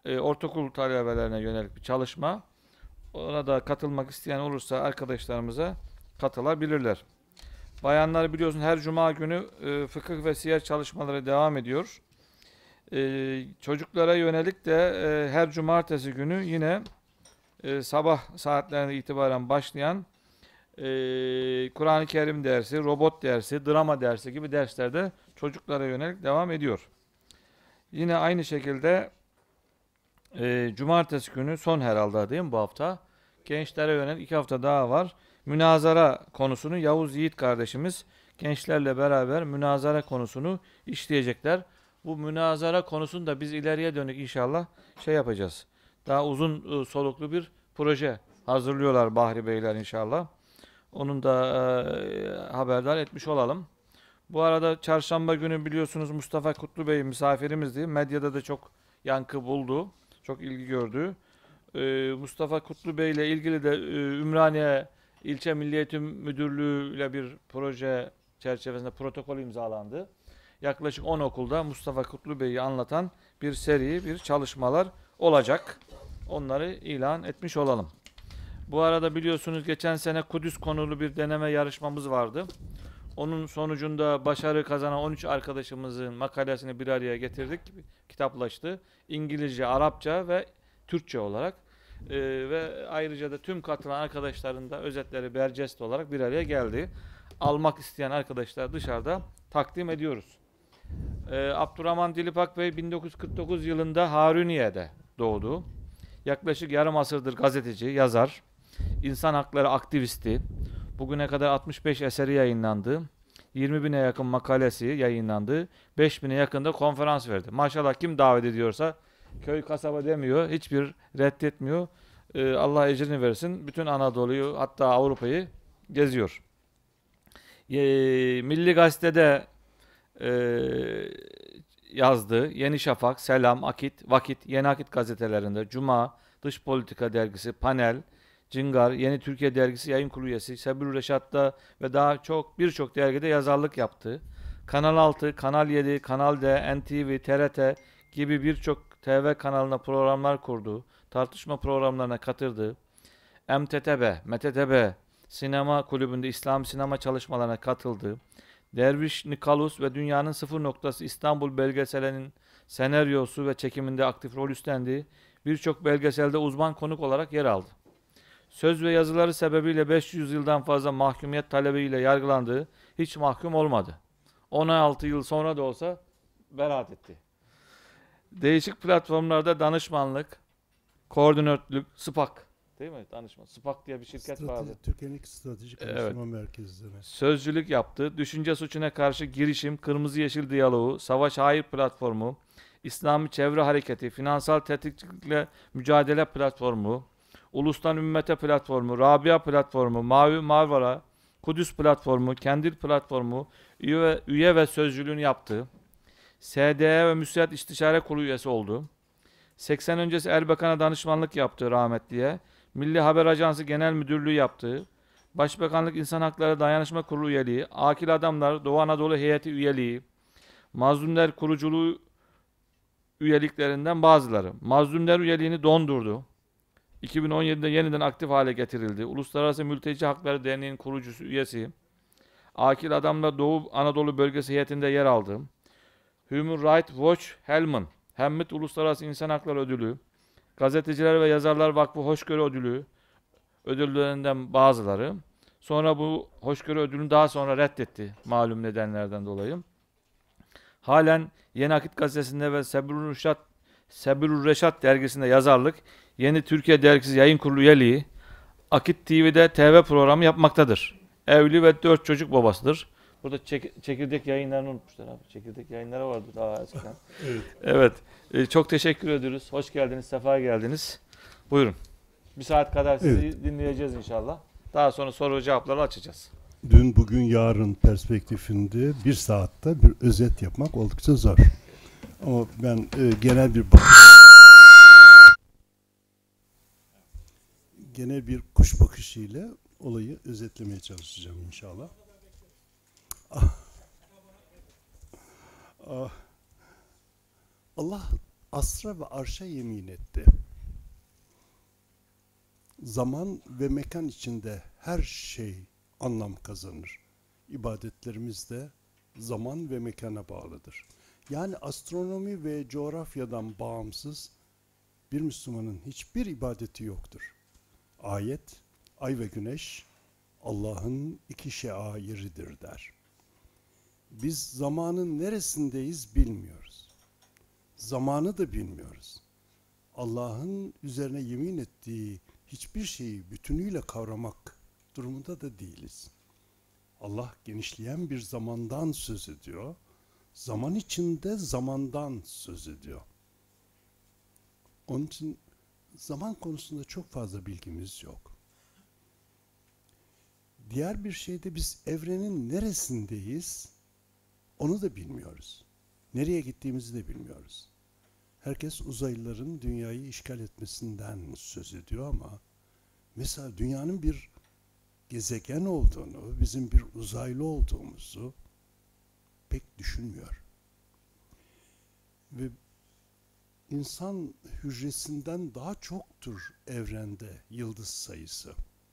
ortaokul talebelerine yönelik bir çalışma. Ona da katılmak isteyen olursa arkadaşlarımıza katılabilirler. Bayanlar biliyorsun her cuma günü fıkıh ve siyer çalışmaları devam ediyor. Çocuklara yönelik de her cumartesi günü yine sabah saatlerine itibaren başlayan Kur'an-ı Kerim dersi, robot dersi, drama dersi gibi derslerde çocuklara yönelik devam ediyor. Yine aynı şekilde cumartesi günü son herhalde değil mi bu hafta? Gençlere yönelik 2 hafta daha var. Münazara konusunu Yavuz Yiğit kardeşimiz gençlerle beraber münazara konusunu işleyecekler. Bu münazara konusunu da biz ileriye dönük inşallah şey yapacağız. Daha uzun soluklu bir proje hazırlıyorlar Bahri Beyler inşallah. Onun da haberdar etmiş olalım. Bu arada çarşamba günü biliyorsunuz Mustafa Kutlu Bey misafirimizdi. Medyada da çok yankı buldu. Çok ilgi gördü. Mustafa Kutlu Bey ile ilgili de Ümraniye İlçe Milli Eğitim Müdürlüğü ile bir proje çerçevesinde protokol imzalandı. Yaklaşık 10 okulda Mustafa Kutlu Bey'i anlatan bir seri, bir çalışmalar olacak. Onları ilan etmiş olalım. Bu arada biliyorsunuz geçen sene Kudüs konulu bir deneme yarışmamız vardı. Onun sonucunda başarı kazanan 13 arkadaşımızın makalesini bir araya getirdik. Kitaplaştı. İngilizce, Arapça ve Türkçe olarak. Ve ayrıca da tüm katılan arkadaşların da özetleri bercest olarak bir araya geldi. Almak isteyen arkadaşlar dışarıda takdim ediyoruz. Abdurrahman Dilipak Bey 1949 yılında Haruniye'de doğdu. Yaklaşık yarım asırdır gazeteci, yazar, insan hakları aktivisti. Bugüne kadar 65 eseri yayınlandı. 20 bine yakın makalesi yayınlandı. 5 bine yakında konferans verdi. Maşallah kim davet ediyorsa köy kasaba demiyor. Hiçbir reddetmiyor. Allah ecrini versin. Bütün Anadolu'yu hatta Avrupa'yı geziyor. Milli Gazete'de yazdı. Yeni Şafak, Selam, Akit, Vakit, Yeni Akit gazetelerinde, Cuma, Dış Politika dergisi, Panel, Cingar, Yeni Türkiye dergisi yayın kurulu üyesi, Sebil Reşat'ta ve daha çok birçok dergide yazarlık yaptı. Kanal 6, Kanal 7, Kanal D, NTV, TRT gibi birçok TV kanalına programlar kurdu. Tartışma programlarına katıldı. MTTB, MTTB sinema kulübünde İslam sinema çalışmalarına katıldı. Derviş Nikalus ve Dünyanın Sıfır Noktası İstanbul belgeselinin senaryosu ve çekiminde aktif rol üstlendi. Birçok belgeselde uzman konuk olarak yer aldı. Söz ve yazıları sebebiyle 500 yıldan fazla mahkumiyet talebiyle yargılandı. Hiç mahkum olmadı. 16 yıl sonra da olsa beraat etti. Değişik platformlarda danışmanlık, koordinatörlük, SPAK değil mi? Danışman. SPAK diye bir şirket vardı. Türkiye'nin Stratejik Araştırma Merkezleri. Sözcülük yaptı. Düşünce suçuna karşı girişim, Kırmızı Yeşil Diyaloğu, Savaş Hayır Platformu, İslami Çevre Hareketi, Finansal Tetikçilikle Mücadele Platformu, Ulustan Ümmete Platformu, Rabia Platformu, Mavi Marmara, Kudüs Platformu, Kendil Platformu üye ve sözcülüğünü yaptı. SDE ve Müsait İstişare Kurulu üyesi oldu. 80 öncesi Erbakan'a danışmanlık yaptı rahmetliye. Milli Haber Ajansı Genel Müdürlüğü yaptı. Başbakanlık İnsan Hakları Dayanışma Kurulu üyeliği, Akil Adamlar Doğu Anadolu Heyeti üyeliği, Mazlumlar Kuruculuğu üyeliklerinden bazıları. Mazlumlar üyeliğini dondurdu. 2017'de yeniden aktif hale getirildi. Uluslararası Mülteci Hakları Derneği'nin kurucusu üyesi. Akil Adamlar Doğu Anadolu Bölgesi heyetinde yer aldı. Human Rights Watch Helmut Uluslararası İnsan Hakları Ödülü, Gazeteciler ve Yazarlar Vakfı Hoşgörü Ödülü ödüllerinden bazıları. Sonra bu hoşgörü ödülünü daha sonra reddetti malum nedenlerden dolayı. Halen Yeni Akit Gazetesi'nde ve Sebilur Reşat dergisinde yazarlık, Yeni Türkiye dergisi yayın kurulu üyeliği, Akit TV'de TV programı yapmaktadır. Evli ve 4 çocuk babasıdır. Burada çekirdek yayınlarını unutmuşlar abi. Çekirdek yayınları vardı daha eskiden. Evet. Çok teşekkür ediyoruz. Hoş geldiniz, sefa geldiniz. Buyurun. Bir saat kadar sizi dinleyeceğiz inşallah. Daha sonra soru cevapları açacağız. Dün, bugün, yarın perspektifinde bir saatte bir özet yapmak oldukça zor. Ama ben genel bir kuş bakışıyla olayı özetlemeye çalışacağım inşallah. Allah asra ve arşa yemin etti. Zaman ve mekan içinde her şey anlam kazanır. İbadetlerimiz de zaman ve mekana bağlıdır. Yani astronomi ve coğrafyadan bağımsız bir Müslümanın hiçbir ibadeti yoktur. Ayet, ay ve güneş Allah'ın iki şairidir der. Biz zamanın neresindeyiz bilmiyoruz. Zamanı da bilmiyoruz. Allah'ın üzerine yemin ettiği hiçbir şeyi bütünüyle kavramak durumunda da değiliz. Allah genişleyen bir zamandan söz ediyor. Zaman içinde zamandan söz ediyor. Onun için zaman konusunda çok fazla bilgimiz yok. Diğer bir şeyde biz evrenin neresindeyiz onu da bilmiyoruz. Nereye gittiğimizi de bilmiyoruz. Herkes uzaylıların dünyayı işgal etmesinden söz ediyor ama mesela dünyanın bir gezegen olduğunu, bizim bir uzaylı olduğumuzu pek düşünmüyor. Ve insan hücresinden daha çoktur evrende yıldız sayısı.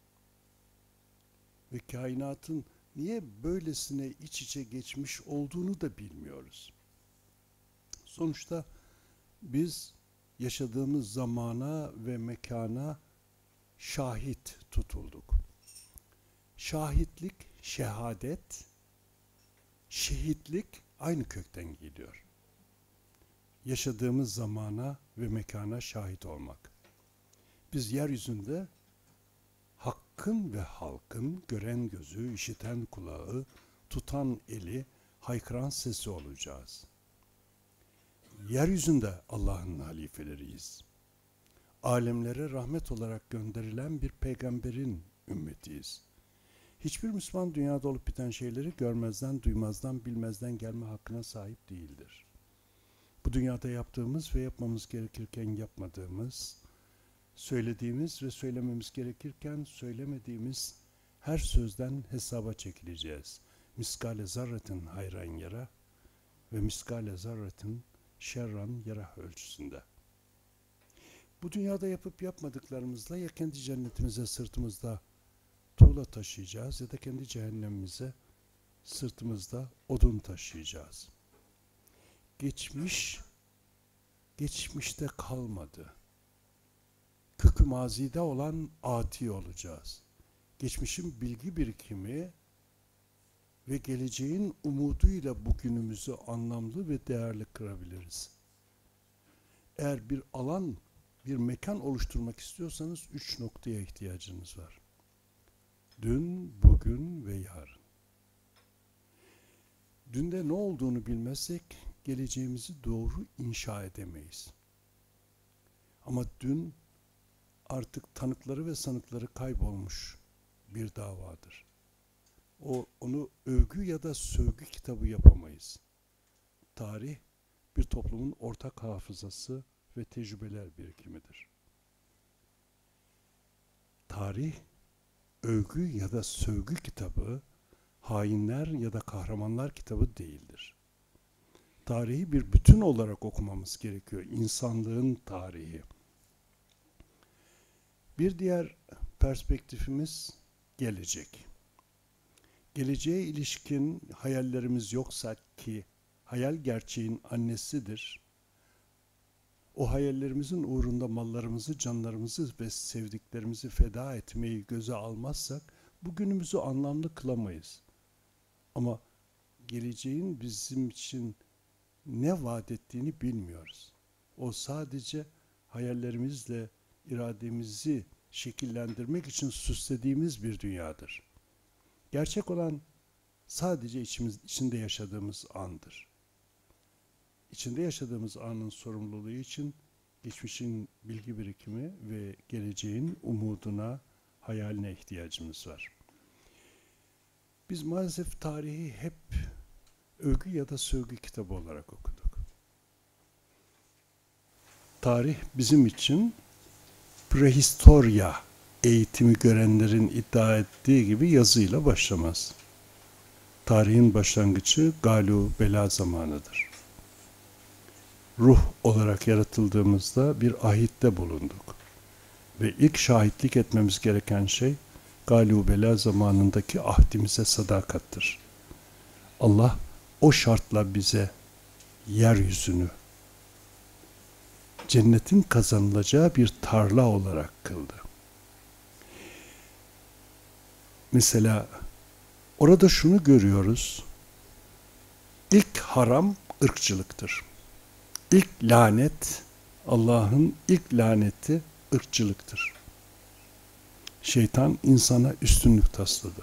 Ve kainatın niye böylesine iç içe geçmiş olduğunu da bilmiyoruz. Sonuçta biz yaşadığımız zamana ve mekana şahit tutulduk. Şahitlik, şehadet, şehitlik aynı kökten geliyor. Yaşadığımız zamana ve mekana şahit olmak. Biz yeryüzünde hakkın ve halkın gören gözü, işiten kulağı, tutan eli, haykıran sesi olacağız. Yeryüzünde Allah'ın halifeleriyiz. Alemlere rahmet olarak gönderilen bir peygamberin ümmetiyiz. Hiçbir Müslüman dünyada olup biten şeyleri görmezden, duymazdan, bilmezden gelme hakkına sahip değildir. Bu dünyada yaptığımız ve yapmamız gerekirken yapmadığımız, söylediğimiz ve söylememiz gerekirken söylemediğimiz her sözden hesaba çekileceğiz. Miskale zarretin hayran yara ve miskale zarretin şerran yara ölçüsünde. Bu dünyada yapıp yapmadıklarımızla ya kendi cennetimize sırtımızda tuğla taşıyacağız ya da kendi cehennemimize sırtımızda odun taşıyacağız. Geçmişte kalmadı. Kökü mazide olan ati olacağız. Geçmişin bilgi birikimi ve geleceğin umuduyla bugünümüzü anlamlı ve değerli kırabiliriz. Eğer bir alan, bir mekan oluşturmak istiyorsanız 3 noktaya ihtiyacınız var. Dün, bugün ve yarın. Dünde ne olduğunu bilmezsek geleceğimizi doğru inşa edemeyiz. Ama dün artık tanıkları ve sanıkları kaybolmuş bir davadır. Onu övgü ya da sövgü kitabı yapamayız. Tarih bir toplumun ortak hafızası ve tecrübeler birikimidir. Tarih övgü ya da sövgü kitabı, hainler ya da kahramanlar kitabı değildir. Tarihi bir bütün olarak okumamız gerekiyor. İnsanlığın tarihi. Bir diğer perspektifimiz gelecek. Geleceğe ilişkin hayallerimiz yoksa ki hayal gerçeğin annesidir. O hayallerimizin uğrunda mallarımızı, canlarımızı ve sevdiklerimizi feda etmeyi göze almazsak bugünümüzü anlamlı kılamayız. Ama geleceğin bizim için ne vaat ettiğini bilmiyoruz. O sadece hayallerimizle irademizi şekillendirmek için süslediğimiz bir dünyadır. Gerçek olan sadece içinde yaşadığımız andır. İçinde yaşadığımız anın sorumluluğu için geçmişin bilgi birikimi ve geleceğin umuduna, hayaline ihtiyacımız var. Biz maalesef tarihi hep övgü ya da sövgü kitabı olarak okuduk. Tarih bizim için prehistorya eğitimi görenlerin iddia ettiği gibi yazıyla başlamaz. Tarihin başlangıcı galu bela zamanıdır. ruh olarak yaratıldığımızda bir ahitte bulunduk. Ve ilk şahitlik etmemiz gereken şey Galû Bela zamanındaki ahdimize sadakattır. Allah o şartla bize yeryüzünü cennetin kazanılacağı bir tarla olarak kıldı. Mesela orada şunu görüyoruz. İlk haram ırkçılıktır. İlk lanet, Allah'ın ilk laneti ırkçılıktır. Şeytan insana üstünlük tasladı.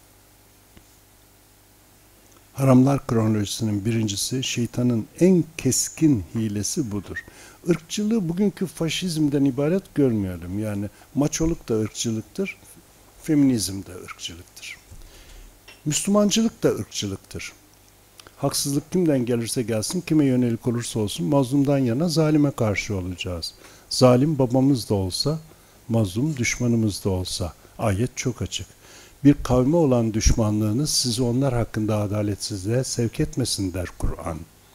Haramlar kronolojisinin birincisi, şeytanın en keskin hilesi budur. Irkçılığı bugünkü faşizmden ibaret görmeyelim. Yani maçoluk da ırkçılıktır, feminizm de ırkçılıktır. Müslümancılık da ırkçılıktır. Haksızlık kimden gelirse gelsin, kime yönelik olursa olsun mazlumdan yana zalime karşı olacağız. Zalim babamız da olsa, mazlum düşmanımız da olsa. Ayet çok açık. Bir kavme olan düşmanlığınız sizi onlar hakkında adaletsizliğe sevk etmesin der Kur'an.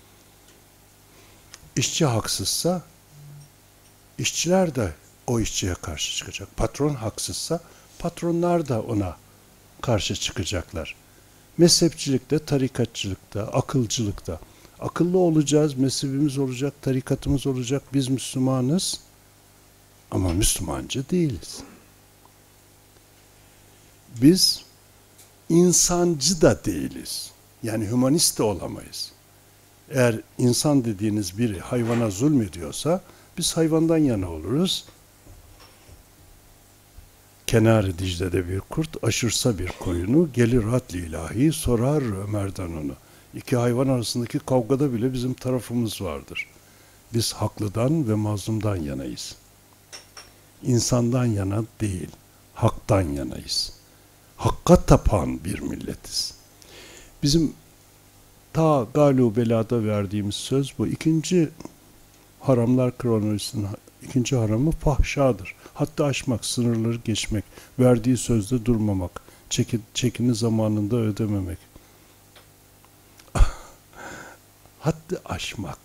İşçi haksızsa, işçiler de o işçiye karşı çıkacak. Patron haksızsa, patronlar da ona karşı çıkacaklar. Mezhepçilikte, tarikatçılıkta, akılcılıkta. Akıllı olacağız, mezhebimiz olacak, tarikatımız olacak. Biz Müslümanız ama Müslümancı değiliz. Biz insancı da değiliz. Yani hümanist de olamayız. Eğer insan dediğiniz biri hayvana zulmediyorsa biz hayvandan yana oluruz. Kenar-ı Dicle'de bir kurt aşırsa bir koyunu, gelir hadli ilahi sorar Ömer'den onu. İki hayvan arasındaki kavgada bile bizim tarafımız vardır. Biz haklıdan ve mazlumdan yanayız. İnsandan yana değil, haktan yanayız. Hakka tapan bir milletiz. Bizim ta Galû Belâ'da verdiğimiz söz bu. İkinci haramlar kronolojisinin ikinci haramı fahşadır. Hatta aşmak, sınırları geçmek, verdiği sözde durmamak, çekini zamanında ödememek. Haddi aşmak.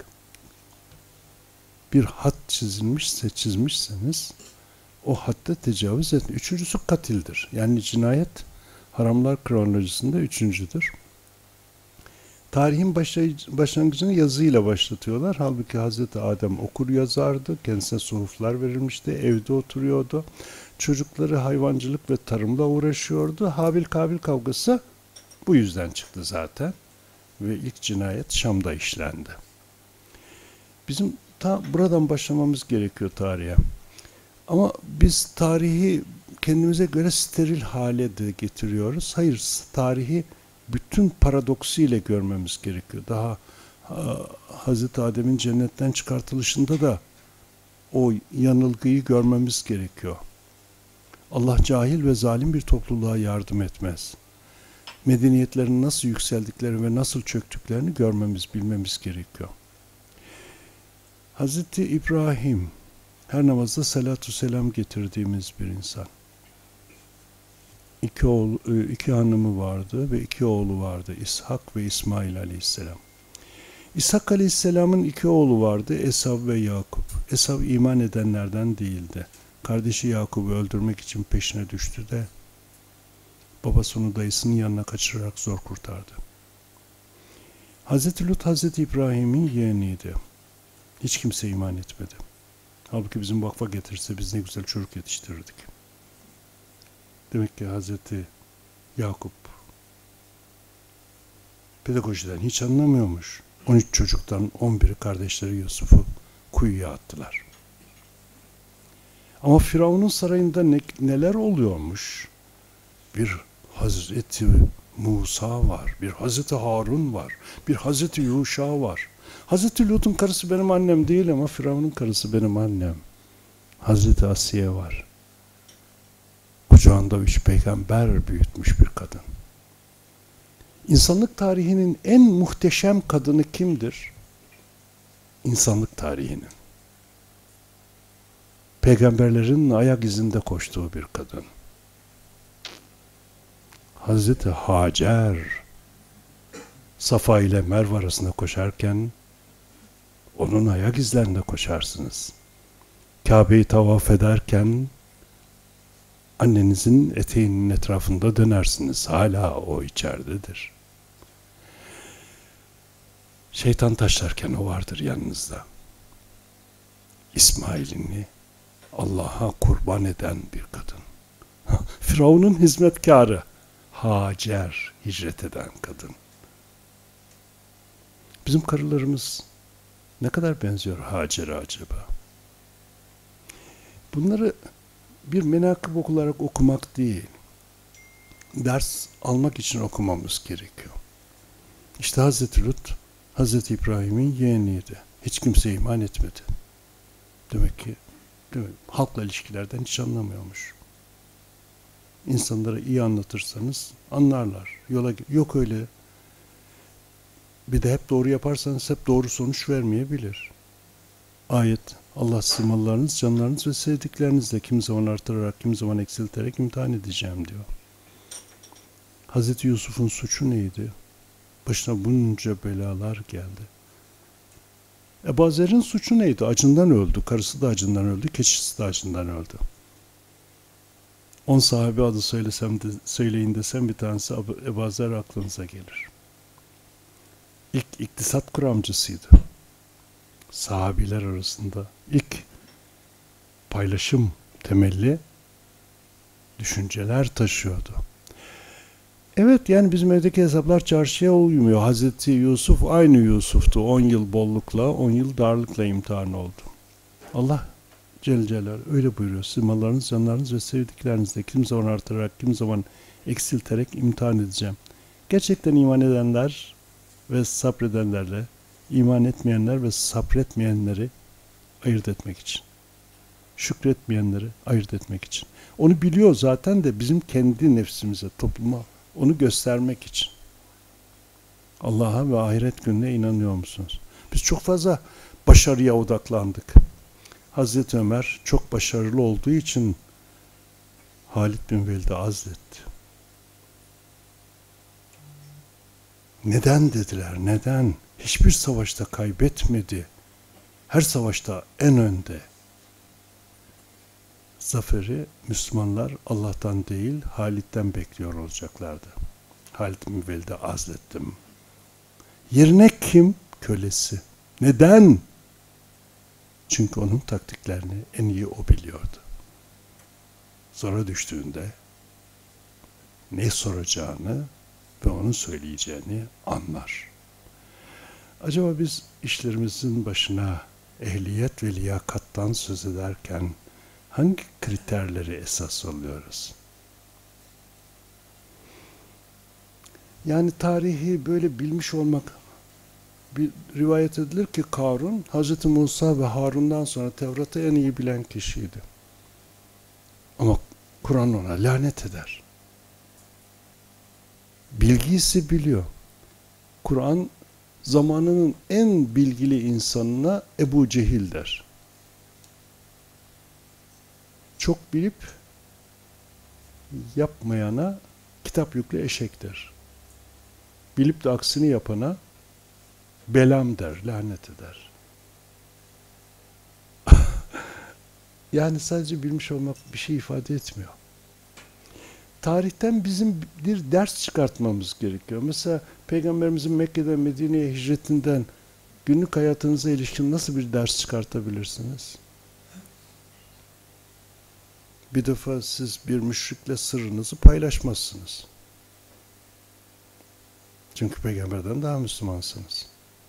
Bir had çizmişseniz o hadde tecavüz etme. Üçüncüsü katildir. Yani cinayet haramlar kronolojisinde üçüncüdür. Tarihin başlangıcını yazıyla başlatıyorlar. Halbuki Hazreti Adem okur yazardı. Kendisine suhuflar verilmişti. Evde oturuyordu. Çocukları hayvancılık ve tarımla uğraşıyordu. Habil-Kabil kavgası bu yüzden çıktı zaten. Ve ilk cinayet Şam'da işlendi. Bizim ta buradan başlamamız gerekiyor tarihe. Ama biz tarihi kendimize göre steril hale de getiriyoruz. Hayır, tarihi bütün paradoksiyle görmemiz gerekiyor. Daha Hazreti Adem'in cennetten çıkartılışında da o yanılgıyı görmemiz gerekiyor. Allah cahil ve zalim bir topluluğa yardım etmez. Medeniyetlerin nasıl yükseldiklerini ve nasıl çöktüklerini görmemiz, bilmemiz gerekiyor. Hazreti İbrahim, her namazda salatü selam getirdiğimiz bir insan. İki hanımı vardı ve iki oğlu vardı. İshak ve İsmail aleyhisselam. İshak aleyhisselamın iki oğlu vardı. Esav ve Yakup. Esav iman edenlerden değildi. Kardeşi Yakup'u öldürmek için peşine düştü de babası onu dayısının yanına kaçırarak zor kurtardı. Hazreti Lut, Hazreti İbrahim'in yeğeniydi. Hiç kimse iman etmedi. Halbuki bizim vakfa getirse biz ne güzel çocuk yetiştirirdik. Demek ki Hazreti Yakup pedagojiden hiç anlamıyormuş. 13 çocuktan 11'i kardeşleri Yusuf'u kuyuya attılar. Ama Firavun'un sarayında neler oluyormuş? Bir Hazreti Musa var, bir Hazreti Harun var, bir Hazreti Yuşa var. Hazreti Lut'un karısı benim annem değil ama Firavun'un karısı benim annem. Hazreti Asiye var. Kucağında 3 peygamber büyütmüş bir kadın. İnsanlık tarihinin en muhteşem kadını kimdir? İnsanlık tarihinin. Peygamberlerin ayak izinde koştuğu bir kadın. Hazreti Hacer, Safa ile Merve arasında koşarken onun ayak izlerinde koşarsınız. Kabe'yi tavaf ederken annenizin eteğinin etrafında dönersiniz. Hala o içeridedir. Şeytan taşlarken o vardır yanınızda. İsmail'ini Allah'a kurban eden bir kadın. Firavun'un hizmetkarı Hacer, hicret eden kadın. Bizim karılarımız ne kadar benziyor Hacer'e acaba? Bunları bir menakıb olarak okumak değil, ders almak için okumamız gerekiyor. İşte Hazreti Lut, Hazreti İbrahim'in yeğeniydi. Hiç kimse iman etmedi. Demek ki halkla ilişkilerden hiç anlamıyormuş. İnsanlara iyi anlatırsanız anlarlar. Yok öyle. Bir de hep doğru yaparsanız hep doğru sonuç vermeyebilir. Ayet, Allah sizi mallarınız, canlarınız ve sevdiklerinizle kimi zaman artırarak, kimi zaman eksilterek imtihan edeceğim diyor. Hazreti Yusuf'un suçu neydi? Başına bunca belalar geldi. Ebu Zer'in suçu neydi? Acından öldü. Karısı da acından öldü. Keçisi de acından öldü. 10 sahabe adı söyleyin desem bir tanesi Ebu Zer aklınıza gelir. İlk iktisat kuramcısıydı. Sahabiler arasında ilk paylaşım temelli düşünceler taşıyordu. Evet, yani bizim evdeki hesaplar çarşıya uymuyor. Hazreti Yusuf aynı Yusuf'tu. 10 yıl bollukla, 10 yıl darlıkla imtihan oldu. Allah Celle Celaluhu öyle buyuruyor. Siz mallarınız, canlarınız ve sevdiklerinizle kim zaman artırarak, kim zaman eksilterek imtihan edeceğim. Gerçekten iman edenler ve sabredenlerle, iman etmeyenler ve sabretmeyenleri ayırt etmek için. Şükretmeyenleri ayırt etmek için. Onu biliyor zaten de bizim kendi nefsimize, topluma onu göstermek için. Allah'a ve ahiret gününe inanıyor musunuz? Biz çok fazla başarıya odaklandık. Hazreti Ömer çok başarılı olduğu için Halid bin Velid'e azletti. Neden dediler, neden? Hiçbir savaşta kaybetmedi. Her savaşta en önde. Zaferi Müslümanlar Allah'tan değil, Halid'den bekliyor olacaklardı. Halid bin Velid'e azlettim. Yerine kim? Kölesi. Neden? Çünkü onun taktiklerini en iyi o biliyordu. Zora düştüğünde ne soracağını ve onun söyleyeceğini anlar. Acaba biz işlerimizin başına ehliyet ve liyakattan söz ederken hangi kriterleri esas alıyoruz? Yani tarihi böyle bilmiş olmak, bir rivayet edilir ki Karun, Hz. Musa ve Harun'dan sonra Tevrat'ı en iyi bilen kişiydi. Ama Kur'an ona lanet eder. Bilgisi biliyor. Kur'an zamanının en bilgili insanına Ebu Cehil der. Çok bilip yapmayana kitap yüklü eşek der. Bilip de aksini yapana belam der, lanet eder. Yani sadece bilmiş olmak bir şey ifade etmiyor. Tarihten bizim bir ders çıkartmamız gerekiyor. Mesela Peygamberimizin Mekke'den Medine'ye hicretinden günlük hayatınıza ilişkin nasıl bir ders çıkartabilirsiniz? Bir defa siz bir müşrikle sırrınızı paylaşmazsınız. Çünkü peygamberden daha Müslümansınız.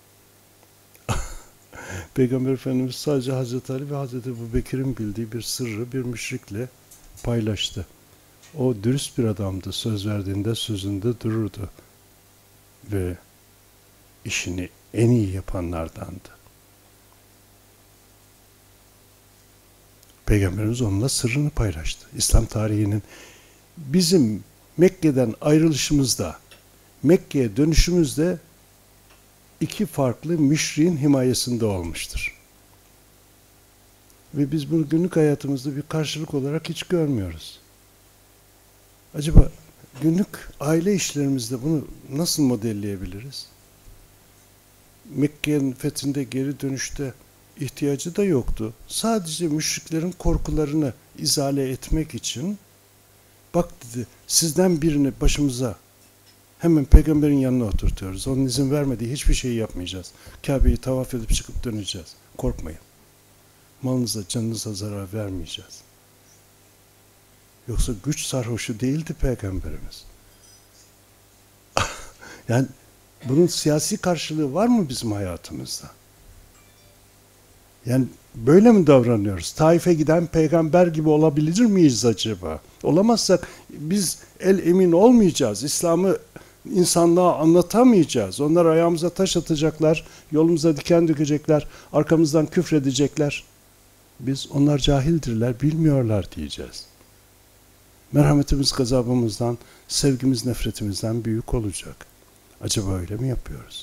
Peygamber Efendimiz sadece Hazreti Ali ve Hazreti Ebubekir'in bildiği bir sırrı bir müşrikle paylaştı. O dürüst bir adamdı. Söz verdiğinde sözünde dururdu. Ve işini en iyi yapanlardandı. Peygamberimiz onunla sırrını paylaştı. İslam tarihinin bizim Mekke'den ayrılışımızda, Mekke'ye dönüşümüzde iki farklı müşriğin himayesinde olmuştur. Ve biz bunu günlük hayatımızda bir karşılık olarak hiç görmüyoruz. Acaba günlük aile işlerimizde bunu nasıl modelleyebiliriz? Mekke'nin fethinde geri dönüşte ihtiyacı da yoktu. Sadece müşriklerin korkularını izale etmek için bak dedi, sizden birini başımıza hemen peygamberin yanına oturtuyoruz. Onun izin vermediği hiçbir şeyi yapmayacağız. Kabe'yi tavaf edip çıkıp döneceğiz. Korkmayın. Malınıza, canınıza zarar vermeyeceğiz. Yoksa güç sarhoşu değildi peygamberimiz. Yani bunun siyasi karşılığı var mı bizim hayatımızda? Yani böyle mi davranıyoruz? Taif'e giden peygamber gibi olabilir miyiz acaba? Olamazsak biz el emin olmayacağız. İslam'ı insanlığa anlatamayacağız. Onlar ayağımıza taş atacaklar, yolumuza diken dökecekler, arkamızdan küfredecekler. Biz onlar cahildirler, bilmiyorlar diyeceğiz. Merhametimiz gazabımızdan, sevgimiz nefretimizden büyük olacak. Acaba öyle mi yapıyoruz?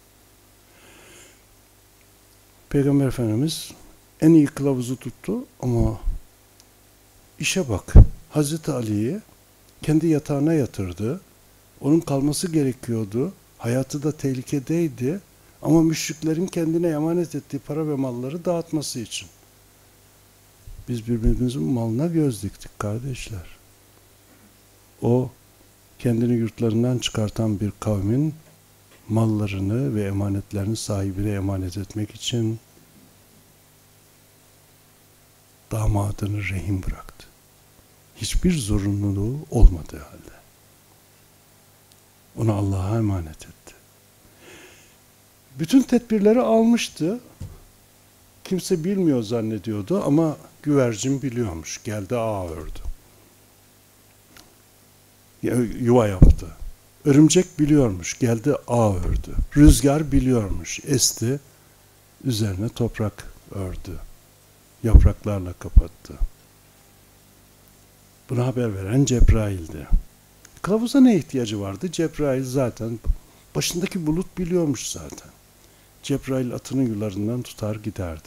Peygamber Efendimiz en iyi kılavuzu tuttu ama işe bak. Hazreti Ali'yi kendi yatağına yatırdı. Onun kalması gerekiyordu. Hayatı da tehlikedeydi. Ama müşriklerin kendine emanet ettiği para ve malları dağıtması için. Biz birbirimizin malına göz diktik kardeşler. O kendini yurtlarından çıkartan bir kavmin mallarını ve emanetlerini sahibine emanet etmek için damadını rehin bıraktı. Hiçbir zorunluluğu olmadığı halde. Onu Allah'a emanet etti. Bütün tedbirleri almıştı. Kimse bilmiyor zannediyordu ama güvercin biliyormuş. Geldi ağ ördü. Yuva yaptı. Örümcek biliyormuş. Geldi ağ ördü. Rüzgar biliyormuş. Esti. Üzerine toprak ördü. Yapraklarla kapattı. Buna haber veren Cebrail'di. Kılavuza ne ihtiyacı vardı? Cebrail zaten başındaki bulut biliyormuş zaten. Cebrail atının yularından tutar giderdi.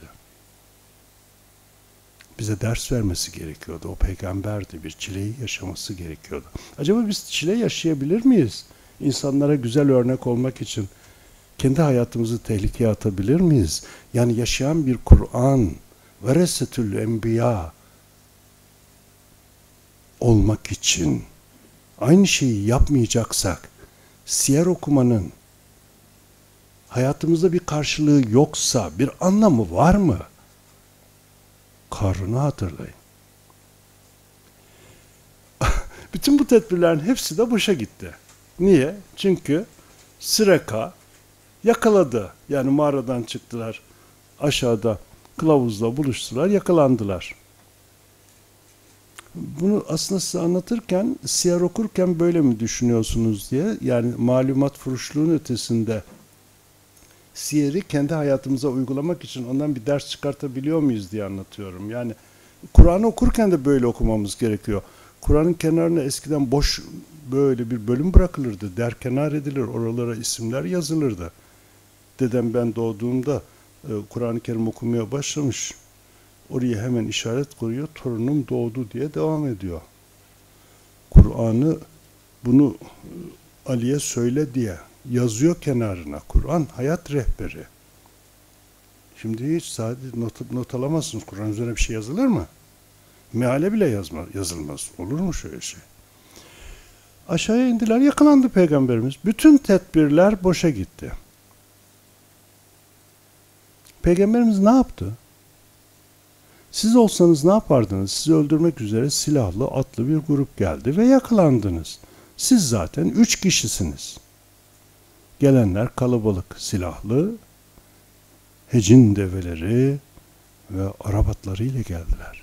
Bize ders vermesi gerekiyordu. O peygamberdi. Bir çileyi yaşaması gerekiyordu. Acaba biz çile yaşayabilir miyiz? İnsanlara güzel örnek olmak için kendi hayatımızı tehlikeye atabilir miyiz? Yani yaşayan bir Kur'an, veresetül enbiya olmak için aynı şeyi yapmayacaksak, siyer okumanın hayatımızda bir karşılığı yoksa bir anlamı var mı? Karun'u hatırlayın. Bütün bu tedbirlerin hepsi de boşa gitti. Niye? Çünkü Sireka yakaladı. Yani mağaradan çıktılar. Aşağıda kılavuzla buluştular, yakalandılar. Bunu aslında size anlatırken, siyer okurken böyle mi düşünüyorsunuz diye, yani malumat furuşluğun ötesinde siyeri kendi hayatımıza uygulamak için ondan bir ders çıkartabiliyor muyuz diye anlatıyorum. Yani Kur'an'ı okurken de böyle okumamız gerekiyor. Kur'an'ın kenarına eskiden boş böyle bir bölüm bırakılırdı. Derkenar edilir, oralara isimler yazılırdı. Dedem ben doğduğumda Kur'an-ı Kerim okumaya başlamış. Oraya hemen işaret koyuyor, torunum doğdu diye devam ediyor. Kur'an'ı bunu Ali'ye söyle diye yazıyor kenarına. Kur'an hayat rehberi. Şimdi hiç sadece not alamazsınız. Kur'an üzerine bir şey yazılır mı? Meale bile yazılmaz. Olur mu şöyle şey? Aşağıya indiler, yakalandı Peygamberimiz. Bütün tedbirler boşa gitti. Peygamberimiz ne yaptı? Siz olsanız ne yapardınız? Sizi öldürmek üzere silahlı, atlı bir grup geldi ve yakalandınız. Siz zaten 3 kişisiniz. Gelenler kalabalık, silahlı, hecin develeri ve Arap atlarıyla geldiler.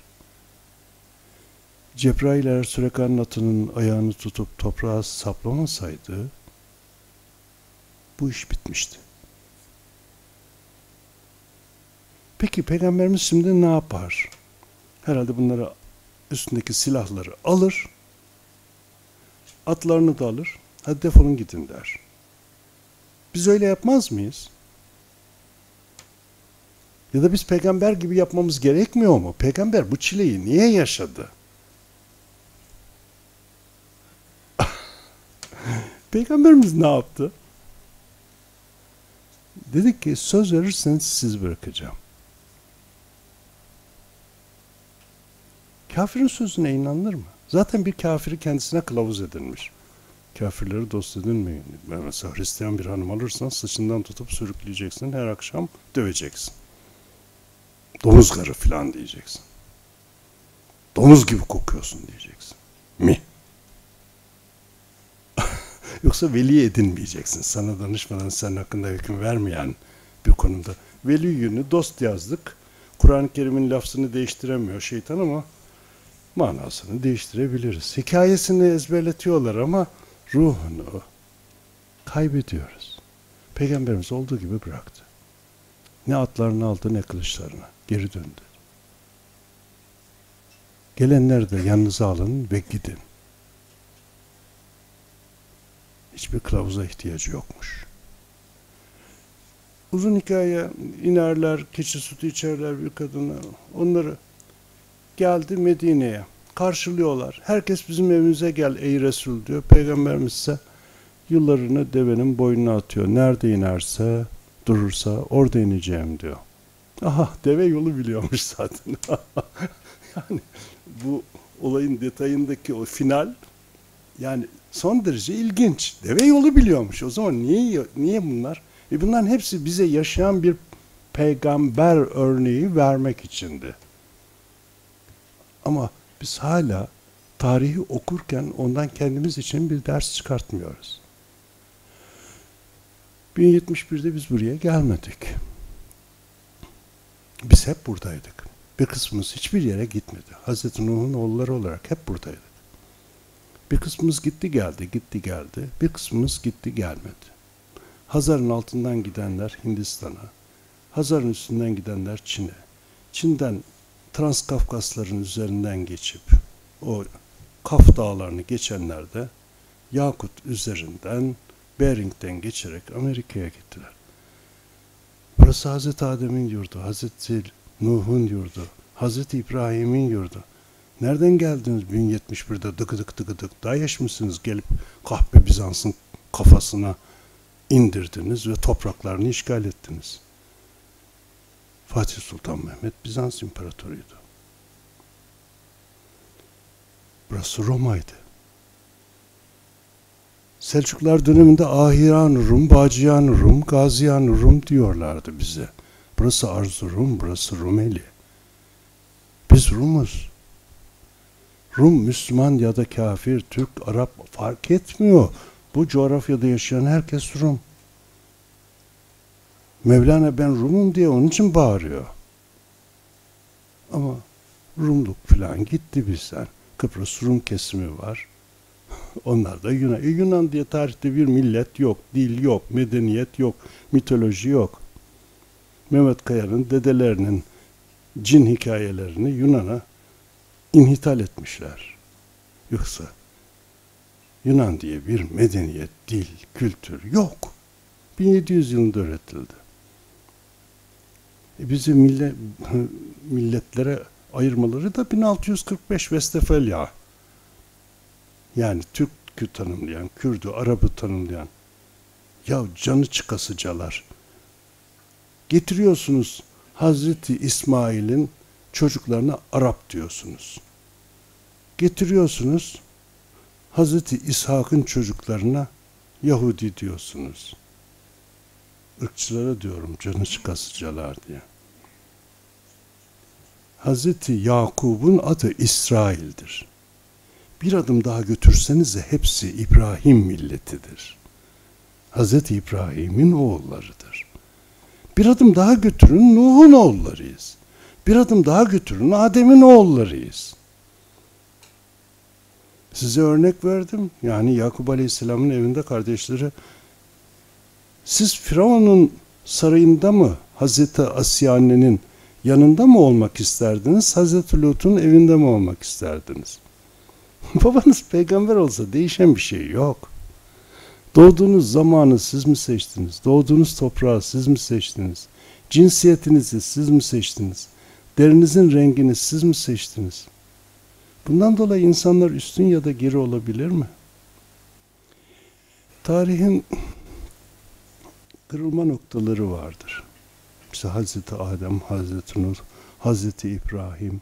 Cebrail eğer Süreka'nın atının ayağını tutup toprağa saplamasaydı, bu iş bitmişti. Peki Peygamberimiz şimdi ne yapar? Herhalde bunları, üstündeki silahları alır, atlarını da alır, hadi defolun gidin der. Biz öyle yapmaz mıyız? Ya da biz peygamber gibi yapmamız gerekmiyor mu? Peygamber bu çileyi niye yaşadı? Peygamberimiz ne yaptı? Dedik ki söz verirseniz sizi bırakacağım. Kafirin sözüne inanılır mı? Zaten bir kafiri kendisine kılavuz edilmiş. Kafirleri dost edinmeyin. Mesela Hristiyan bir hanım alırsan saçından tutup sürükleyeceksin. Her akşam döveceksin. Domuz karı falan diyeceksin. Domuz gibi kokuyorsun diyeceksin. Mi? Yoksa veli edinmeyeceksin. Sana danışmadan senin hakkında hüküm vermeyen bir konumda. Veli yünü dost yazdık. Kur'an-ı Kerim'in lafzını değiştiremiyor şeytan ama manasını değiştirebiliriz. Hikayesini ezberletiyorlar ama ruhunu kaybediyoruz. Peygamberimiz olduğu gibi bıraktı. Ne atlarını aldı ne kılıçlarını. Geri döndü. Gelenleri de yanınıza alın ve gidin. Hiçbir kılavuza ihtiyacı yokmuş. Uzun hikaye, inerler, keçi sütü içerler bir kadına. Onları geldi Medine'ye. Karşılıyorlar. Herkes bizim evimize gel ey Resul diyor. Peygamberimiz ise yıllarını devenin boynuna atıyor. Nerede inerse, durursa orada ineceğim diyor. Aha, deve yolu biliyormuş zaten. Yani bu olayın detayındaki o final yani son derece ilginç. Deve yolu biliyormuş. O zaman niye bunlar? Bunların hepsi bize yaşayan bir peygamber örneği vermek içindi. Ama biz hala tarihi okurken ondan kendimiz için bir ders çıkartmıyoruz. 1071'de biz buraya gelmedik. Biz hep buradaydık. Bir kısmımız hiçbir yere gitmedi. Hazreti Nuh'un oğulları olarak hep buradaydık. Bir kısmımız gitti geldi, gitti geldi. Bir kısmımız gitti gelmedi. Hazar'ın altından gidenler Hindistan'a, Hazar'ın üstünden gidenler Çin'e, Çin'den Transkafkasların üzerinden geçip o Kaf dağlarını geçenler de Yakut üzerinden Bering'den geçerek Amerika'ya gittiler. Burası Hazreti Adem'in yurdu, Hazreti Nuh'un yurdu, Hazreti İbrahim'in yurdu. Nereden geldiniz 1071'de dıgıdık dıgıdık? Daesh misiniz gelip Kahpe Bizans'ın kafasına indirdiniz ve topraklarını işgal ettiniz. Fatih Sultan Mehmet Bizans İmparatoruydu. Burası Roma'ydı. Selçuklar döneminde Ahiran Rum, Bacıyan Rum, Gaziyan Rum diyorlardı bize. Burası Arzurum, burası Rumeli. Biz Rumuz. Rum, Müslüman ya da kafir, Türk, Arap fark etmiyor. Bu coğrafyada yaşayan herkes Rum. Mevlana ben Rum'um diye onun için bağırıyor. Ama Rumluk falan gitti bizden. Kıbrıs Rum kesimi var. Onlar da Yunan. Yunan diye tarihte bir millet yok, dil yok, medeniyet yok, mitoloji yok. Mehmet Kaya'nın dedelerinin cin hikayelerini Yunan'a inhital etmişler. Yoksa Yunan diye bir medeniyet, dil, kültür yok. 1700 yılında öğretildi. Bizi milletlere ayırmaları da 1645 Westfalia. Yani Türk'ü tanımlayan, Kürt'ü, Arap'ı tanımlayan. Ya canı çıkasıcalar. Getiriyorsunuz Hazreti İsmail'in çocuklarına Arap diyorsunuz. Getiriyorsunuz Hazreti İshak'ın çocuklarına Yahudi diyorsunuz. Irkçılara diyorum canı çıkasıcalar diye. Hazreti Yakub'un adı İsrail'dir. Bir adım daha götürsenize hepsi İbrahim milletidir. Hazreti İbrahim'in oğullarıdır. Bir adım daha götürün Nuh'un oğullarıyız. Bir adım daha götürün Adem'in oğullarıyız. Size örnek verdim. Yani Yakup Aleyhisselam'ın evinde kardeşleri. Siz Firavun'un sarayında mı Hazreti Asiye annenin yanında mı olmak isterdiniz? Hazreti Lut'un evinde mi olmak isterdiniz? Babanız peygamber olsa değişen bir şey yok. Doğduğunuz zamanı siz mi seçtiniz? Doğduğunuz toprağı siz mi seçtiniz? Cinsiyetinizi siz mi seçtiniz? Derinizin rengini siz mi seçtiniz? Bundan dolayı insanlar üstün ya da geri olabilir mi? Tarihin kırılma noktaları vardır. İşte Hazreti Adem, Hazreti Nuh, Hazreti İbrahim.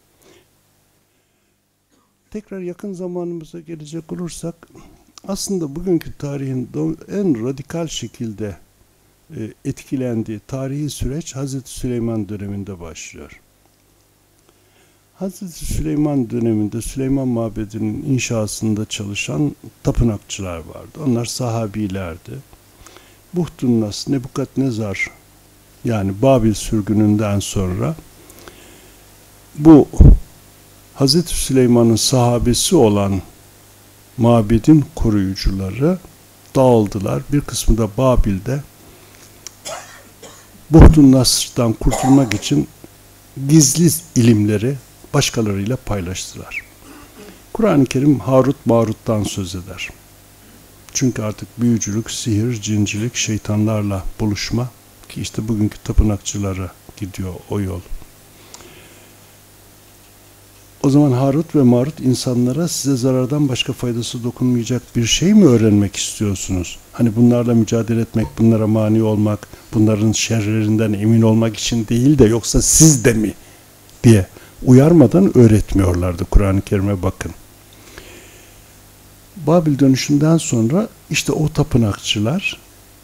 Tekrar yakın zamanımıza gelecek olursak, aslında bugünkü tarihin en radikal şekilde etkilendiği tarihi süreç Hazreti Süleyman döneminde başlıyor. Hazreti Süleyman döneminde Süleyman Mabedi'nin inşasında çalışan tapınakçılar vardı. Onlar sahabilerdi. Buhdunnas, Nebukadnezar, yani Babil sürgününden sonra bu Hazreti Süleyman'ın sahabesi olan mabedin koruyucuları dağıldılar. Bir kısmı da Babil'de Buhdunasr'dan kurtulmak için gizli ilimleri başkalarıyla paylaştılar. Kur'an-ı Kerim Harut Marut'tan söz eder. Çünkü artık büyücülük, sihir, cincilik, şeytanlarla buluşma, ki işte bugünkü tapınakçılara gidiyor o yol. O zaman Harut ve Marut insanlara size zarardan başka faydası dokunmayacak bir şey mi öğrenmek istiyorsunuz? Hani bunlarla mücadele etmek, bunlara mani olmak, bunların şerlerinden emin olmak için değil de yoksa siz de mi diye uyarmadan öğretmiyorlardı. Kur'an-ı Kerim'e bakın. Babil dönüşünden sonra işte o tapınakçılar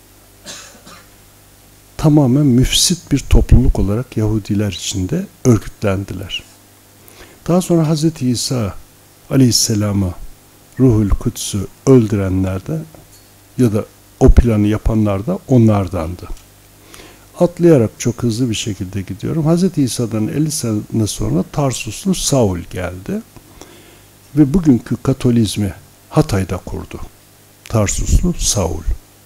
tamamen müfsit bir topluluk olarak Yahudiler içinde örgütlendiler. Daha sonra Hz. İsa Aleyhisselam'ı, Ruhul Kuds'ü öldürenler de ya da o planı yapanlar da onlardandı. Atlayarak çok hızlı bir şekilde gidiyorum. Hz. İsa'dan 50 sene sonra Tarsuslu Saul geldi ve bugünkü Katolizmi Hatay'da kurdu. Tarsuslu Saul.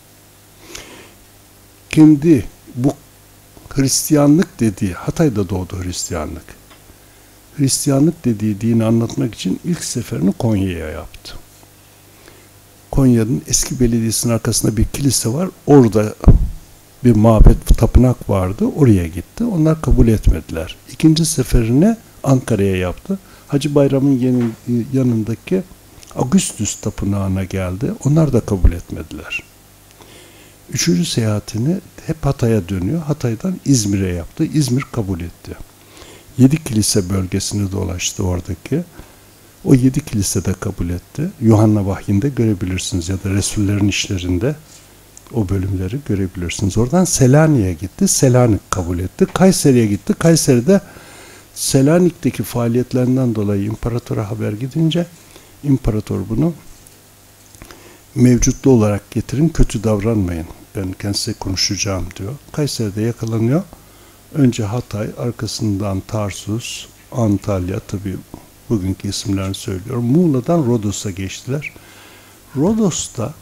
Kendi bu Hristiyanlık dediği, Hatay'da doğdu Hristiyanlık. Hristiyanlık dediği dini anlatmak için ilk seferini Konya'ya yaptı. Konya'nın eski belediyesinin arkasında bir kilise var. Orada bir mabet, tapınak vardı. Oraya gitti. Onlar kabul etmediler. İkinci seferini Ankara'ya yaptı. Hacı Bayram'ın yanındaki Augustus Tapınağı'na geldi. Onlar da kabul etmediler. Üçüncü seyahatini hep Hatay'a dönüyor. Hatay'dan İzmir'e yaptı. İzmir kabul etti. 7 kilise bölgesini dolaştı oradaki. O 7 kilise de kabul etti. Yuhanna vahyinde görebilirsiniz ya da Resullerin işlerinde o bölümleri görebilirsiniz. Oradan Selanik'e gitti. Selanik kabul etti. Kayseri'ye gitti. Kayseri'de Selanik'teki faaliyetlerinden dolayı imparatora haber gidince imparator bunu mevcutlu olarak getirin, kötü davranmayın. Ben kendisiyle konuşacağım diyor. Kayseri'de yakalanıyor. Önce Hatay, arkasından Tarsus, Antalya, tabii bugünkü isimlerini söylüyorum. Muğla'dan Rodos'a geçtiler. Rodos'ta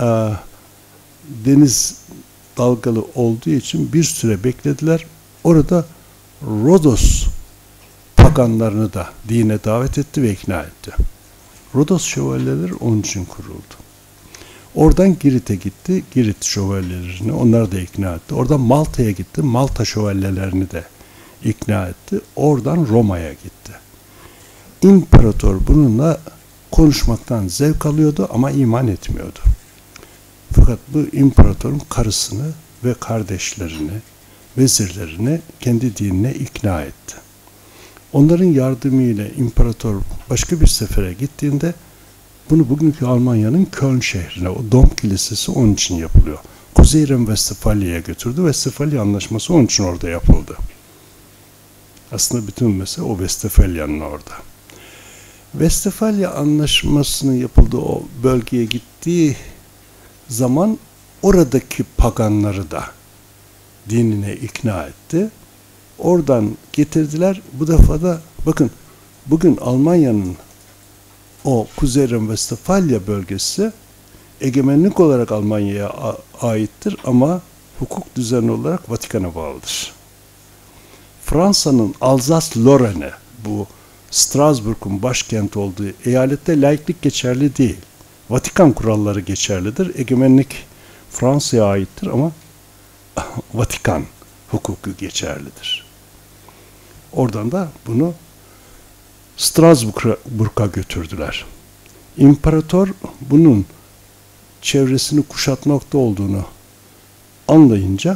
deniz dalgalı olduğu için bir süre beklediler. Orada Rodos paganlarını da dine davet etti ve ikna etti. Rodos şövalyeleri onun için kuruldu. Oradan Girit'e gitti. Girit şövalyelerini onları da ikna etti. Oradan Malta'ya gitti. Malta şövalyelerini de ikna etti. Oradan Roma'ya gitti. İmparator bununla konuşmaktan zevk alıyordu ama iman etmiyordu. Fakat bu imparatorun karısını ve kardeşlerini, vezirlerini kendi dinine ikna etti. Onların yardımıyla imparator başka bir sefere gittiğinde bunu bugünkü Almanya'nın Köln şehrine, o Dom Kilisesi onun için yapılıyor. Kuzey Ren-Vestfalya'ya götürdü. Westfalya Anlaşması onun için orada yapıldı. Aslında bütün mesele o Westfalya'nın orada. Westfalya Anlaşması'nın yapıldığı o bölgeye gittiği zaman oradaki paganları da dinine ikna etti. Oradan getirdiler. Bu defa da bakın bugün Almanya'nın o Kuzey Ren-Vestfalya bölgesi egemenlik olarak Almanya'ya aittir ama hukuk düzeni olarak Vatikan'a bağlıdır. Fransa'nın Alsace-Lorraine, bu Strasbourg'un başkenti olduğu eyalette laiklik geçerli değil. Vatikan kuralları geçerlidir. Egemenlik Fransa'ya aittir ama Vatikan hukuku geçerlidir. Oradan da bunu Strasbourg'a götürdüler. İmparator bunun çevresini kuşatmakta olduğunu anlayınca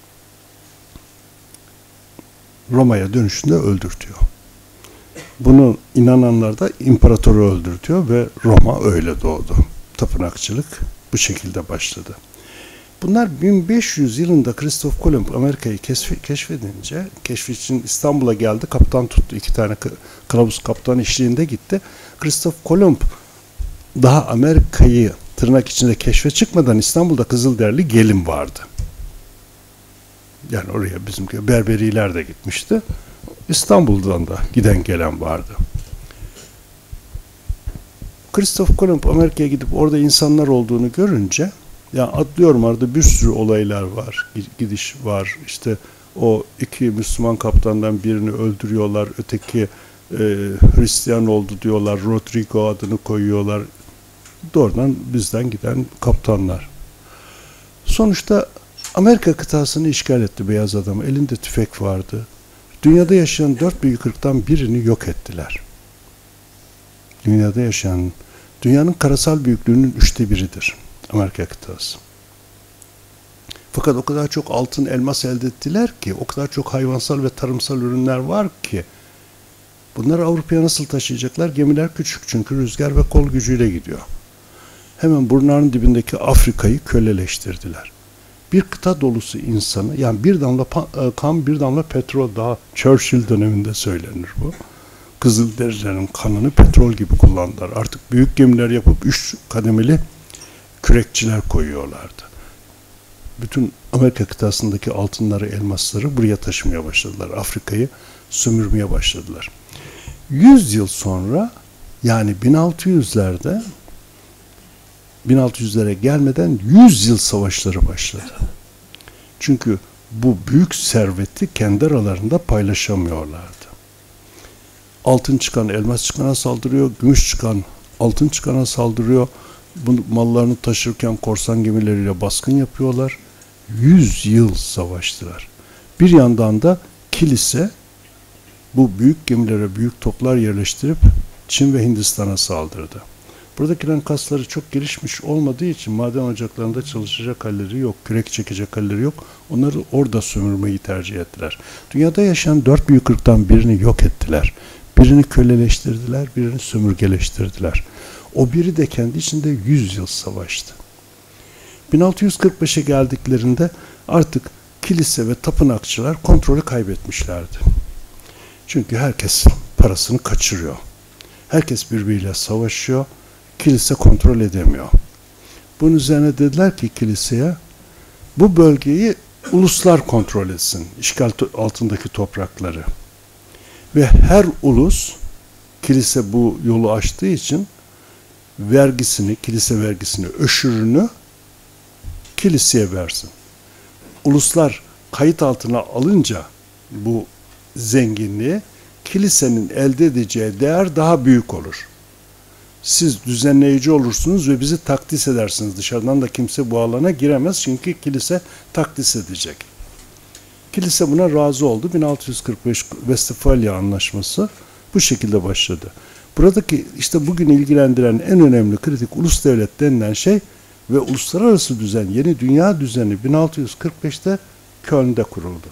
Roma'ya dönüşünde öldürtüyor. Bunu inananlar da imparatoru öldürtüyor ve Roma öyle doğdu. Tapınakçılık bu şekilde başladı. Bunlar 1500 yılında Christoph Kolomb Amerika'yı keşfedince, keşfi için İstanbul'a geldi, kaptan tuttu. 2 tane kılavuz kaptan eşliğinde gitti. Christoph Kolomb daha Amerika'yı tırnak içinde keşfe çıkmadan İstanbul'da Kızılderili gelin vardı. Yani oraya bizimki Berberiler de gitmişti. İstanbul'dan da giden gelen vardı. Christoph Kolomb Amerika'ya gidip orada insanlar olduğunu görünce, ya atlıyorum, orada bir sürü olaylar var, gidiş var. İşte o 2 Müslüman kaptandan birini öldürüyorlar, öteki Hristiyan oldu diyorlar, Rodrigo adını koyuyorlar. Doğrudan bizden giden kaptanlar. Sonuçta Amerika kıtasını işgal etti beyaz adam. Elinde tüfek vardı. Dünyada yaşayan 4 büyük ırktan birini yok ettiler. Dünyada yaşayan, dünyanın karasal büyüklüğünün 1/3'üdür Amerika kıtası. Fakat o kadar çok altın, elmas elde ettiler ki, o kadar çok hayvansal ve tarımsal ürünler var ki, bunları Avrupa'ya nasıl taşıyacaklar? Gemiler küçük çünkü rüzgar ve kol gücüyle gidiyor. Hemen burnlarının dibindeki Afrika'yı köleleştirdiler. Bir kıta dolusu insanı, yani bir damla kan, bir damla petrol, daha Churchill döneminde söylenir bu. Kızılderililerin kanını petrol gibi kullandılar. Artık büyük gemiler yapıp 3 kademeli kürekçiler koyuyorlardı. Bütün Amerika kıtasındaki altınları, elmasları buraya taşımaya başladılar. Afrika'yı sömürmeye başladılar. 100 yıl sonra, yani 1600'lere gelmeden 100 yıl savaşları başladı. Çünkü bu büyük serveti kendi aralarında paylaşamıyorlardı. Altın çıkan elmas çıkana saldırıyor, gümüş çıkan altın çıkana saldırıyor. Bu mallarını taşırken korsan gemileriyle baskın yapıyorlar. 100 yıl savaştılar. Bir yandan da kilise bu büyük gemilere büyük toplar yerleştirip Çin ve Hindistan'a saldırdı. Buradakilerin kasları çok gelişmiş olmadığı için maden ocaklarında çalışacak halleri yok, kürek çekecek halleri yok. Onları orada sömürmeyi tercih ettiler. Dünyada yaşayan 4 büyük ırktan birini yok ettiler. Birini köleleştirdiler, birini sömürgeleştirdiler. O biri de kendi içinde 100 yıl savaştı. 1645'e geldiklerinde artık kilise ve tapınakçılar kontrolü kaybetmişlerdi. Çünkü herkes parasını kaçırıyor. Herkes birbiriyle savaşıyor. Kilise kontrol edemiyor. Bunun üzerine dediler ki kiliseye, bu bölgeyi uluslar kontrol etsin, işgal altındaki toprakları. Ve her ulus, kilise bu yolu açtığı için vergisini, kilise vergisini, öşürünü kiliseye versin. Uluslar kayıt altına alınca bu zenginliği, kilisenin elde edeceği değer daha büyük olur. Siz düzenleyici olursunuz ve bizi takdis edersiniz. Dışarıdan da kimse bu alana giremez çünkü kilise takdis edecek. Kilise buna razı oldu. 1645 Westfalia Anlaşması bu şekilde başladı. Buradaki işte bugün ilgilendiren en önemli kritik ulus devlet denilen şey ve uluslararası düzen, yeni dünya düzeni 1645'te Köln'de kuruldu.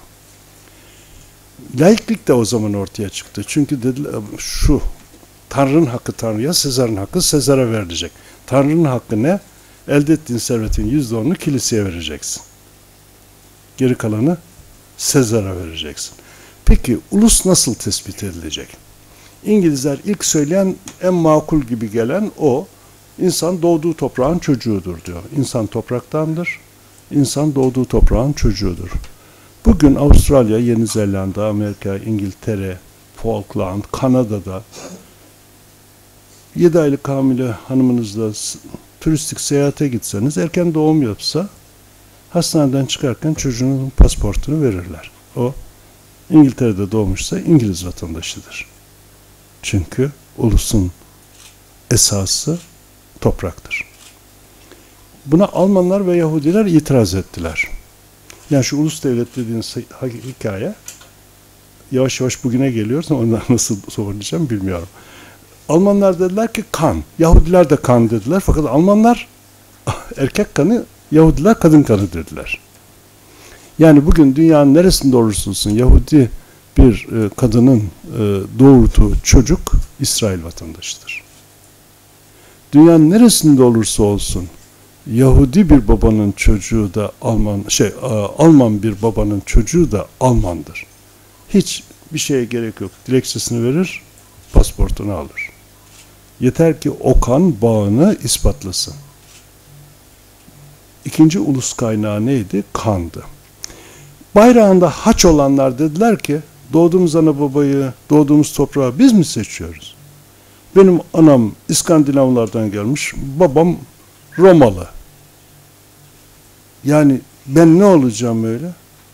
Laiklik de o zaman ortaya çıktı. Çünkü dediler, şu Tanrı'nın hakkı Tanrı'ya, Sezar'ın hakkı Sezar'a verilecek. Tanrı'nın hakkı ne? Elde ettiğin servetin %10'unu kiliseye vereceksin. Geri kalanı Sezar'a vereceksin. Peki ulus nasıl tespit edilecek? İngilizler ilk söyleyen, en makul gibi gelen o. İnsan doğduğu toprağın çocuğudur diyor. İnsan topraktandır. İnsan doğduğu toprağın çocuğudur. Bugün Avustralya, Yeni Zelanda, Amerika, İngiltere, Falkland, Kanada'da 7 aylık hamile hanımınızla turistik seyahate gitseniz, erken doğum yapsa hastaneden çıkarken çocuğunun pasaportunu verirler. O İngiltere'de doğmuşsa İngiliz vatandaşıdır. Çünkü ulusun esası topraktır. Buna Almanlar ve Yahudiler itiraz ettiler. Yani şu ulus devlet dediğiniz hikaye yavaş yavaş bugüne geliyoruz ama ondan nasıl soracağım bilmiyorum. Almanlar dediler ki kan. Yahudiler de kan dediler. Fakat Almanlar erkek kanı, Yahudiler kadın kanı dediler. Yani bugün dünyanın neresinde olursa olsun Yahudi bir kadının doğurduğu çocuk İsrail vatandaşıdır. Dünyanın neresinde olursa olsun Yahudi bir babanın çocuğu da Alman bir babanın çocuğu da Almandır. Hiç bir şeye gerek yok. Dilekçesini verir, pasaportunu alır. Yeter ki o kan bağını ispatlasın. İkinci ulus kaynağı neydi? Kandı. Bayrağında haç olanlar dediler ki, doğduğumuz ana babayı, doğduğumuz toprağı biz mi seçiyoruz? Benim anam İskandinavlardan gelmiş, babam Romalı. Yani ben ne olacağım öyle?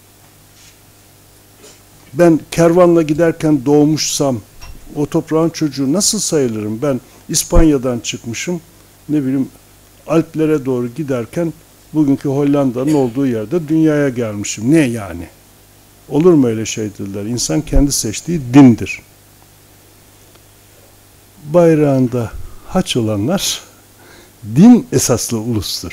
Ben kervanla giderken doğmuşsam o toprağın çocuğu nasıl sayılırım? Ben İspanya'dan çıkmışım, ne bileyim Alplere doğru giderken bugünkü Hollanda'nın olduğu yerde dünyaya gelmişim. Ne yani? Olur mu öyle şey dediler. İnsan kendi seçtiği dindir. Bayrağında haç olanlar din esaslı ulustur.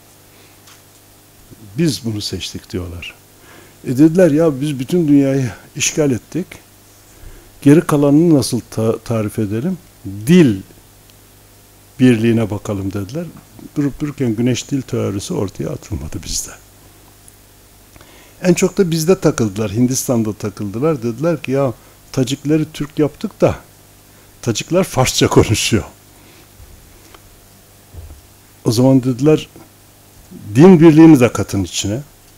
Biz bunu seçtik diyorlar. Dediler ya biz bütün dünyayı işgal ettik. Geri kalanını nasıl tarif edelim? Dil birliğine bakalım dediler. Durup dururken güneş dil teorisi ortaya atılmadı bizde. En çok da bizde takıldılar. Hindistan'da takıldılar. Dediler ki ya Tacikleri Türk yaptık da Tacikler Farsça konuşuyor. O zaman dediler din birliğini de katın içine.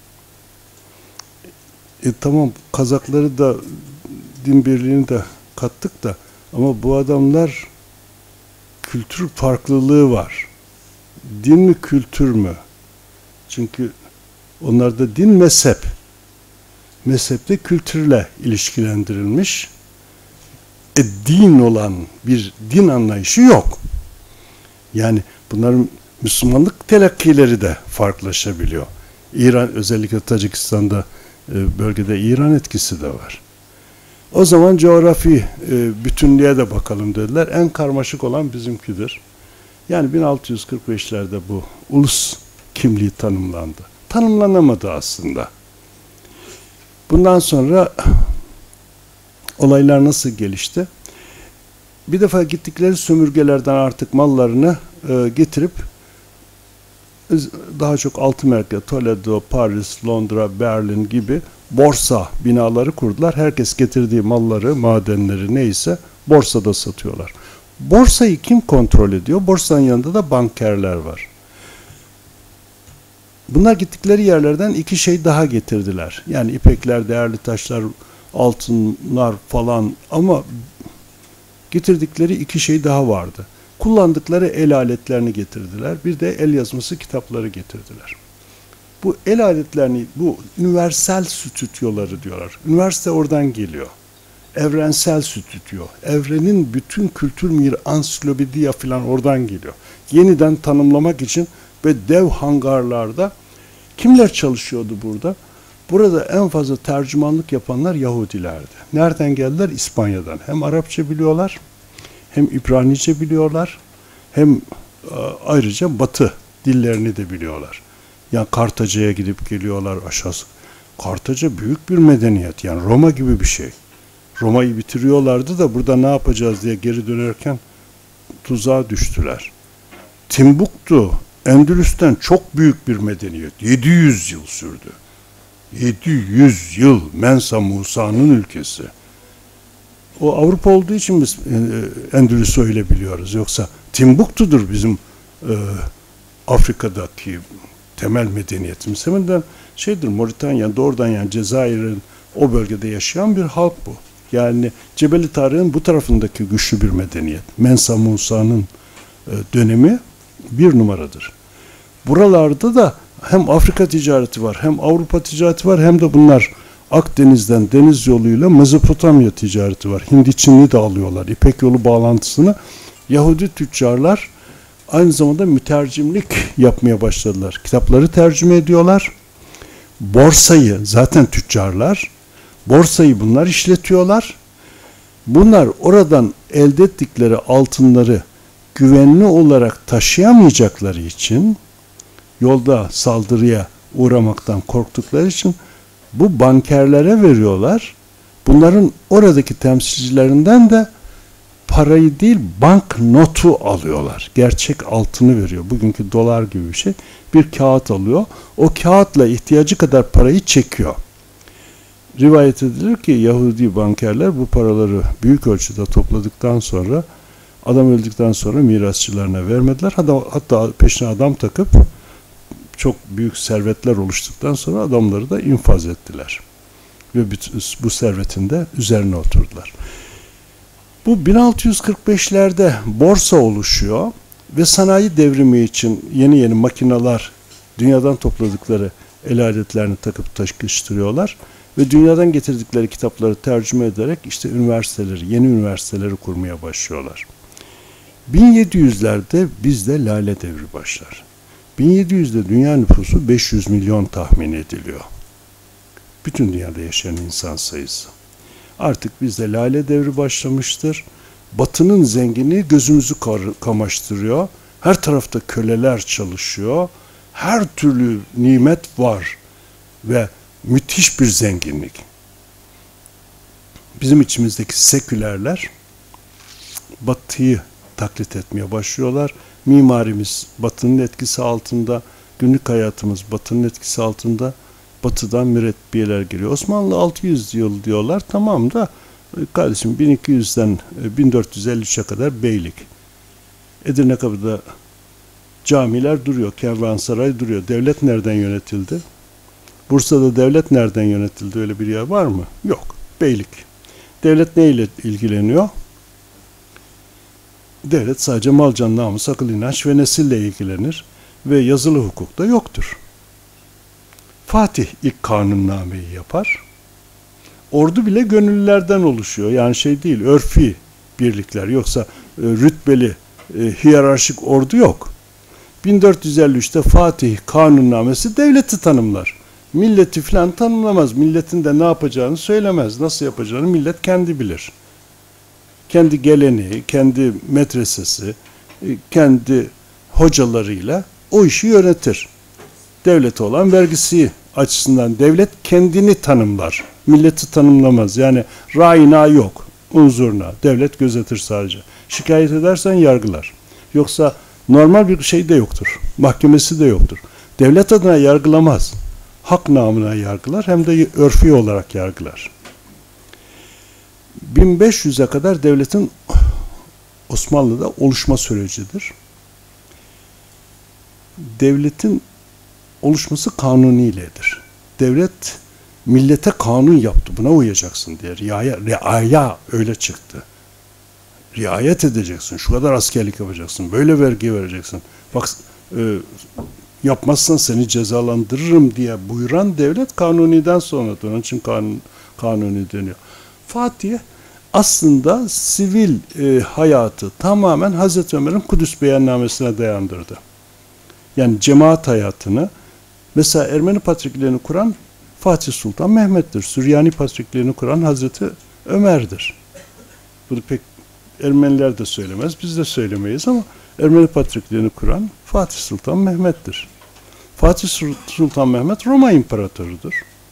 Tamam Kazakları da din birliğini de kattık da ama bu adamlar kültür farklılığı var. Din mi kültür mü? Çünkü onlarda din mezhep. Mezhepte kültürle ilişkilendirilmiş. Din olan bir din anlayışı yok. Yani bunların Müslümanlık telakkileri de farklılaşabiliyor. İran, özellikle Tacikistan'da bölgede İran etkisi de var. O zaman coğrafi bütünlüğe de bakalım dediler. En karmaşık olan bizimkidir. Yani 1645'lerde bu ulus kimliği tanımlandı. Tanımlanamadı aslında. Bundan sonra olaylar nasıl gelişti? Bir defa gittikleri sömürgelerden artık mallarını getirip daha çok altı merkez, Toledo, Paris, Londra, Berlin gibi borsa binaları kurdular. Herkes getirdiği malları, madenleri neyse borsada satıyorlar. Borsayı kim kontrol ediyor? Borsanın yanında da bankerler var. Bunlar gittikleri yerlerden iki şey daha getirdiler. Yani ipekler, değerli taşlar, altınlar falan ama getirdikleri iki şey daha vardı. Kullandıkları el aletlerini getirdiler. Bir de el yazması kitapları getirdiler. Bu el aletlerini, bu üniversal stüdyoları diyorlar. Üniversite oradan geliyor. Evrensel stüdyo. Evrenin bütün kültür ansiklopediya falan oradan geliyor. Yeniden tanımlamak için ve dev hangarlarda kimler çalışıyordu burada? Burada en fazla tercümanlık yapanlar Yahudilerdi. Nereden geldiler? İspanya'dan. Hem Arapça biliyorlar, hem İbranice biliyorlar, hem ayrıca Batı dillerini de biliyorlar. Yani Kartaca'ya gidip geliyorlar aşağısı. Kartaca büyük bir medeniyet. Yani Roma gibi bir şey. Roma'yı bitiriyorlardı da burada ne yapacağız diye geri dönerken tuzağa düştüler. Timbuktu, Endülüs'ten çok büyük bir medeniyet. 700 yıl sürdü. 700 yıl Mensa Musa'nın ülkesi. O Avrupa olduğu için biz Endülüs'ü öyle biliyoruz. Yoksa Timbuktu'dur bizim Afrika'daki temel medeniyetimiz. Hemen de Moritanya, doğrudan yani Cezayir'in o bölgede yaşayan bir halk bu. Yani Cebeli Tarık'ın bu tarafındaki güçlü bir medeniyet. Mensa Musa'nın dönemi bir numaradır. Buralarda da hem Afrika ticareti var, hem Avrupa ticareti var, hem de bunlar Akdeniz'den deniz yoluyla Mezopotamya ticareti var. Hindi Çin'i de alıyorlar. İpek yolu bağlantısını Yahudi tüccarlar aynı zamanda mütercimlik yapmaya başladılar. Kitapları tercüme ediyorlar. Borsayı zaten tüccarlar, borsayı bunlar işletiyorlar. Bunlar oradan elde ettikleri altınları güvenli olarak taşıyamayacakları için, yolda saldırıya uğramaktan korktukları için bu bankerlere veriyorlar. Bunların oradaki temsilcilerinden de parayı değil bank notu alıyorlar. Gerçek altını veriyor. Bugünkü dolar gibi bir şey. Bir kağıt alıyor. O kağıtla ihtiyacı kadar parayı çekiyor. Rivayet edilir ki Yahudi bankerler bu paraları büyük ölçüde topladıktan sonra adam öldükten sonra mirasçılarına vermediler. Hatta peşine adam takıp çok büyük servetler oluştuktan sonra adamları da infaz ettiler. Ve bu servetin de üzerine oturdular. Bu 1645'lerde borsa oluşuyor ve sanayi devrimi için yeni makineler, dünyadan topladıkları el aletlerini takıp takıştırıyorlar ve dünyadan getirdikleri kitapları tercüme ederek işte yeni üniversiteleri kurmaya başlıyorlar. 1700'lerde bizde Lale Devri başlar. 1700'de dünya nüfusu 500 milyon tahmin ediliyor. Bütün dünyada yaşayan insan sayısı. Artık bizde Lale Devri başlamıştır. Batının zenginliği gözümüzü kamaştırıyor. Her tarafta köleler çalışıyor. Her türlü nimet var ve müthiş bir zenginlik. Bizim içimizdeki sekülerler Batı'yı taklit etmeye başlıyorlar. Mimarimiz Batı'nın etkisi altında, günlük hayatımız Batı'nın etkisi altında. Batı'dan mürebbiyeler giriyor. Osmanlı 600 yıl diyorlar. Tamam da kardeşim 1200'den 1453'e kadar beylik. Edirne Kapı'da camiler duruyor. Kervansaray duruyor. Devlet nereden yönetildi? Bursa'da devlet nereden yönetildi? Öyle bir yer var mı? Yok. Beylik. Devlet neyle ilgileniyor? Devlet sadece mal, can, namus, akıl, inanç ve nesille ilgilenir ve yazılı hukukta yoktur. Fatih ilk kanunnameyi yapar. Ordu bile gönüllülerden oluşuyor. Yani şey değil, örfi birlikler. Yoksa rütbeli, hiyerarşik ordu yok. 1453'te Fatih kanunnamesi devleti tanımlar. Milleti falan tanımlamaz. Milletin de ne yapacağını söylemez. Nasıl yapacağını millet kendi bilir. Kendi geleneği, kendi medresesi, kendi hocalarıyla o işi yönetir. Devlete olan vergisi açısından devlet kendini tanımlar. Milleti tanımlamaz. Yani rayna yok. Unzurna. Devlet gözetir sadece. Şikayet edersen yargılar. Yoksa normal bir şey de yoktur. Mahkemesi de yoktur. Devlet adına yargılamaz. Hak namına yargılar hem de örfi olarak yargılar. 1500'e kadar devletin Osmanlı'da oluşma sürecidir. Devletin oluşması kanuniyledir. Devlet millete kanun yaptı. Buna uyacaksın diye. Riaya öyle çıktı. Riayet edeceksin. Şu kadar askerlik yapacaksın. Böyle vergi vereceksin. Bak yapmazsan seni cezalandırırım diye buyuran devlet Kanuni'den sonradır. Onun için Kanuni deniyor. Fatih aslında sivil hayatı tamamen Hazreti Ömer'in Kudüs Beyannamesi'ne dayandırdı. Yani cemaat hayatını, mesela Ermeni patriklerini kuran Fatih Sultan Mehmet'tir. Süryani patriklerini kuran Hazreti Ömer'dir. Bunu pek Ermeniler de söylemez, biz de söylemeyiz ama Ermeni patriklerini kuran Fatih Sultan Mehmet'tir. Fatih Sultan Mehmet Roma İmparatorudur.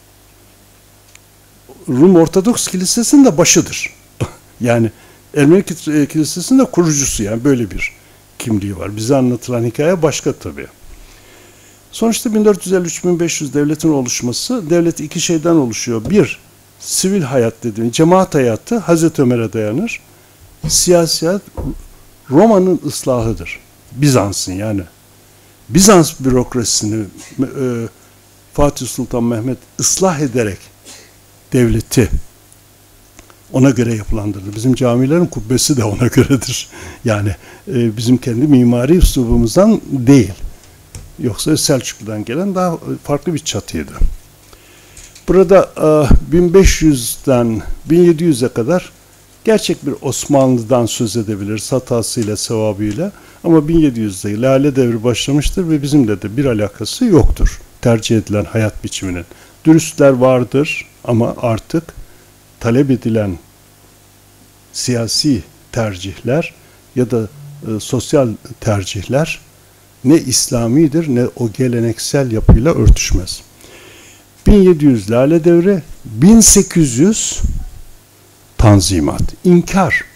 Rum Ortodoks Kilisesi'nin de başıdır. Yani Ermeni Kilisesi'nin de kurucusu, yani böyle bir kimliği var. Bize anlatılan hikaye başka tabii. Sonuçta 1453-1500 devletin oluşması, devlet iki şeyden oluşuyor. Bir, sivil hayat dediğim, cemaat hayatı Hazreti Ömer'e dayanır. Siyasi hayat Roma'nın ıslahıdır. Bizans'ın yani. Bizans bürokrasisini Fatih Sultan Mehmet ıslah ederek devleti ona göre yapılandırdı. Bizim camilerin kubbesi de ona göredir. Yani bizim kendi mimari üslubumuzdan değil. Yoksa Selçuklu'dan gelen daha farklı bir çatıydı. Burada 1500'den 1700'e kadar gerçek bir Osmanlı'dan söz edebiliriz hatasıyla, sevabıyla. Ama 1700'de Lale Devri başlamıştır ve bizimle de bir alakası yoktur. Tercih edilen hayat biçiminin. Dürüstler vardır ama artık talep edilen siyasi tercihler ya da sosyal tercihler ne İslamidir ne o geleneksel yapıyla örtüşmez. 1700 Lale Devri, 1800 Tanzimat, inkar.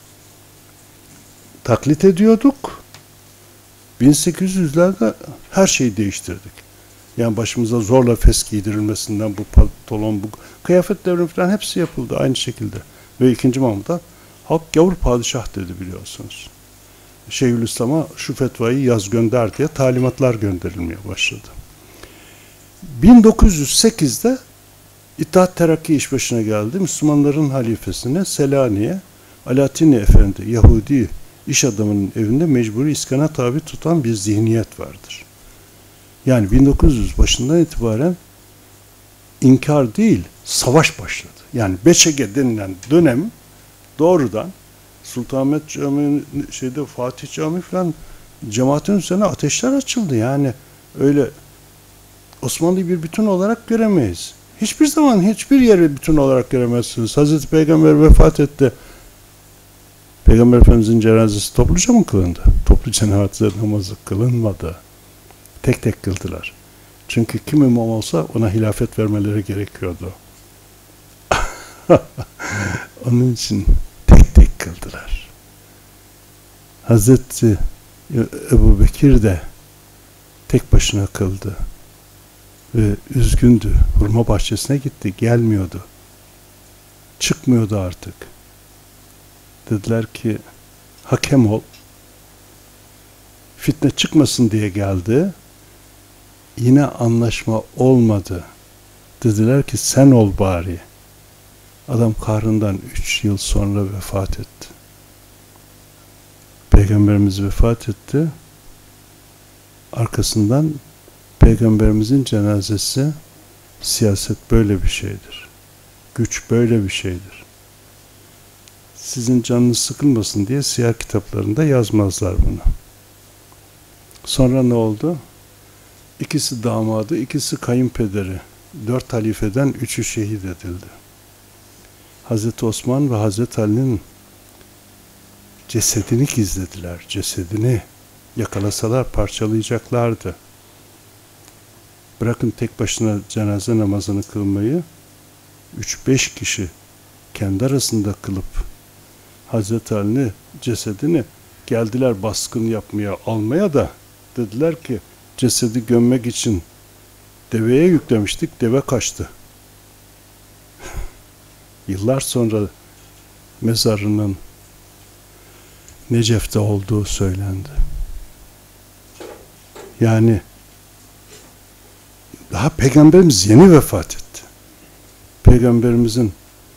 Taklit ediyorduk. 1800'lerde her şeyi değiştirdik. Yani başımıza zorla fes giydirilmesinden bu pantolon, bu kıyafet devrimi falan hepsi yapıldı aynı şekilde. Ve 2. Mahmut'a halk gavur padişah dedi biliyorsunuz. Şeyhülislam'a şu fetvayı yaz gönder diye talimatlar gönderilmeye başladı. 1908'de İttihat Terakki iş başına geldi. Müslümanların halifesine Selanik'e Alaaddin Efendi, Yahudi iş adamının evinde mecburi iskana tabi tutan bir zihniyet vardır. Yani 1900 başından itibaren inkar değil, savaş başladı. Yani Beçege denilen dönem doğrudan Sultanahmet Camii, Fatih Camii falan cemaatin üzerine ateşler açıldı. Yani öyle Osmanlı'yı bir bütün olarak göremeyiz. Hiçbir zaman hiçbir yeri bütün olarak göremezsiniz. Hazreti Peygamber vefat etti. Peygamber Efendimizin cenazesi topluca mı kılındı? Toplu cenaze namazı kılınmadı. Tek tek kıldılar. Çünkü kim imam olsa ona hilafet vermeleri gerekiyordu. Onun için tek tek kıldılar. Hazreti Ebu Bekir de tek başına kıldı. Ve üzgündü. Hurma bahçesine gitti. Gelmiyordu. Çıkmıyordu artık. Dediler ki hakem ol. Fitne çıkmasın diye geldi. Yine anlaşma olmadı. Dediler ki sen ol bari. Adam kahrından 3 yıl sonra vefat etti. Peygamberimiz vefat etti. Arkasından Peygamberimizin cenazesi, siyaset böyle bir şeydir. Güç böyle bir şeydir. Sizin canınız sıkılmasın diye siyer kitaplarında yazmazlar bunu. Sonra ne oldu? İkisi damadı, ikisi kayınpederi. 4 halifeden 3'ü şehit edildi. Hazreti Osman ve Hazreti Ali'nin cesedini gizlediler. Cesedini yakalasalar parçalayacaklardı. Bırakın tek başına cenaze namazını kılmayı, 3-5 kişi kendi arasında kılıp Hazreti Ali'nin cesedini geldiler baskın yapmaya, almaya da dediler ki cesedi gömmek için deveye yüklemiştik, deve kaçtı. Yıllar sonra mezarının Necef'te olduğu söylendi. Yani daha Peygamberimiz yeni vefat etti. Peygamberimizin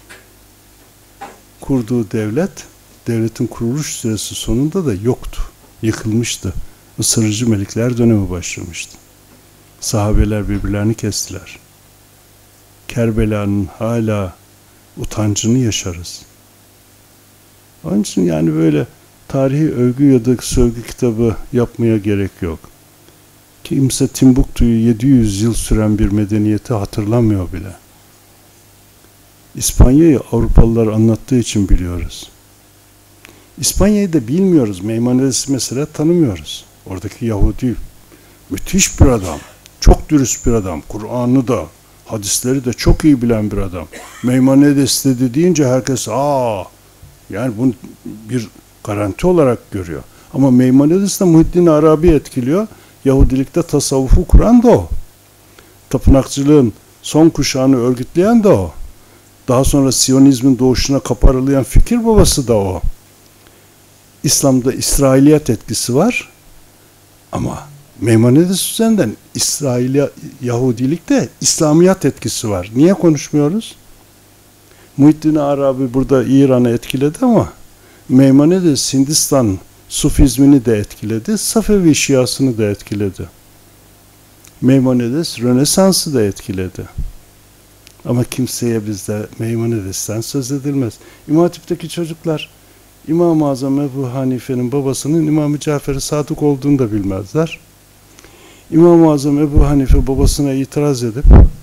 kurduğu devletin kuruluş süresi sonunda da yoktu. Yıkılmıştı. Isırıcı melikler dönemi başlamıştı. Sahabeler birbirlerini kestiler. Kerbela'nın hala utancını yaşarız. Onun için yani böyle tarihi övgü ya da sövgü kitabı yapmaya gerek yok. Kimse Timbuktu'yu 700 yıl süren bir medeniyeti hatırlamıyor bile. İspanya'yı Avrupalılar anlattığı için biliyoruz. İspanya'yı da bilmiyoruz. Meymanedes'i mesela tanımıyoruz. Oradaki Yahudi müthiş bir adam. Çok dürüst bir adam. Kur'an'ı da, hadisleri de çok iyi bilen bir adam. Meymanedes dedi deyince herkes yani bunu bir garanti olarak görüyor. Ama Meymanedes de Muhyiddin Arabi etkiliyor. Yahudilikte tasavvufu kuran da o. Tapınakçılığın son kuşağını örgütleyen de o. Daha sonra Siyonizmin doğuşuna kaparılayan fikir babası da o. İslam'da İsrailiyet etkisi var ama Meymanides üzerinden Yahudilikte İslamiyet etkisi var. Niye konuşmuyoruz? Muhyiddin Arabi burada İran'ı etkiledi ama Meymanides Hindistan Sufizmini de etkiledi, Safevi Şiasını da etkiledi. Meymanides Rönesans'ı da etkiledi. Ama kimseye bizde Meymanides'ten söz edilmez. İmam Hatip'teki çocuklar İmam-ı Azam Ebu Hanife'nin babasının İmam-ı Cafer-i Sadık olduğunu da bilmezler. İmam-ı Azam Ebu Hanife babasına itiraz edip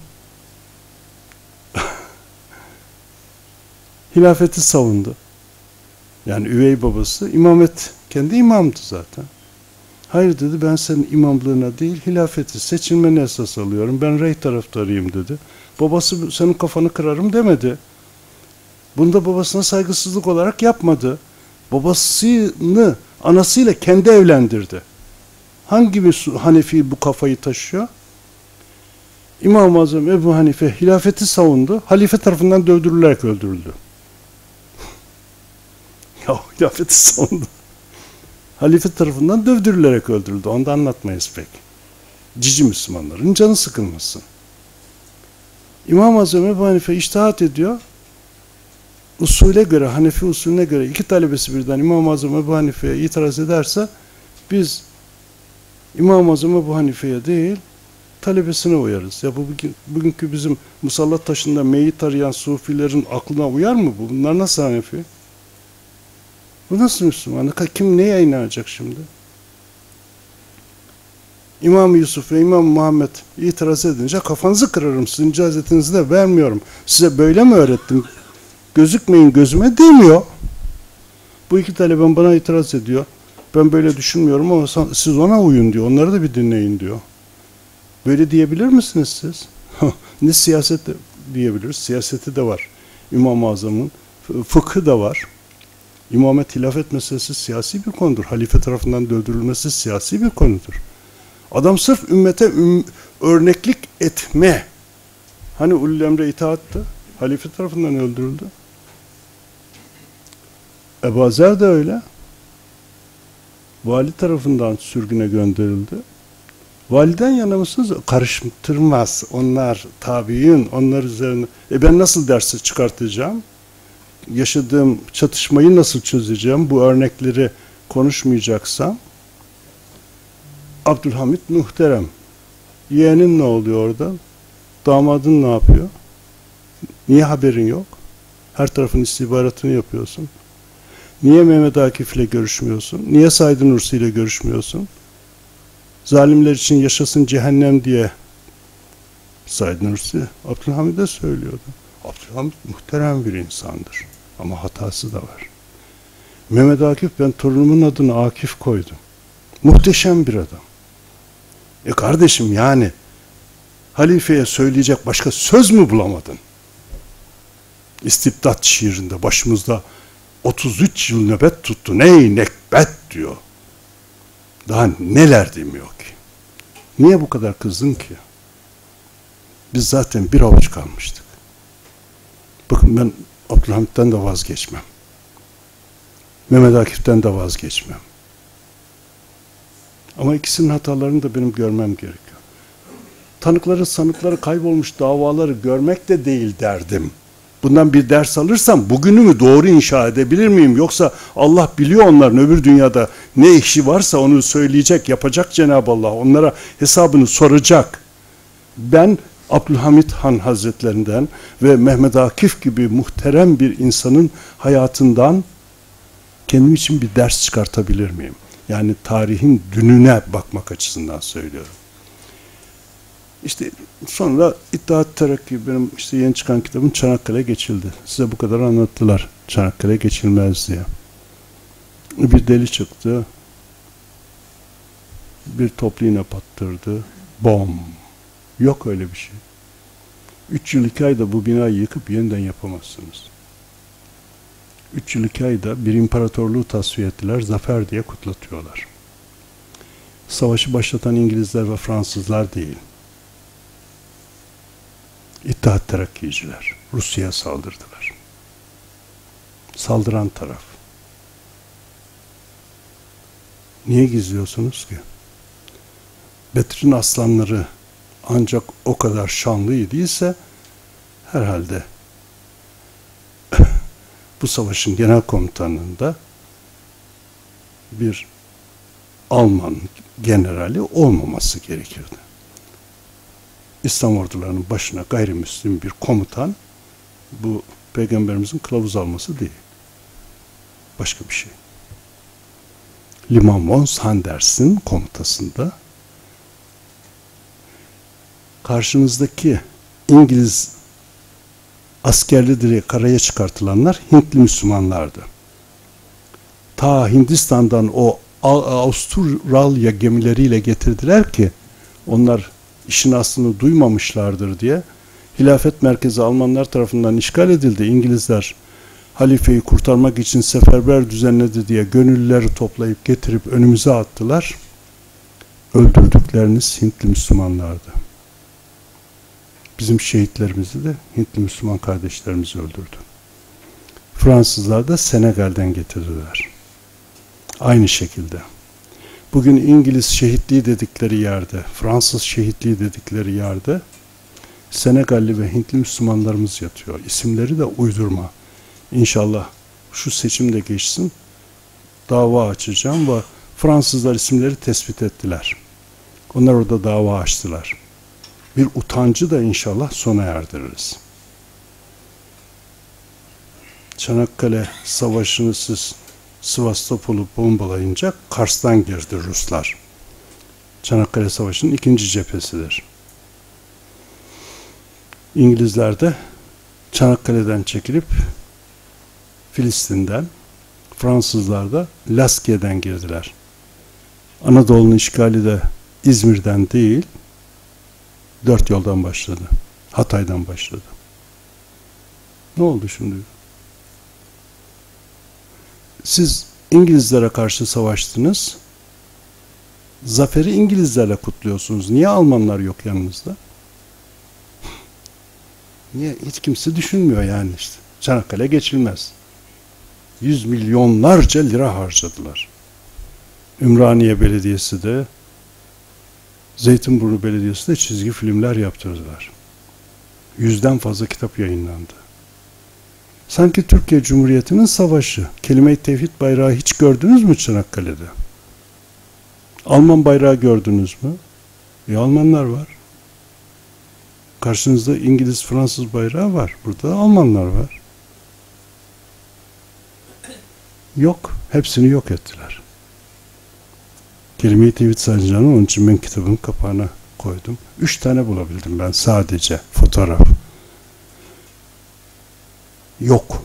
hilafeti savundu. Yani üvey babası imamet, kendi imamdı zaten. Hayır dedi, ben senin imamlığına değil hilafeti, seçilmeni esas alıyorum. Ben rey taraftarıyım dedi. Babası senin kafanı kırarım demedi. Bunu da babasına saygısızlık olarak yapmadı. Babasını anasıyla kendi evlendirdi. Hangi bir Hanefi bu kafayı taşıyor? İmam-ı Azam Ebu Hanife hilafeti savundu. Halife tarafından dövdürülerek öldürüldü. Ya hilafeti savundu. Halife tarafından dövdürülerek öldürüldü. Onu da anlatmayız pek. Cici Müslümanların canı sıkılmasın. İmam-ı Azam Ebu Hanife içtihat ediyor. Usule göre, Hanefi usulüne göre iki talebesi birden İmam-ı Azam Ebu Hanife'ye itiraz ederse biz İmam-ı Azam Ebu Hanife'ye değil talebesine uyarız. Ya bugünkü bizim musallat taşında meyit arayan sufilerin aklına uyar mı bu? Bunlar nasıl Hanefi? Bu nasıl Müslüman? Kim neye inanacak şimdi? İmam Yusuf ve İmam Muhammed itiraz edince kafanızı kırarım, sizin icazetinizi de vermiyorum. Size böyle mi öğrettim? Gözükmeyin gözüme demiyor. Bu iki talebem bana itiraz ediyor. Ben böyle düşünmüyorum ama siz ona uyun diyor. Onları da bir dinleyin diyor. Böyle diyebilir misiniz siz? Ne siyaset diyebiliriz? Siyaseti de var. İmam-ı Azam'ın fıkhı da var. İmamet hilafet meselesi siyasi bir konudur. Halife tarafından dövdürülmesi siyasi bir konudur. Adam sırf ümmete örneklik etme. Hani ulul emre itaattı. Halife tarafından öldürüldü. Ebu Zer de öyle. Vali tarafından sürgüne gönderildi. Validen yana mısınız? Karıştırmaz. Onlar tabiin, onlar üzerine. Ben nasıl dersi çıkartacağım? Yaşadığım çatışmayı nasıl çözeceğim? Bu örnekleri konuşmayacaksam. Abdülhamit muhterem. Yeğenin ne oluyor orada? Damadın ne yapıyor? Niye haberin yok? Her tarafın istihbaratını yapıyorsun. Niye Mehmet Akif ile görüşmüyorsun? Niye Said Nursi ile görüşmüyorsun? Zalimler için yaşasın cehennem diye Said Nursi Abdülhamid'e söylüyordu. Abdülhamid muhterem bir insandır. Ama hatası da var. Mehmet Akif, ben torunumun adını Akif koydum. Muhteşem bir adam. Kardeşim yani halifeye söyleyecek başka söz mü bulamadın? İstibdat şiirinde başımızda 33 yıl nöbet tuttu. Ney nekbet diyor. Daha neler demiyor ki. Niye bu kadar kızdın ki? Biz zaten bir avuç kalmıştık. Bakın ben Abdülhamit'ten de vazgeçmem. Mehmet Akif'ten de vazgeçmem. Ama ikisinin hatalarını da benim görmem gerekiyor. Tanıkları, sanıkları, kaybolmuş davaları görmek de değil derdim. Bundan bir ders alırsam bugünümü doğru inşa edebilir miyim? Yoksa Allah biliyor onların öbür dünyada ne işi varsa onu söyleyecek, yapacak Cenab-ı Allah. Onlara hesabını soracak. Ben Abdülhamit Han Hazretlerinden ve Mehmet Akif gibi muhterem bir insanın hayatından kendim için bir ders çıkartabilir miyim? Yani tarihin dününe bakmak açısından söylüyorum. İşte sonra İttihat Terakki, benim işte yeni çıkan kitabım Çanakkale geçildi. Size bu kadar anlattılar. Çanakkale geçilmez diye. Bir deli çıktı. Bir toplu iğne pattırdı. Bom. Yok öyle bir şey. 3 yıl 2 ayda bu binayı yıkıp yeniden yapamazsınız. 3 yıl 2 ayda bir imparatorluğu tasfiye ettiler. Zafer diye kutlatıyorlar. Savaşı başlatan İngilizler ve Fransızlar değil. İttihat Terakkiciler Rusya'ya saldırdılar. Saldıran taraf. Niye gizliyorsunuz ki? Bedir'in aslanları ancak o kadar şanlı idiyse herhalde bu savaşın genel komutanlığında bir Alman generali olmaması gerekirdi. İslam ordularının başına gayrimüslim bir komutan, bu Peygamberimizin kılavuz alması değil. Başka bir şey. Liman von Sanders'in komutasında karşınızdaki İngiliz askerli diye karaya çıkartılanlar Hintli Müslümanlardı. Ta Hindistan'dan o Avustralya gemileriyle getirdiler ki onlar işin aslını duymamışlardır diye. Hilafet merkezi Almanlar tarafından işgal edildi. İngilizler halifeyi kurtarmak için seferber düzenledi diye gönüllüleri toplayıp getirip önümüze attılar. Öldürdükleriniz Hintli Müslümanlardı. Bizim şehitlerimizi de Hintli Müslüman kardeşlerimiz öldürdü. Fransızlar da Senegal'den getirdiler. Aynı şekilde. Bugün İngiliz şehitliği dedikleri yerde, Fransız şehitliği dedikleri yerde Senegalli ve Hintli Müslümanlarımız yatıyor. İsimleri de uydurma. İnşallah şu seçim de geçsin. Dava açacağım ve Fransızlar isimleri tespit ettiler. Onlar orada dava açtılar. Bir utancı da inşallah sona erdiririz. Çanakkale Savaşı'nı siz Sivastopol'u bombalayınca Kars'tan girdi Ruslar. Çanakkale Savaşı'nın ikinci cephesidir. İngilizler de Çanakkale'den çekilip Filistin'den, Fransızlar da Laskiye'den girdiler. Anadolu'nun işgali de İzmir'den değil, 4 yoldan başladı. Hatay'dan başladı. Ne oldu şimdi? Siz İngilizlere karşı savaştınız. Zaferi İngilizlerle kutluyorsunuz. Niye Almanlar yok yanınızda? Niye? Hiç kimse düşünmüyor yani işte. Çanakkale geçilmez. 100 milyonlarca lira harcadılar. Ümraniye Belediyesi de, Zeytinburnu Belediyesi de çizgi filmler yaptırdılar. 100'den fazla kitap yayınlandı. Sanki Türkiye Cumhuriyeti'nin savaşı. Kelime-i Tevhid bayrağı hiç gördünüz mü Çanakkale'de? Alman bayrağı gördünüz mü? Almanlar var. Karşınızda İngiliz, Fransız bayrağı var. Burada Almanlar var. Yok. Hepsini yok ettiler. Kelime-i Tevhid sancağını onun için ben kitabın kapağına koydum. 3 tane bulabildim ben sadece fotoğraf. Yok.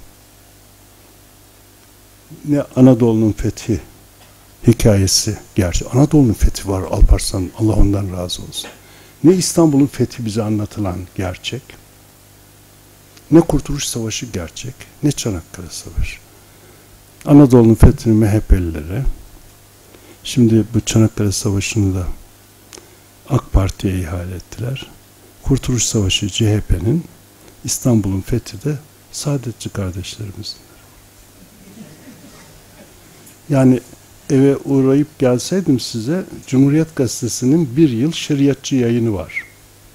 Ne Anadolu'nun fethi hikayesi gerçi. Anadolu'nun fethi var Alparslan, Allah ondan razı olsun. Ne İstanbul'un fethi bize anlatılan gerçek. Ne Kurtuluş Savaşı gerçek. Ne Çanakkale Savaşı. Anadolu'nun fethini MHP'lilere, şimdi bu Çanakkale Savaşı'nı da AK Parti'ye ihale ettiler. Kurtuluş Savaşı CHP'nin, İstanbul'un fethi de Saadetçi kardeşlerimizdir. Yani eve uğrayıp gelseydim size, Cumhuriyet Gazetesi'nin 1 yıl şeriatçı yayını var.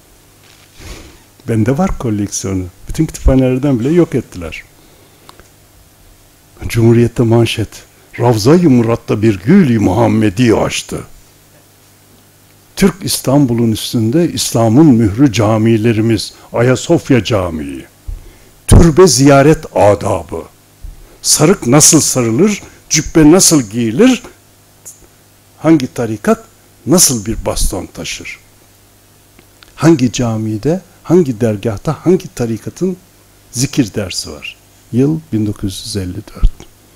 Bende var koleksiyonu. Bütün kütüphanelerden bile yok ettiler. Cumhuriyet'te manşet, Ravza-i Murat'ta bir gül-i Muhammedi açtı. Türk İstanbul'un üstünde İslam'ın mührü camilerimiz, Ayasofya Camii. Türbe ziyaret adabı. Sarık nasıl sarılır, cübbe nasıl giyilir, hangi tarikat nasıl bir baston taşır? Hangi camide, hangi dergahta, hangi tarikatın zikir dersi var? Yıl 1954.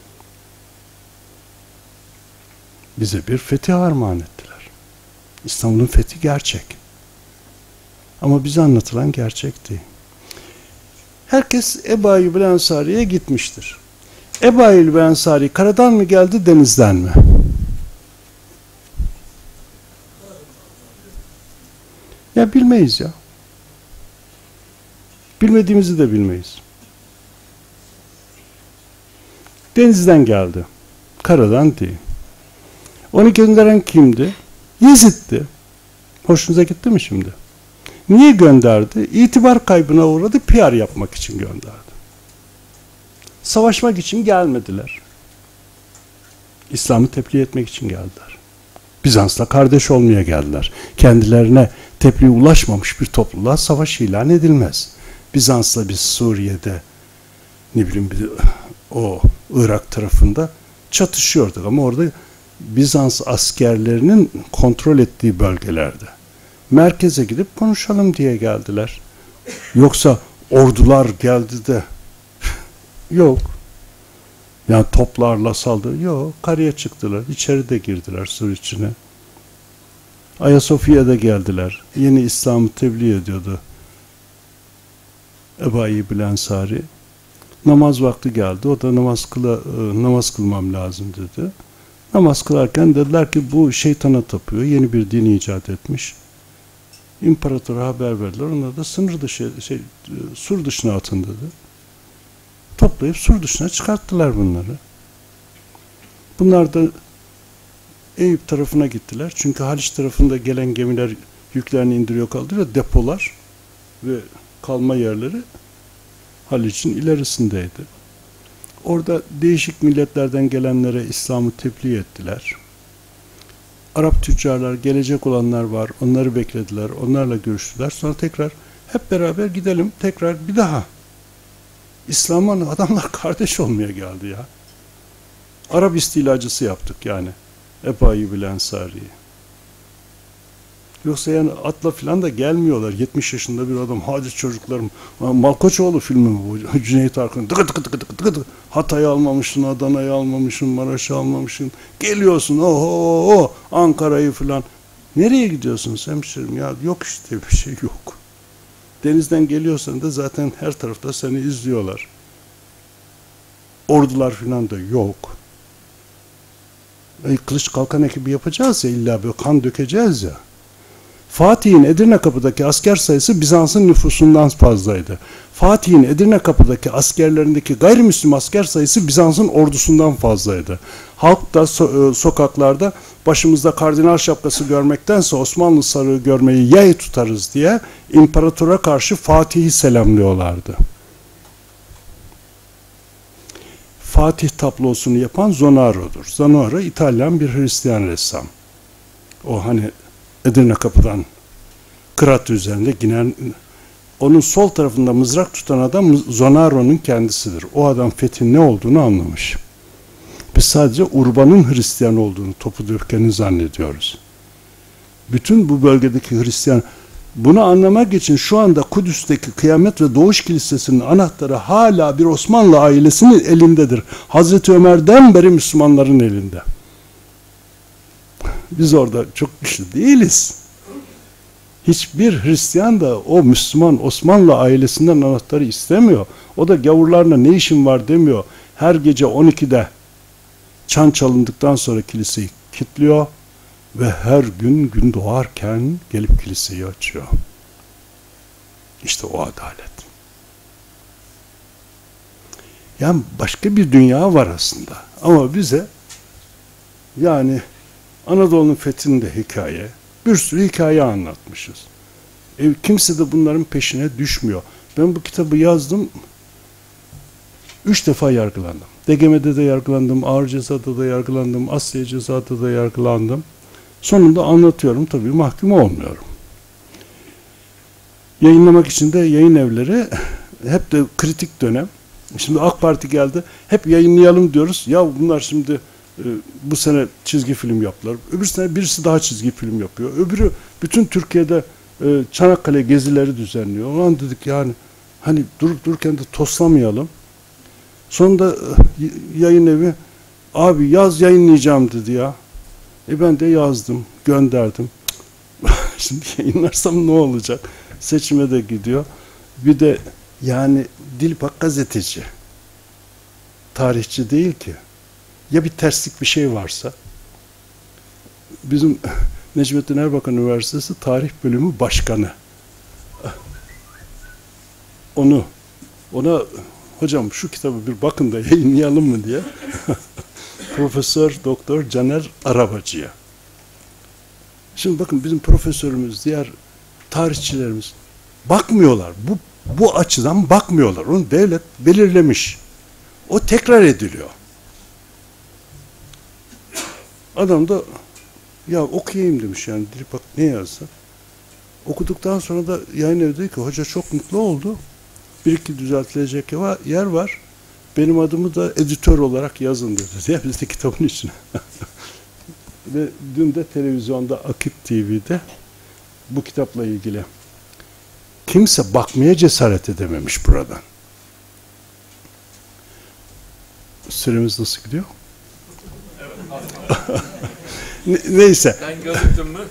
Bize bir fetih armağan ettiler. İstanbul'un fethi gerçek. Ama bize anlatılan gerçek değil. Herkes Ebu Eyyub el-Ensari'ye gitmiştir. Ebu Eyyub el-Ensari karadan mı geldi, denizden mi? Ya bilmeyiz ya. Bilmediğimizi de bilmeyiz. Denizden geldi. Karadan değil. Onu gönderen kimdi? Yezid'di. Hoşunuza gitti mi şimdi? Niye gönderdi? İtibar kaybına uğradı, PR yapmak için gönderdi. Savaşmak için gelmediler. İslam'ı tebliğ etmek için geldiler. Bizans'la kardeş olmaya geldiler. Kendilerine tebliğ ulaşmamış bir topluluğa savaş ilan edilmez. Bizans'la biz Suriye'de, ne bileyim, o Irak tarafında çatışıyorduk ama orada Bizans askerlerinin kontrol ettiği bölgelerde. Merkeze gidip konuşalım diye geldiler. Yoksa ordular geldi de yok. Yani toplarla saldırı. Yok, karaya çıktılar. İçeri de girdiler sur içine. Ayasofya'da geldiler. Yeni İslam'ı tebliğ ediyordu Ebu Eyyub el-Ensari. Namaz vakti geldi. O da namaz kılmam lazım dedi. Namaz kılarken dediler ki bu şeytana tapıyor. Yeni bir din icat etmiş. İmparatora haber verdiler. Onlar da sınır dışı, sur dışına atın dedi. Toplayıp sur dışına çıkarttılar bunları. Bunlar da Eyüp tarafına gittiler. Çünkü Haliç tarafında gelen gemiler yüklerini indiriyor kaldırıyor. Depolar ve kalma yerleri Haliç'in ilerisindeydi. Orada değişik milletlerden gelenlere İslam'ı tebliğ ettiler. Arap tüccarlar, gelecek olanlar var. Onları beklediler. Onlarla görüştüler. Sonra tekrar hep beraber gidelim. Tekrar bir daha. İslam'a adamlar kardeş olmaya geldi ya. Arap istilacısı yaptık yani. Ebu Eyyub el-Ensari'yi. Yoksa yani atla filan da gelmiyorlar. 70 yaşında bir adam. Hadi çocuklarım. Malkoçoğlu filmi mi bu? Cüneyt Arkın. Tıkı tıkı tıkı tıkı tıkı. Hatay'ı almamışsın, Adana'yı almamışsın, Maraş'ı almamışsın. Geliyorsun. Oho, Ankara'yı filan. Nereye gidiyorsun hemşerim? Ya yok işte bir şey yok. Denizden geliyorsan da zaten her tarafta seni izliyorlar. Ordular filan da yok. Kılıç kalkan ekibi yapacağız ya, illa böyle kan dökeceğiz ya. Fatih'in Edirne Kapı'daki asker sayısı Bizans'ın nüfusundan fazlaydı. Fatih'in Edirne Kapı'daki askerlerindeki gayrimüslim asker sayısı Bizans'ın ordusundan fazlaydı. Halk da sokaklarda başımızda kardinal şapkası görmektense Osmanlı sarığı görmeyi yay tutarız diye imparatora karşı Fatih'i selamlıyorlardı. Fatih tablosunu yapan Zonaro'dur. Zonaro İtalyan bir Hristiyan ressam. O hani Edirne Kapı'dan kırat üzerinde ginen, onun sol tarafında mızrak tutan adam Zonaro'nun kendisidir. O adam fethin ne olduğunu anlamış. Biz sadece Urban'ın Hristiyan olduğunu, topu dökeni zannediyoruz. Bütün bu bölgedeki Hristiyan, bunu anlamak için şu anda Kudüs'teki Kıyamet ve Doğuş Kilisesi'nin anahtarı hala bir Osmanlı ailesinin elindedir. Hazreti Ömer'den beri Müslümanların elinde. Biz orada çok güçlü değiliz. Hiçbir Hristiyan da o Müslüman Osmanlı ailesinden anahtarı istemiyor. O da gavurlarla ne işin var demiyor. Her gece 12'de çan çalındıktan sonra kiliseyi kilitliyor ve her gün doğarken gelip kiliseyi açıyor. İşte o adalet. Yani başka bir dünya var aslında. Ama bize yani Anadolu'nun fethinde hikaye, bir sürü hikaye anlatmışız. Kimse de bunların peşine düşmüyor. Ben bu kitabı yazdım, 3 defa yargılandım. DGM'de de yargılandım, ağır cezada da yargılandım, asliye cezada da yargılandım. Sonunda anlatıyorum, tabii mahkum olmuyorum. Yayınlamak için de yayın evleri hep de kritik dönem. Şimdi AK Parti geldi, hep yayınlayalım diyoruz. Ya bunlar şimdi bu sene çizgi film yaptılar. Öbür sene birisi daha çizgi film yapıyor. Öbürü bütün Türkiye'de Çanakkale gezileri düzenliyor. Ulan dedik yani hani durup dururken de toslamayalım. Sonunda yayın evi abi yaz yayınlayacağım dedi ya. Ben de yazdım, gönderdim. Şimdi yayınlarsam ne olacak? Seçime de gidiyor. Bir de yani Dilpak gazeteci. Tarihçi değil ki. Ya bir terslik bir şey varsa, bizim Necmettin Erbakan Üniversitesi Tarih Bölümü Başkanı ona hocam şu kitabı bir bakın da yayınlayalım mı diye Profesör Doktor Caner Arabacı'ya. Şimdi bakın bizim profesörümüz, diğer tarihçilerimiz bakmıyorlar. Bu açıdan bakmıyorlar. Onu devlet belirlemiş. O tekrar ediliyor. Adam da ya okuyayım demiş yani. Bak ne yazsa. Okuduktan sonra da yayın evi dedi ki hoca çok mutlu oldu. Bir iki düzeltilecek yer var. Benim adımı da editör olarak yazın dedi. Ya biz de kitabın içine. Ve dün de televizyonda Akip TV'de bu kitapla ilgili kimse bakmaya cesaret edememiş buradan. süremiz nasıl gidiyor? Neyse. Ben gözüktüm mü?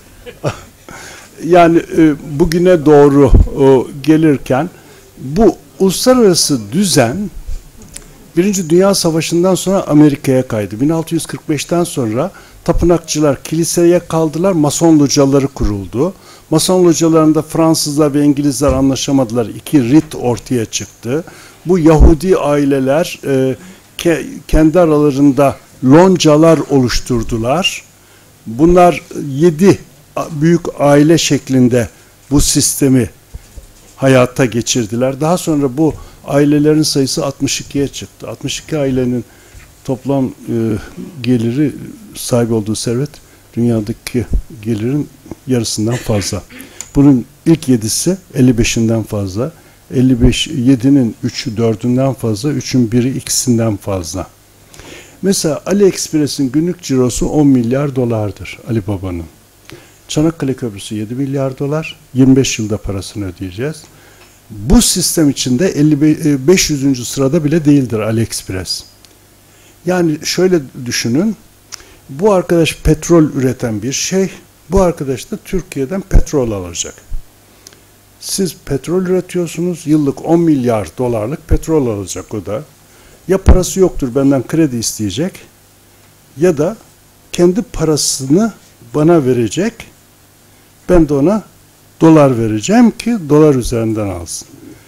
Yani bugüne doğru gelirken bu uluslararası düzen Birinci Dünya Savaşı'ndan sonra Amerika'ya kaydı. 1645'ten sonra tapınakçılar kiliseye kaldılar, Mason locaları kuruldu. Mason localarında Fransızlar ve İngilizler anlaşamadılar. İki rit ortaya çıktı. Bu Yahudi aileler kendi aralarında loncalar oluşturdular. Bunlar 7 büyük aile şeklinde bu sistemi hayata geçirdiler. Daha sonra bu ailelerin sayısı 62'ye çıktı. 62 ailenin toplam geliri, sahip olduğu servet dünyadaki gelirin yarısından fazla. Bunun ilk 7'si 55'inden fazla. 7'nin 3'ü 4'ünden fazla, 3'ün 1'i ikisinden fazla. Mesela AliExpress'in günlük cirosu 10 milyar dolardır Ali Baba'nın. Çanakkale Köprüsü 7 milyar dolar, 25 yılda parasını ödeyeceğiz. Bu sistem içinde 500. sırada bile değildir AliExpress. Yani şöyle düşünün, bu arkadaş petrol üreten bir şey, bu arkadaş da Türkiye'den petrol alacak. Siz petrol üretiyorsunuz, yıllık 10 milyar dolarlık petrol alacak o da. Ya parası yoktur, benden kredi isteyecek, ya da kendi parasını bana verecek, ben de ona dolar vereceğim ki dolar üzerinden alsın.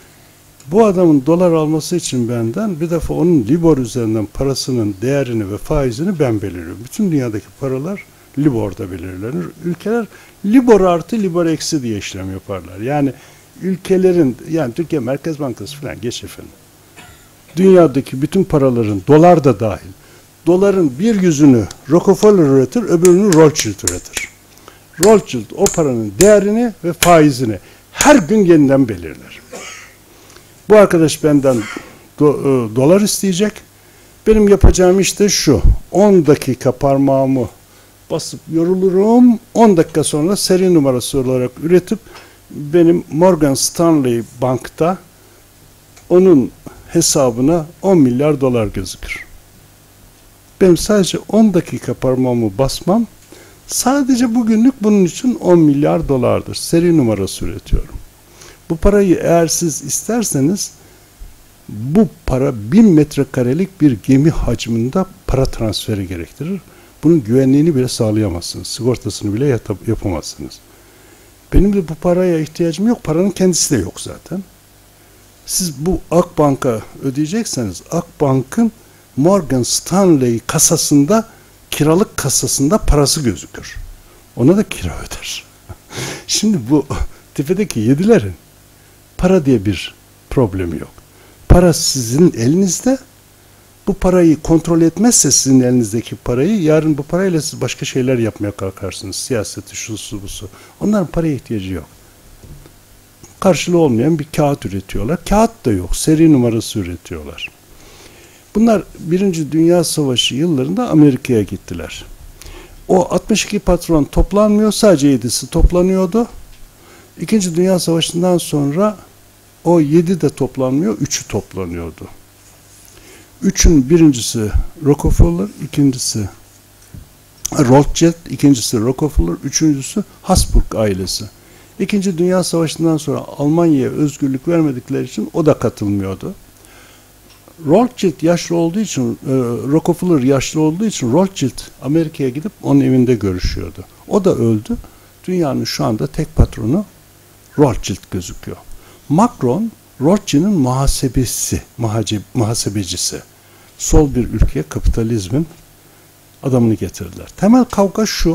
Bu adamın dolar alması için benden bir defa onun Libor üzerinden parasının değerini ve faizini ben belirliyorum. Bütün dünyadaki paralar Libor'da belirlenir. Ülkeler Libor artı Libor eksi diye işlem yaparlar. Yani ülkelerin, yani Türkiye Merkez Bankası falan geç efendim. Dünyadaki bütün paraların, dolar da dahil, doların bir yüzünü Rockefeller üretir, öbürünü Rothschild üretir. Rothschild o paranın değerini ve faizini her gün yeniden belirler. Bu arkadaş benden dolar isteyecek. Benim yapacağım işte şu. 10 dakika parmağımı basıp yorulurum. 10 dakika sonra seri numarası olarak üretip benim Morgan Stanley Bank'ta onun hesabına 10 milyar dolar gözükür. Benim sadece 10 dakika parmağımı basmam, sadece bugünlük bunun için 10 milyar dolardır. Seri numarası üretiyorum. Bu parayı eğer siz isterseniz, bu para 1000 metrekarelik bir gemi hacminde para transferi gerektirir. Bunun güvenliğini bile sağlayamazsınız. Sigortasını bile yapamazsınız. Benim de bu paraya ihtiyacım yok. Paranın kendisi de yok zaten. Siz bu Akbank'a ödeyecekseniz, Akbank'ın Morgan Stanley kasasında, kiralık kasasında parası gözükür. Ona da kira öder. Şimdi bu tepedeki yedilerin para diye bir problemi yok. Para sizin elinizde. Bu parayı kontrol etmezse sizin elinizdeki parayı, yarın bu parayla siz başka şeyler yapmaya kalkarsınız. Siyaseti, şusu, busu. Onların paraya ihtiyacı yok. Karşılığı olmayan bir kağıt üretiyorlar. Kağıt da yok. Seri numarası üretiyorlar. Bunlar Birinci Dünya Savaşı yıllarında Amerika'ya gittiler. O 62 patron toplanmıyor. Sadece 7'si toplanıyordu. İkinci Dünya Savaşı'ndan sonra o 7 de toplanmıyor. 3'ü toplanıyordu. 3'ün birincisi Rockefeller, ikincisi Rothschild, ikincisi Rockefeller, üçüncüsü Habsburg ailesi. İkinci Dünya Savaşı'ndan sonra Almanya'ya özgürlük vermedikleri için o da katılmıyordu. Rothschild yaşlı olduğu için, Rockefeller yaşlı olduğu için Rothschild Amerika'ya gidip onun evinde görüşüyordu. O da öldü. Dünyanın şu anda tek patronu Rothschild gözüküyor. Macron, Rothschild'in muhasebecisi. Sol bir ülkeye kapitalizmin adamını getirdiler. Temel kavga şu.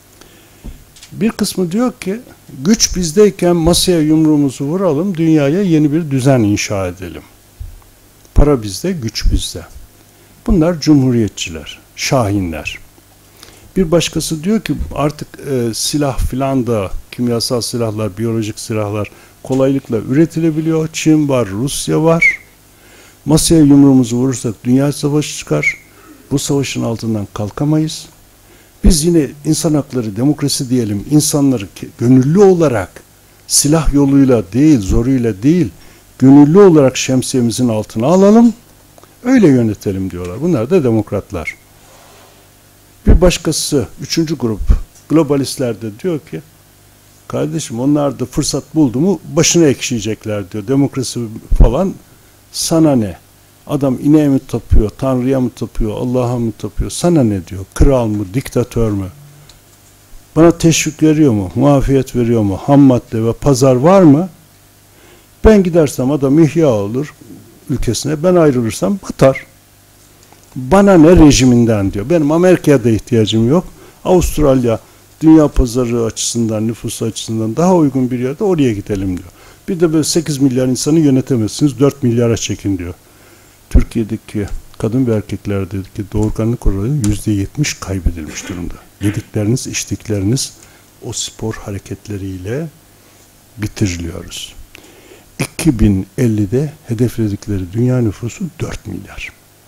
Bir kısmı diyor ki, güç bizdeyken masaya yumruğumuzu vuralım, dünyaya yeni bir düzen inşa edelim. Para bizde, güç bizde. Bunlar cumhuriyetçiler, şahinler. Bir başkası diyor ki artık silah filan da, kimyasal silahlar, biyolojik silahlar kolaylıkla üretilebiliyor. Çin var, Rusya var. Masaya yumruğumuzu vurursak dünya savaşı çıkar. Bu savaşın altından kalkamayız. Biz yine insan hakları, demokrasi diyelim, insanları gönüllü olarak, silah yoluyla değil, zoruyla değil, gönüllü olarak şemsiyemizin altına alalım Öyle yönetelim diyorlar. Bunlar da demokratlar. Bir başkası, üçüncü grup globalistler de diyor ki kardeşim onlar da fırsat buldu mu başına ekşiyecekler diyor. Demokrasi falan sana ne? Adam ineğe mi tapıyor, Tanrı'ya mı tapıyor, Allah'a mı tapıyor? Sana ne diyor? Kral mı, diktatör mü? Bana teşvik veriyor mu? Muafiyet veriyor mu? Ham madde ve pazar var mı? Ben gidersem adam ihya olur ülkesine. Ben ayrılırsam batar. Bana ne rejiminden diyor. Benim Amerika'ya da ihtiyacım yok. Avustralya dünya pazarı açısından, nüfusu açısından daha uygun bir yerde oraya gidelim diyor. Bir de böyle 8 milyar insanı yönetemezsiniz. 4 milyara çekin diyor. Türkiye'deki kadın ve erkeklerdeki doğurganlık oranı %70 kaybedilmiş durumda. Yedikleriniz, içtikleriniz o spor hareketleriyle bitiriliyoruz. 2050'de hedefledikleri dünya nüfusu 4 milyar.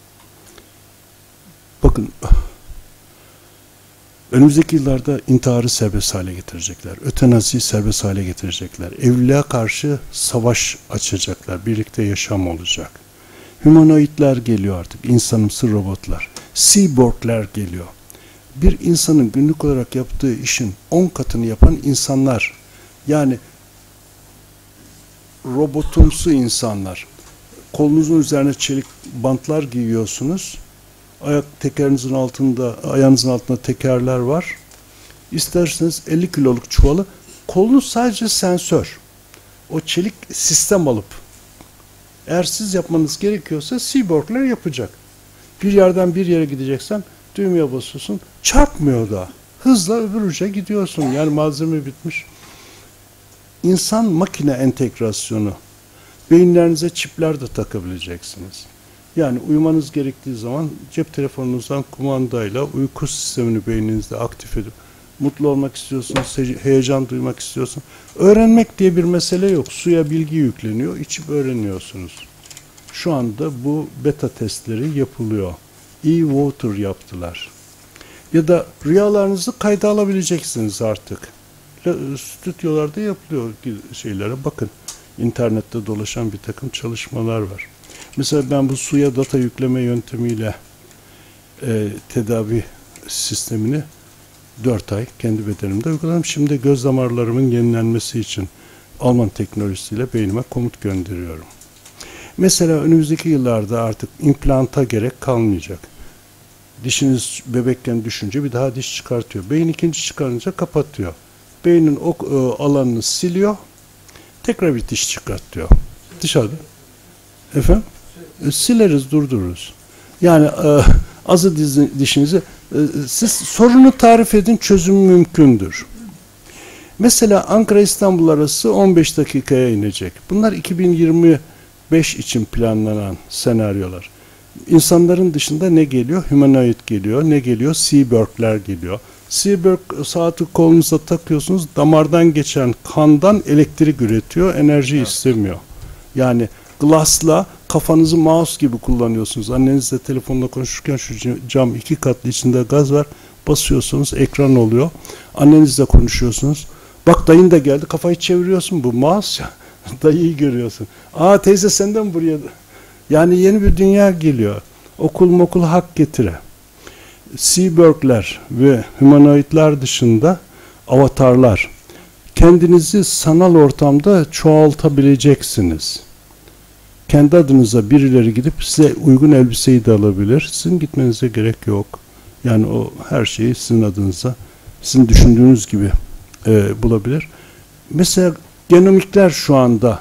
Bakın, önümüzdeki yıllarda intiharı serbest hale getirecekler. Ötenaziyi serbest hale getirecekler. Evliliğe karşı savaş açacaklar. Birlikte yaşam olacak. Humanoidler geliyor artık. İnsanımsı robotlar. Cyborgler geliyor. Bir insanın günlük olarak yaptığı işin 10 katını yapan insanlar. Yani robotumsu insanlar. Kolunuzun üzerine çelik bantlar giyiyorsunuz. Ayağınızın altında tekerler var. İsterseniz 50 kiloluk çuvalı, kolunuz sadece sensör. O çelik sistem alıp, eğer siz yapmanız gerekiyorsa cyborgler yapacak. Bir yerden bir yere gideceksen düğmeye basıyorsun, çarpmıyor da. Hızla öbür uca gidiyorsun. Yani malzeme bitmiş. İnsan makine entegrasyonu. Beyinlerinize çipler de takabileceksiniz. Yani uyumanız gerektiği zaman cep telefonunuzdan kumandayla uyku sistemini beyninizde aktif edip mutlu olmak istiyorsunuz, heyecan duymak istiyorsunuz. Öğrenmek diye bir mesele yok. Suya bilgi yükleniyor, içip öğreniyorsunuz. Şu anda bu beta testleri yapılıyor. E-Water yaptılar. Ya da rüyalarınızı kayda alabileceksiniz artık. Stüdyolarda yapılıyor şeylere. Bakın, internette dolaşan bir takım çalışmalar var. Mesela ben bu suya data yükleme yöntemiyle tedavi sistemini 4 ay kendi bedenimde uyguladım. Şimdi göz damarlarımın yenilenmesi için Alman teknolojisiyle beynime komut gönderiyorum. Mesela önümüzdeki yıllarda artık implanta gerek kalmayacak. Dişiniz bebekken düşünce bir daha diş çıkartıyor. Beyin ikinci çıkarınca kapatıyor. Beynin o alanını siliyor, tekrar bir diş çıkartıyor. Dışarıda. Efendim? Sileriz, durdururuz. Yani azı dişinizi siz sorunu tarif edin, çözüm mümkündür. Mesela Ankara-İstanbul arası 15 dakikaya inecek. Bunlar 2025 için planlanan senaryolar. İnsanların dışında ne geliyor? Humanoid geliyor. Ne geliyor? Cyborgler geliyor. Cyborg saati kolunuza takıyorsunuz. Damardan geçen kandan elektrik üretiyor. Enerji istemiyor. Yani glass'la kafanızı mouse gibi kullanıyorsunuz. Annenizle telefonla konuşurken şu cam 2 katlı, içinde gaz var. Basıyorsunuz, ekran oluyor. Annenizle konuşuyorsunuz. Bak dayın da geldi. Kafayı çeviriyorsun. Bu mouse ya. Dayıyı görüyorsun. Aa teyze senden buraya. Yani yeni bir dünya geliyor. Okul hak getire. Cyborgler ve humanoidler dışında avatarlar. Kendinizi sanal ortamda çoğaltabileceksiniz. Kendi adınıza birileri gidip size uygun elbiseyi de alabilir. Sizin gitmenize gerek yok. Yani o her şeyi sizin adınıza, sizin düşündüğünüz gibi bulabilir. Mesela genomikler şu anda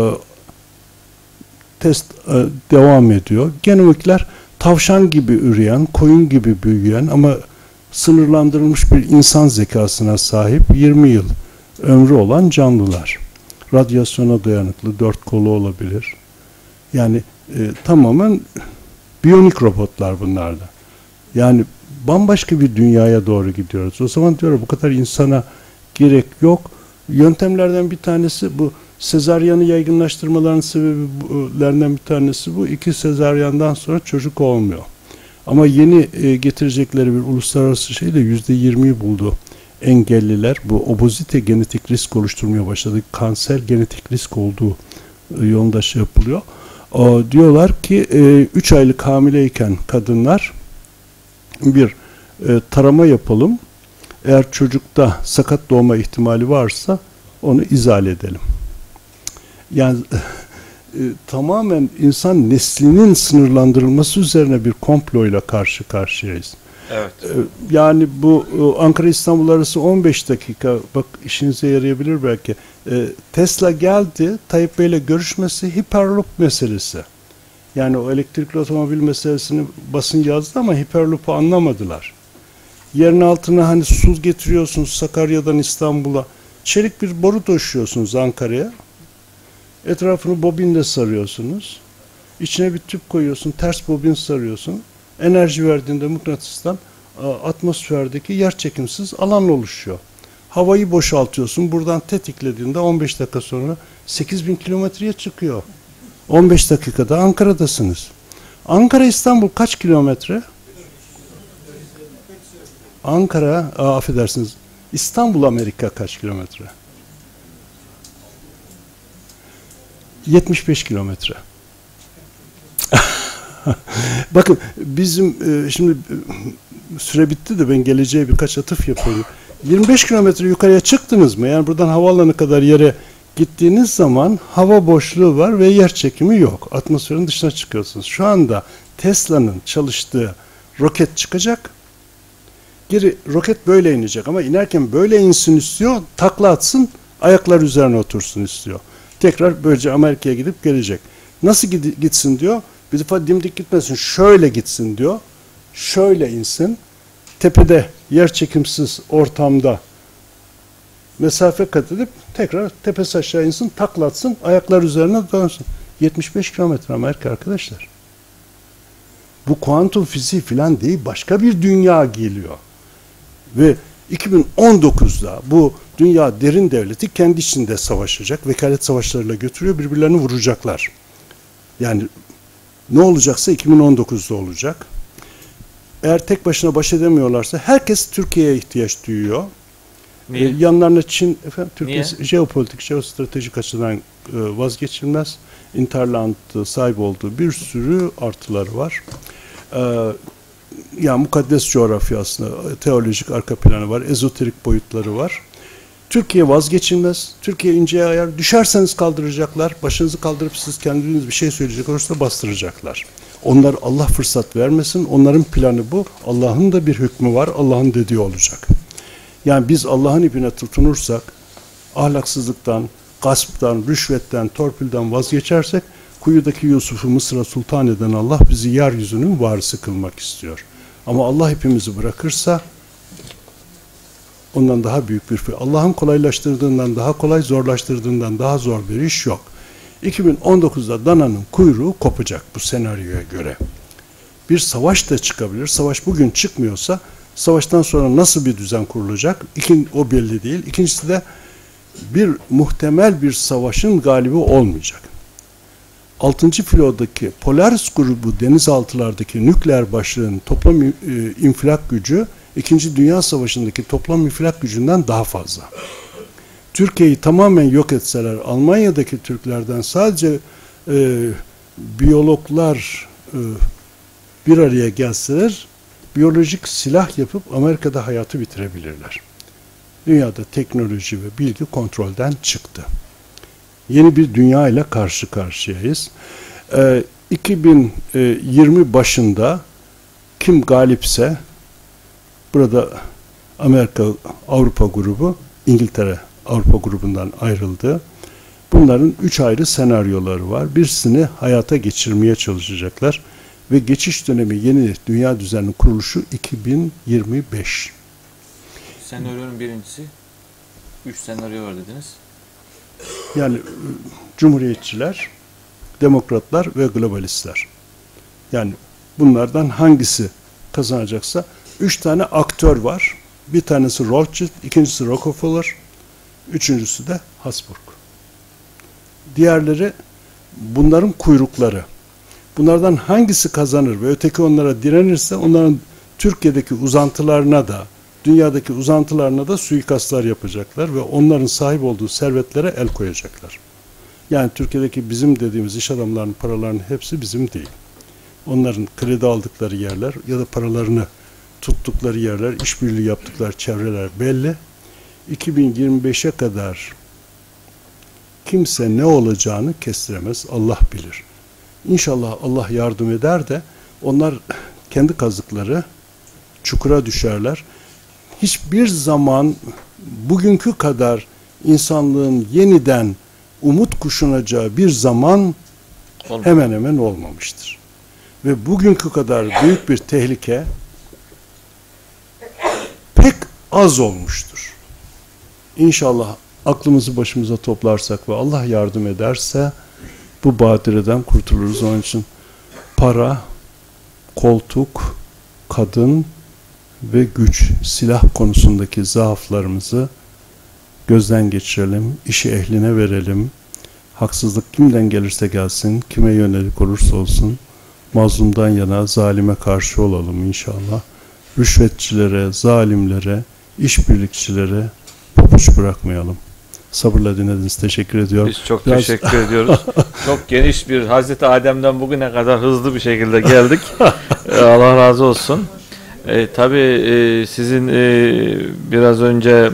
test devam ediyor. Genomikler tavşan gibi üreyen, koyun gibi büyüyen ama sınırlandırılmış bir insan zekasına sahip 20 yıl ömrü olan canlılar. Radyasyona dayanıklı, 4 kolu olabilir. Yani tamamen biyonik robotlar bunlar da. Yani bambaşka bir dünyaya doğru gidiyoruz. O zaman diyorum bu kadar insana gerek yok. Yöntemlerden bir tanesi bu. Sezaryanı yaygınlaştırmaların sebeplerinden bir tanesi bu. 2 sezaryandan sonra çocuk olmuyor. Ama yeni getirecekleri bir uluslararası şey de %20'yi buldu. Engelliler bu obezite genetik risk oluşturmaya başladı. Kanser genetik risk olduğu yolunda şey yapılıyor. Diyorlar ki 3 aylık hamileyken kadınlar bir tarama yapalım. Eğer çocukta sakat doğma ihtimali varsa onu izale edelim. Yani tamamen insan neslinin sınırlandırılması üzerine bir komployla karşı karşıyayız. Evet. Yani bu Ankara-İstanbul arası 15 dakika, bak işinize yarayabilir belki. Tesla geldi, Tayyip Bey'le görüşmesi Hyperloop meselesi. Yani o elektrikli otomobil meselesini basın yazdı ama Hyperloop'u anlamadılar. Yerin altına hani su getiriyorsunuz Sakarya'dan İstanbul'a. Çelik bir boru taşıyorsunuz Ankara'ya. Etrafını bobinle sarıyorsunuz. İçine bir tüp koyuyorsun, ters bobin sarıyorsun. Enerji verdiğinde mıknatıstan atmosferdeki yerçekimsiz alan oluşuyor. Havayı boşaltıyorsun. Buradan tetiklediğinde 15 dakika sonra 8.000 kilometreye çıkıyor. 15 dakikada Ankara'dasınız. Ankara İstanbul kaç kilometre? Ankara, affedersiniz, İstanbul Amerika kaç kilometre? 75 kilometre. Bakın bizim şimdi süre bitti de ben geleceğe birkaç atıf yapayım. 25 kilometre yukarıya çıktınız mı? Yani buradan havaalanı kadar yere gittiğiniz zaman hava boşluğu var ve yer çekimi yok. Atmosferin dışına çıkıyorsunuz. Şu anda Tesla'nın çalıştığı roket çıkacak. Geri roket böyle inecek ama inerken böyle insin istiyor, takla atsın, ayaklar üzerine otursun istiyor. Tekrar böylece Amerika'ya gidip gelecek. Nasıl gitsin diyor? Bir defa dimdik gitmesin, şöyle gitsin diyor. Şöyle insin. Tepede yer çekimsiz ortamda mesafe kat edip tekrar tepesi aşağı insin, takla atsın, ayaklar üzerine dönsün. 75 kilometre Amerika arkadaşlar. Bu kuantum fiziği falan değil, başka bir dünya geliyor. Ve 2019'da bu dünya derin devleti kendi içinde savaşacak. Vekalet savaşlarıyla götürüyor, birbirlerini vuracaklar. Yani ne olacaksa 2019'da olacak. Eğer tek başına baş edemiyorlarsa herkes Türkiye'ye ihtiyaç duyuyor. Yanlarına Çin, Türkiye jeopolitik, jeostratejik açıdan vazgeçilmez. Interland'ı sahip olduğu bir sürü artıları var. Yani mukaddes coğrafya aslında, teolojik arka planı var, ezoterik boyutları var. Türkiye vazgeçilmez. Türkiye inceye ayar. Düşerseniz kaldıracaklar. Başınızı kaldırıp siz kendiniz bir şey söyleyecek olursa bastıracaklar. Onlar Allah fırsat vermesin. Onların planı bu. Allah'ın da bir hükmü var. Allah'ın dediği olacak. Yani biz Allah'ın ipine tutunursak, ahlaksızlıktan, gasptan, rüşvetten, torpilden vazgeçersek, kuyudaki Yusuf'u Mısır'a sultan eden Allah bizi yeryüzünün varisi kılmak istiyor. Ama Allah ipimizi bırakırsa ondan daha büyük bir Allah'ın kolaylaştırdığından daha kolay, zorlaştırdığından daha zor bir iş yok. 2019'da dananın kuyruğu kopacak bu senaryoya göre. Bir savaş da çıkabilir. Savaş bugün çıkmıyorsa savaştan sonra nasıl bir düzen kurulacak? O belli değil. İkincisi de bir muhtemel bir savaşın galibi olmayacak. 6. filodaki Polaris grubu denizaltılardaki nükleer başlığın toplam infilak gücü 2. Dünya Savaşı'ndaki toplam infilak gücünden daha fazla. Türkiye'yi tamamen yok etseler, Almanya'daki Türklerden sadece biyologlar bir araya gelseler, biyolojik silah yapıp Amerika'da hayatı bitirebilirler. Dünyada teknoloji ve bilgi kontrolden çıktı. Yeni bir dünya ile karşı karşıyayız. 2020 başında kim galipse, burada Amerika Avrupa grubu, İngiltere Avrupa grubundan ayrıldı. Bunların 3 ayrı senaryoları var. Birisini hayata geçirmeye çalışacaklar ve geçiş dönemi yeni dünya düzeninin kuruluşu 2025. Senaryonun birincisi 3 senaryo var dediniz. Yani cumhuriyetçiler, demokratlar ve globalistler. Yani bunlardan hangisi kazanacaksa 3 tane aktör var. Bir tanesi Rothschild, ikincisi Rockefeller, üçüncüsü de Habsburg. Diğerleri bunların kuyrukları. Bunlardan hangisi kazanır ve öteki onlara direnirse onların Türkiye'deki uzantılarına da, dünyadaki uzantılarına da suikastlar yapacaklar ve onların sahip olduğu servetlere el koyacaklar. Yani Türkiye'deki bizim dediğimiz iş adamlarının paralarının hepsi bizim değil. Onların kredi aldıkları yerler ya da paralarını tuttukları yerler, işbirliği yaptıkları çevreler belli. 2025'e kadar kimse ne olacağını kestiremez, Allah bilir. İnşallah Allah yardım eder de onlar kendi kazıkları çukura düşerler. Hiçbir zaman bugünkü kadar insanlığın yeniden umut kuşanacağı bir zaman hemen hemen olmamıştır. Ve bugünkü kadar büyük bir tehlike pek az olmuştur. İnşallah aklımızı başımıza toplarsak ve Allah yardım ederse bu badireden kurtuluruz. Onun için para, koltuk, kadın ve güç, silah konusundaki zaaflarımızı gözden geçirelim, işi ehline verelim. Haksızlık kimden gelirse gelsin, kime yönelik olursa olsun, mazlumdan yana zalime karşı olalım inşallah. Rüşvetçilere, zalimlere, işbirlikçilere pabuç bırakmayalım. Sabırla dinlediniz. Teşekkür ediyorum. Biz çok teşekkür ediyoruz. Çok geniş bir Hazreti Adem'den bugüne kadar hızlı bir şekilde geldik. Allah razı olsun. Tabii sizin biraz önce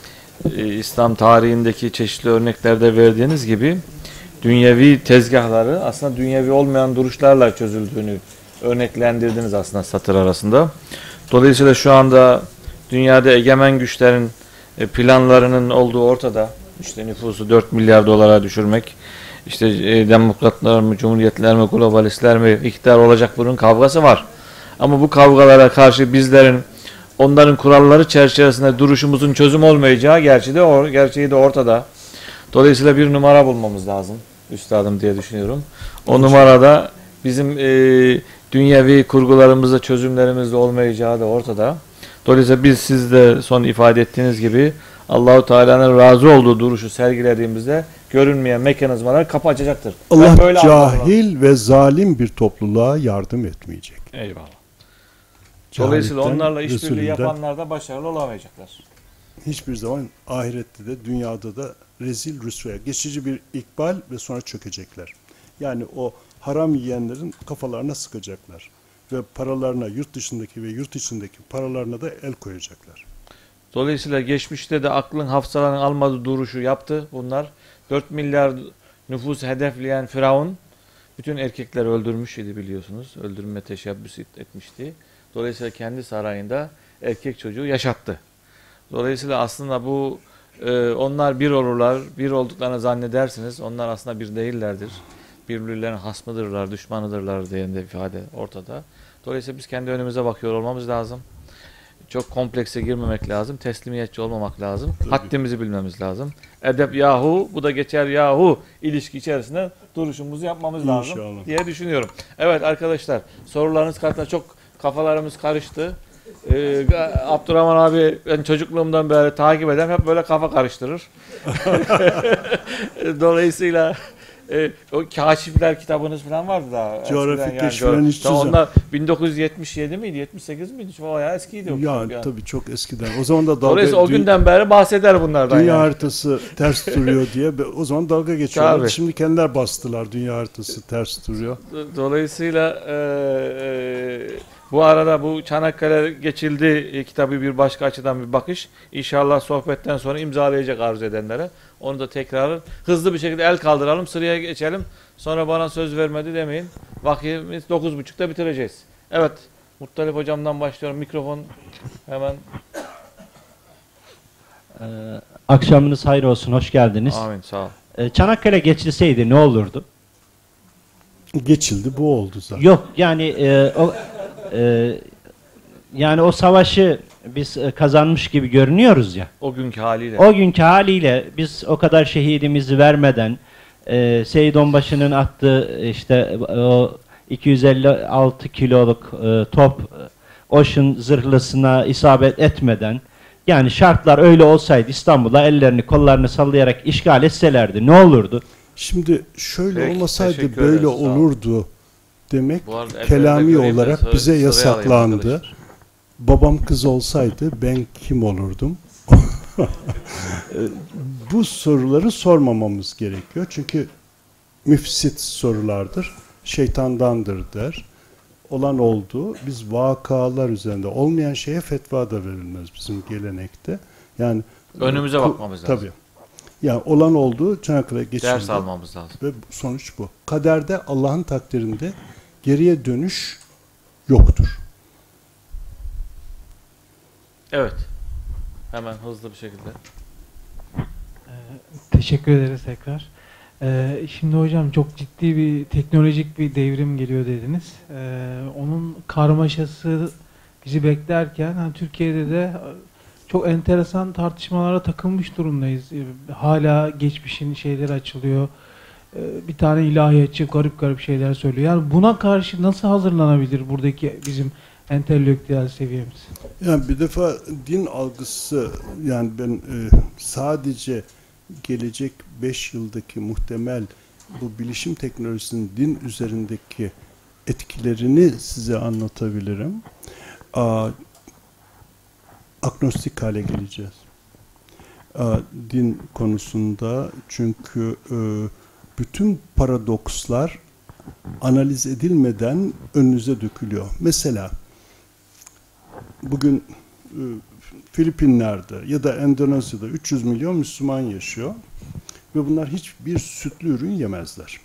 İslam tarihindeki çeşitli örneklerde verdiğiniz gibi dünyevi tezgahları aslında dünyevi olmayan duruşlarla çözüldüğünü örneklendirdiniz aslında satır arasında. Dolayısıyla şu anda dünyada egemen güçlerin planlarının olduğu ortada. İşte nüfusu 4 milyar dolara düşürmek, işte demokratlar mı, cumhuriyetler mi, globalistler mi iktidar olacak bunun kavgası var. Ama bu kavgalara karşı bizlerin onların kuralları çerçevesinde duruşumuzun çözüm olmayacağı gerçeği de ortada. Dolayısıyla bir numara bulmamız lazım üstadım diye düşünüyorum. O numarada bizim dünyevi kurgularımızda çözümlerimizde olmayacağı da ortada. Dolayısıyla biz siz de son ifade ettiğiniz gibi Allahu Teala'nın razı olduğu duruşu sergilediğimizde görünmeyen mekanizmalar kapı açacaktır. Allah cahil ve zalim bir topluluğa yardım etmeyecek. Eyvallah. Dolayısıyla onlarla işbirliği yapanlar da başarılı olamayacaklar. Hiçbir zaman ahirette de dünyada da rezil rüsvaya, geçici bir ikbal ve sonra çökecekler. Yani o haram yiyenlerin kafalarına sıkacaklar ve paralarına, yurt dışındaki ve yurt içindeki paralarına da el koyacaklar. Dolayısıyla geçmişte de aklın hafsalanın almadığı duruşu yaptı bunlar. 4 milyar nüfusu hedefleyen Firavun bütün erkekleri öldürmüş idi biliyorsunuz. Öldürme teşebbüs etmişti. Dolayısıyla kendi sarayında erkek çocuğu yaşattı. Dolayısıyla aslında bu onlar bir olurlar, bir olduklarını zannedersiniz. Onlar aslında bir değillerdir. Birbirlerinin hasmıdırlar, düşmanıdırlar diye de ifade ortada. Dolayısıyla biz kendi önümüze bakıyor olmamız lazım. Çok komplekse girmemek lazım. Teslimiyetçi olmamak lazım. Tabii. Haddimizi bilmemiz lazım. Edep yahu, bu da geçer yahu ilişki içerisinde duruşumuzu yapmamız lazım diye düşünüyorum. Evet arkadaşlar, sorularınız karşısında çok kafalarımız karıştı. Abdurrahman abi ben çocukluğumdan beri takip eden hep böyle kafa karıştırır. Dolayısıyla o Kaşifler kitabınız falan vardı daha. Coğrafi keşiflerin işçisi. Onlar 1977 miydi, 78 miydi? Bayağı eskiydi o kitap yani. Tabii çok eskiden. O zaman da dolayısıyla o günden beri bahseder bunlardan. Dünya haritası ters duruyor diye o zaman dalga geçiyorlar. Tabii. Şimdi kendiler bastılar dünya haritası ters duruyor. Dolayısıyla bu arada bu Çanakkale geçildi kitabı bir başka açıdan bir bakış. İnşallah sohbetten sonra imzalayacak arzu edenlere. Onu da tekrar hızlı bir şekilde el kaldıralım, sıraya geçelim. Sonra bana söz vermedi demeyin. Vakitimiz 9.30'da bitireceğiz. Evet, Muttalip hocamdan başlıyorum. Mikrofon hemen. Akşamınız hayır olsun, hoş geldiniz. Amin, sağ ol. Çanakkale geçilseydi ne olurdu? Geçildi, bu oldu zaten. Yok, yani yani o savaşı biz kazanmış gibi görünüyoruz ya. O günkü haliyle. O günkü haliyle biz o kadar şehidimizi vermeden Seyit Onbaşı'nın attığı işte o 256 kiloluk top Ocean zırhlısına isabet etmeden, yani şartlar öyle olsaydı İstanbul'a ellerini kollarını sallayarak işgal etselerdi ne olurdu? Şimdi şöyle olmasaydı böyle olurdu demek kelami olarak bize yasaklandı. Babam kız olsaydı ben kim olurdum? Bu soruları sormamamız gerekiyor. Çünkü müfsit sorulardır, şeytandandır der. Olan oldu. Biz vakalar üzerinde olmayan şeye fetva da verilmez bizim gelenekte. Yani Önümüze bakmamız lazım. Tabii. Yani olan oldu, Çanakkale geçildi. Ders almamız lazım. Ve sonuç bu. Kaderde, Allah'ın takdirinde geriye dönüş yoktur. Evet. Hemen hızlı bir şekilde. Teşekkür ederiz tekrar. Şimdi hocam çok ciddi bir teknolojik bir devrim geliyor dediniz. Onun karmaşası bizi beklerken hani Türkiye'de de çok enteresan tartışmalara takılmış durumdayız. Hala geçmişin şeyleri açılıyor. Bir tane ilahiyatçı garip garip şeyler söylüyor. Yani buna karşı nasıl hazırlanabilir buradaki bizim entelektüel seviyemiz? Yani bir defa din algısı, yani ben sadece gelecek 5 yıldaki muhtemel bu bilişim teknolojisinin din üzerindeki etkilerini size anlatabilirim. Agnostik hale geleceğiz. Din konusunda, çünkü bütün paradokslar analiz edilmeden önünüze dökülüyor. Mesela bugün Filipinler'de ya da Endonezya'da 300 milyon Müslüman yaşıyor ve bunlar hiçbir sütlü ürün yemezler.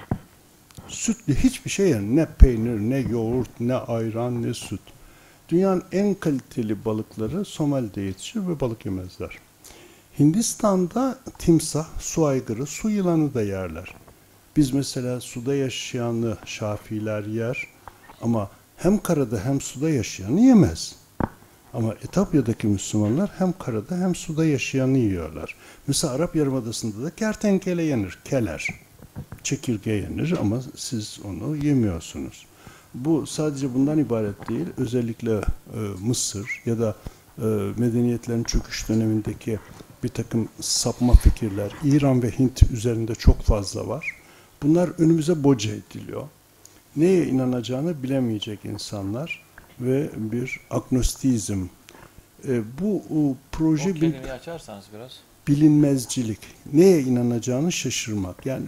Sütlü hiçbir şey yer. Ne peynir, ne yoğurt, ne ayran, ne süt. Dünyanın en kaliteli balıkları Somali'de yetişir ve balık yemezler. Hindistan'da timsah, su aygırı, su yılanı da yerler. Biz mesela suda yaşayanı Şafiiler yer ama hem karada hem suda yaşayanı yemez. Ama Etiyopya'daki Müslümanlar hem karada hem suda yaşayanı yiyorlar. Mesela Arap Yarımadası'nda da kertenkele yenir, keler. Çekirge yenir ama siz onu yemiyorsunuz. Bu sadece bundan ibaret değil. Özellikle Mısır ya da medeniyetlerin çöküş dönemindeki bir takım sapma fikirler, İran ve Hint üzerinde çok fazla var. Bunlar önümüze boca ediliyor. Neye inanacağını bilemeyecek insanlar ve bir agnostizm. Bu proje O kelimeyi açarsanız biraz. bilinmezcilik. Neye inanacağını şaşırmak. Yani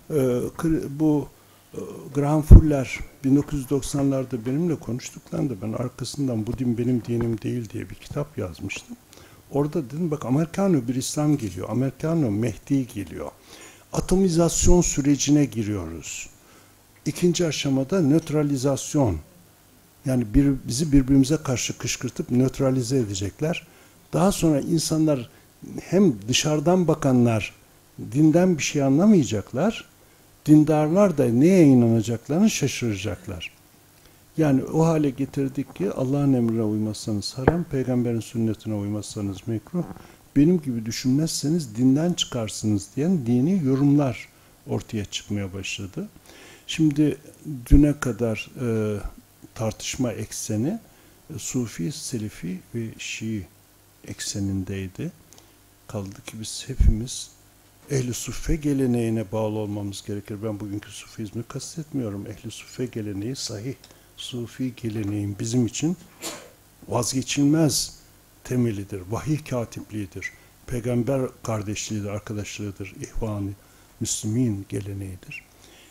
bu Graham Fuller 1990'larda benimle konuştuklarında ben arkasından bu din benim dinim değil diye bir kitap yazmıştım. Orada dedim bak Amerikano bir İslam geliyor. Amerikano Mehdi geliyor. Atomizasyon sürecine giriyoruz. İkinci aşamada nötralizasyon. Yani bizi birbirimize karşı kışkırtıp nötralize edecekler. Daha sonra insanlar hem dışarıdan bakanlar dinden bir şey anlamayacaklar. Dindarlar da neye inanacaklarını şaşıracaklar. Yani o hale getirdik ki Allah'ın emrine uymazsanız haram, peygamberin sünnetine uymazsanız mekruh, benim gibi düşünmezseniz dinden çıkarsınız diyen dini yorumlar ortaya çıkmaya başladı. Şimdi düne kadar tartışma ekseni Sufi, Selefi ve Şii eksenindeydi. Kaldı ki biz hepimiz Ehl-i Suffe geleneğine bağlı olmamız gerekir. Ben bugünkü Sufizmi kastetmiyorum. Ehl-i Suffe geleneği sahih. Sufi geleneğin bizim için vazgeçilmez temelidir. Vahiy katipliğidir. Peygamber kardeşliğidir, arkadaşlığıdır. İhvan-ı Müslümin geleneğidir.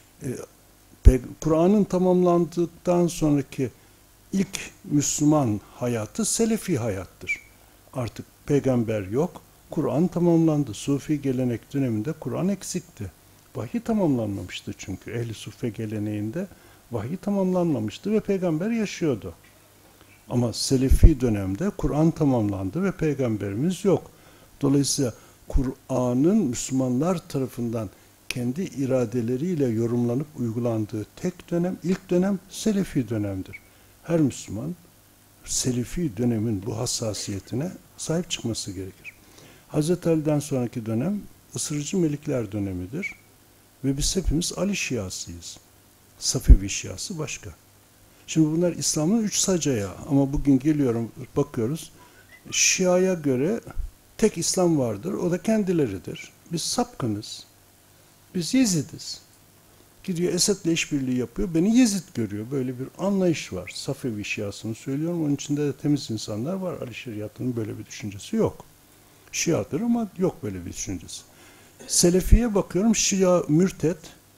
Kur'an'ın tamamlandıktan sonraki ilk Müslüman hayatı Selefi hayattır. Artık peygamber yok. Kur'an tamamlandı. Sufi gelenek döneminde Kur'an eksikti. Vahiy tamamlanmamıştı çünkü. Ehl-i Suffe geleneğinde vahiy tamamlanmamıştı ve peygamber yaşıyordu. Ama Selefi dönemde Kur'an tamamlandı ve peygamberimiz yok. Dolayısıyla Kur'an'ın Müslümanlar tarafından kendi iradeleriyle yorumlanıp uygulandığı tek dönem, ilk dönem Selefi dönemdir. Her Müslüman Selefi dönemin bu hassasiyetine sahip çıkması gerekir. Hazreti Ali'den sonraki dönem ısırıcı melikler dönemidir. Ve biz hepimiz Ali Şiasıyız. Safevi Şiası başka. Şimdi bunlar İslam'ın üç sacayağı. Ama bugün geliyorum, bakıyoruz. Şia'ya göre tek İslam vardır. O da kendileridir. Biz sapkınız. Biz Yezid'iz. Gidiyor Esed'le işbirliği yapıyor. Beni Yezid görüyor. Böyle bir anlayış var. Safevi Şiasını söylüyorum. Onun içinde de temiz insanlar var. Ali Şeriatı'nın böyle bir düşüncesi yok. Şiadır ama yok böyle bir düşüncesi. Selefiye bakıyorum. Şia mürted.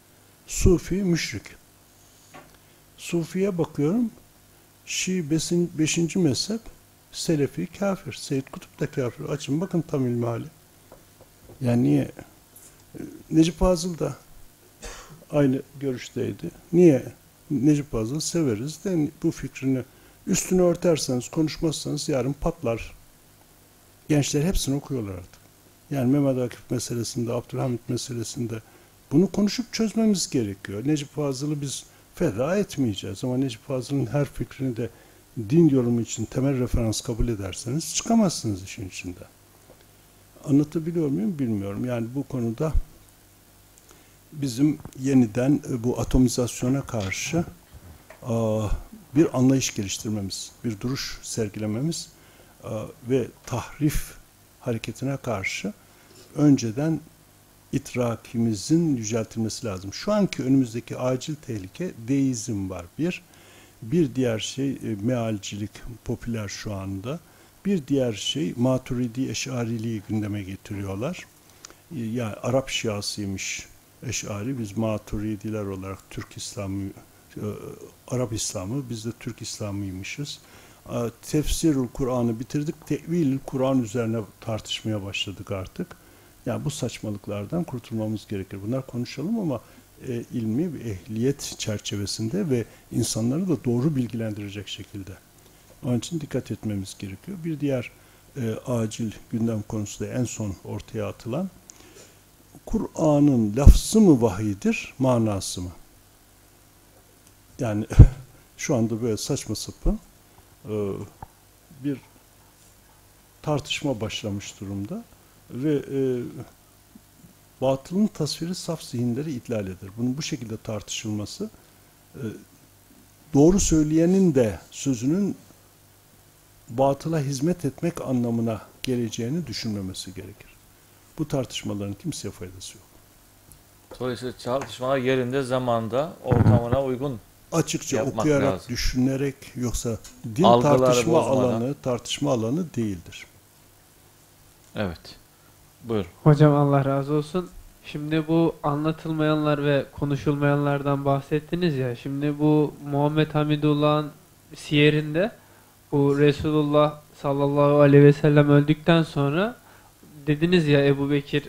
Sufi, müşrik. Sufi'ye bakıyorum, Şii 5. mezhep, Selefi kafir, Seyyid Kutup da kafir. Açın bakın tam ilmihali. Yani niye? Necip Fazıl da aynı görüşteydi. Niye? Necip Fazıl severiz de bu fikrini üstünü örterseniz, konuşmazsanız yarın patlar. Gençler hepsini okuyorlar artık. Yani Mehmet Akif meselesinde, Abdülhamit meselesinde bunu konuşup çözmemiz gerekiyor. Necip Fazıl'ı biz feda etmeyeceğiz ama Necip Fazıl'ın her fikrini de din yorumu için temel referans kabul ederseniz çıkamazsınız işin içinden. Anlatabiliyor muyum bilmiyorum. Yani bu konuda bizim yeniden bu atomizasyona karşı bir anlayış geliştirmemiz, bir duruş sergilememiz ve tahrif hareketine karşı önceden idrakimizin yüceltilmesi lazım. Şu anki önümüzdeki acil tehlike deizm var. Bir diğer şey mealcilik popüler şu anda. Bir diğer şey Maturidi Eş'ariliği gündeme getiriyorlar. Yani Arap Şiasıymış Eş'ari, biz Maturidiler olarak Türk İslamı, Arap İslamı, biz de Türk İslamıymışız. Tefsirul Kur'an'ı bitirdik, Tevilül Kur'an üzerine tartışmaya başladık artık. Yani bu saçmalıklardan kurtulmamız gerekir. Bunlar konuşalım ama ilmi bir ehliyet çerçevesinde ve insanları da doğru bilgilendirecek şekilde. Onun için dikkat etmemiz gerekiyor. Bir diğer acil gündem konusu da en son ortaya atılan, Kur'an'ın lafzı mı vahiydir, manası mı? Yani şu anda böyle saçma sapan bir tartışma başlamış durumda ve batılın tasviri saf zihinleri ihlal eder. Bunun bu şekilde tartışılması doğru söyleyenin de sözünün batıla hizmet etmek anlamına geleceğini düşünmemesi gerekir. Bu tartışmaların kimseye faydası yok. Dolayısıyla tartışmalar yerinde, zamanda, ortamına uygun Açıkça yapmak okuyarak, lazım. düşünerek, yoksa din Algıları tartışma alanı değildir. Evet. Buyur. Hocam Allah razı olsun. Şimdi bu anlatılmayanlar ve konuşulmayanlardan bahsettiniz ya. Şimdi bu Muhammed Hamidullah'ın siyerinde bu Resulullah sallallahu aleyhi ve sellem öldükten sonra dediniz ya Ebu Bekir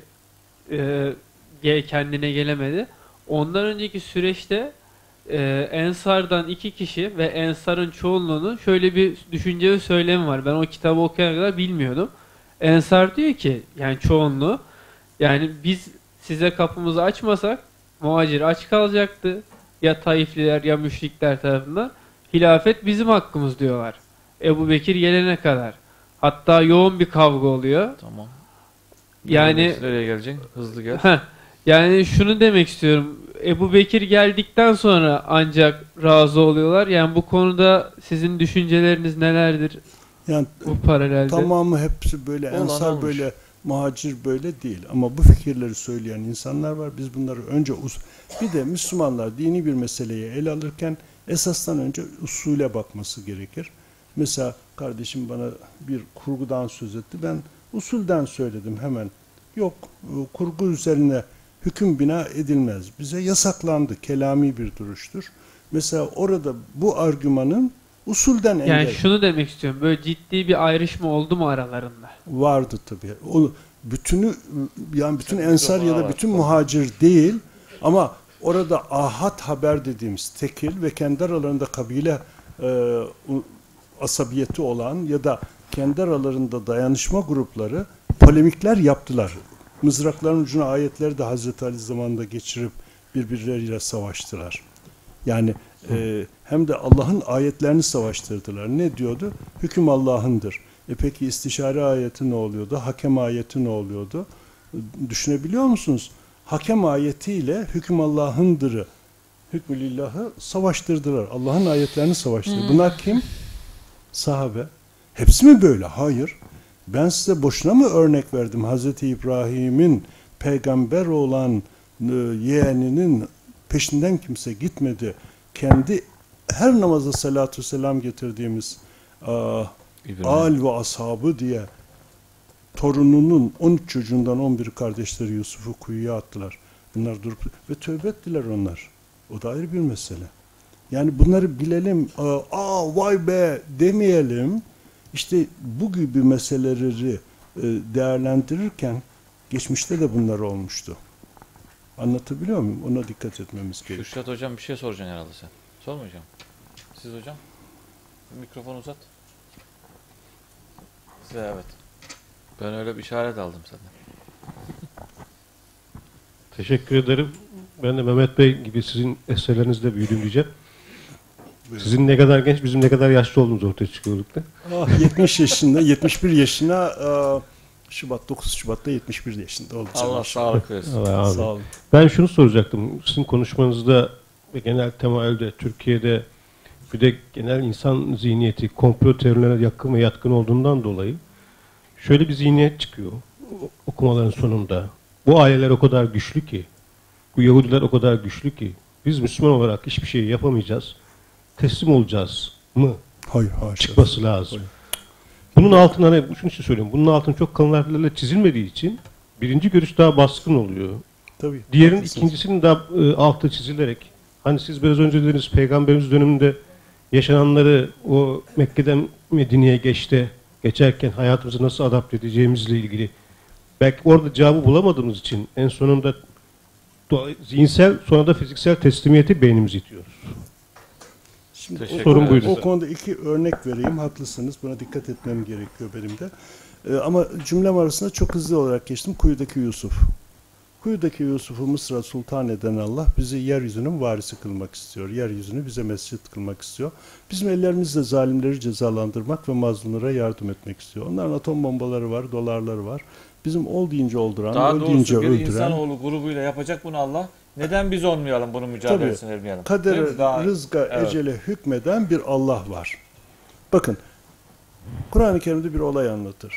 kendine gelemedi. Ondan önceki süreçte Ensar'dan 2 kişi ve Ensar'ın çoğunluğunun şöyle bir düşünce ve söylemi var. Ben o kitabı okuyana kadar bilmiyordum. Ensar diyor ki, yani çoğunluğu, yani biz size kapımızı açmasak muhacir aç kalacaktı. Ya Taifliler ya müşrikler tarafından. Hilafet bizim hakkımız diyorlar. Ebu Bekir gelene kadar. Hatta yoğun bir kavga oluyor. Tamam. Yani nereye geleceksin? Hızlı gel. Yani şunu demek istiyorum. Ebu Bekir geldikten sonra ancak razı oluyorlar. Yani bu konuda sizin düşünceleriniz nelerdir? Yani Bu paralelde. tamamı hepsi böyle, Olan Ensar olmuş. böyle, muhacir böyle değil. Ama bu fikirleri söyleyen insanlar var. Biz bunları önce bir de Müslümanlar dini bir meseleyi ele alırken esasdan önce usule bakması gerekir. Mesela kardeşim bana bir kurgudan söz etti. Ben usulden söyledim hemen. Yok, kurgu üzerine hüküm bina edilmez. Bize yasaklandı. Kelami bir duruştur. Mesela orada bu argümanın usulden engel. Yani şunu demek istiyorum. Böyle ciddi bir ayrışma oldu mu aralarında? Vardı tabii. O bütünü, yani bütün ensar ya da bütün muhacir değil ama orada ahad haber dediğimiz tekil ve kendi aralarında kabile asabiyeti olan ya da kendi aralarında dayanışma grupları polemikler yaptılar. Mızrakların ucuna ayetleri de Hazreti Ali zamanında geçirip birbirleriyle savaştılar. Yani hem de Allah'ın ayetlerini savaştırdılar. Ne diyordu? Hüküm Allah'ındır. Peki istişare ayeti ne oluyordu? Hakem ayeti ne oluyordu? Düşünebiliyor musunuz? Hakem ayetiyle hüküm Allah'ındır'ı, hükmü lillah'ı savaştırdılar. Allah'ın ayetlerini savaştırdılar. Bunlar kim? Sahabe. Hepsi mi böyle? Hayır. Ben size boşuna mı örnek verdim? Hazreti İbrahim'in peygamber olan yeğeninin peşinden kimse gitmedi. Kendi her namaza salatü selam getirdiğimiz Al ve ashabı diye torununun 13 çocuğundan 11 kardeşleri Yusuf'u kuyuya attılar. Bunlar durup ve tövbe ettiler onlar. O da ayrı bir mesele. Yani bunları bilelim, vay be demeyelim. İşte bu gibi meseleleri değerlendirirken geçmişte de bunlar olmuştu. Anlatabiliyor muyum? Ona dikkat etmemiz gerekiyor. Kürşat hocam bir şey soracaksın herhalde sen. Sormayacağım. Siz hocam? Mikrofonu uzat. Size evet. Ben öyle bir işaret aldım senden. Teşekkür ederim. Ben de Mehmet Bey gibi sizin eserlerinizde büyüdüm diyeceğim. Sizin ne kadar genç, bizim ne kadar yaşlı olduğumuz ortaya çıkıyorduk da. 70 yaşında, 71 yaşına Şubat, 9 Şubat'ta 71 yaşında oldu. Allah sağlık versin. Allah Sağ olun. Ben şunu soracaktım. Sizin konuşmanızda ve genel temayülde Türkiye'de bir de genel insan zihniyeti komplo teorilerine yakın ve yatkın olduğundan dolayı şöyle bir zihniyet çıkıyor okumaların sonunda. Bu aileler o kadar güçlü ki, bu Yahudiler o kadar güçlü ki biz Müslüman olarak hiçbir şey yapamayacağız. Teslim olacağız mı? Hayır. Çıkması lazım. Bunun altına şunu için söyleyeyim. Bunun altına çok kalın harflerle çizilmediği için birinci görüş daha baskın oluyor. Tabii. Diğerinin Haklısınız. ikincisinin daha altı çizilerek hani siz biraz önce dediniz Peygamberimiz döneminde yaşananları o Mekke'den Medine'ye geçerken hayatımızı nasıl adapte edeceğimizle ilgili belki orada cevabı bulamadığımız için en sonunda zihinsel sonra da fiziksel teslimiyeti beynimiz itiyoruz. Şimdi Teşekkür Sorun ederim. buydu. O konuda iki örnek vereyim. Haklısınız. Buna dikkat etmem gerekiyor benim de. Ama cümlem arasında çok hızlı olarak geçtim. Kuyudaki Yusuf. Kuyudaki Yusuf'u Mısır'a sultan eden Allah bizi yeryüzünün varisi kılmak istiyor. Yeryüzünü bize mescit kılmak istiyor. Bizim ellerimizle zalimleri cezalandırmak ve mazlumlara yardım etmek istiyor. Onların atom bombaları var, dolarları var. Bizim ol deyince olduran, Daha öl deyince doğrusu bir öldüren. insanoğlu grubuyla yapacak bunu Allah. Neden biz olmayalım bunun mücadelesini vermeyelim? Kadere, Değil mi? Daha- rızka, evet. ecele hükmeden bir Allah var. Bakın, Kur'an-ı Kerim'de bir olay anlatır.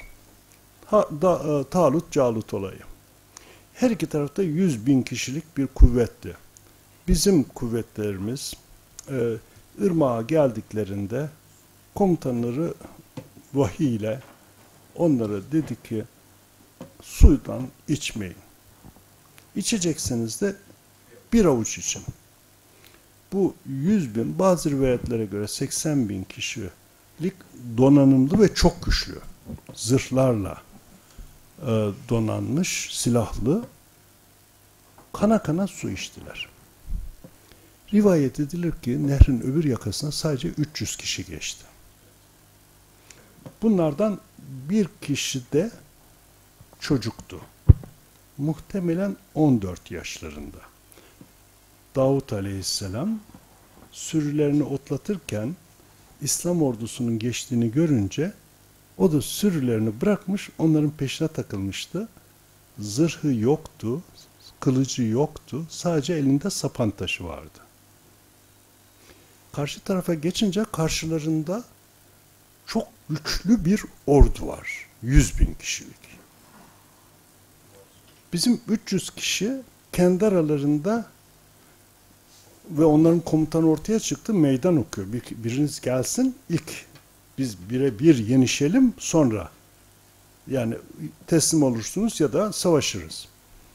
Talut, Calut olayı. Her iki tarafta 100.000 kişilik bir kuvvetti. Bizim kuvvetlerimiz ırmağa geldiklerinde komutanları vahiy ile onlara dedi ki suydan içmeyin. İçecekseniz de bir avuç için. Bu 100.000, bazı rivayetlere göre 80.000 kişilik donanımlı ve çok güçlü zırhlarla donanmış, silahlı kana kana su içtiler. Rivayet edilir ki nehrin öbür yakasına sadece 300 kişi geçti. Bunlardan bir kişi de çocuktu. Muhtemelen 14 yaşlarında. Davut Aleyhisselam sürülerini otlatırken İslam ordusunun geçtiğini görünce o da sürülerini bırakmış, onların peşine takılmıştı. Zırhı yoktu, kılıcı yoktu, sadece elinde sapan taşı vardı. Karşı tarafa geçince karşılarında çok güçlü bir ordu var. 100.000 kişilik. Bizim 300 kişi kendi aralarında ve onların komutanı ortaya çıktı, meydan okuyor. Biriniz gelsin, ilk biz birebir yenişelim, sonra yani teslim olursunuz ya da savaşırız.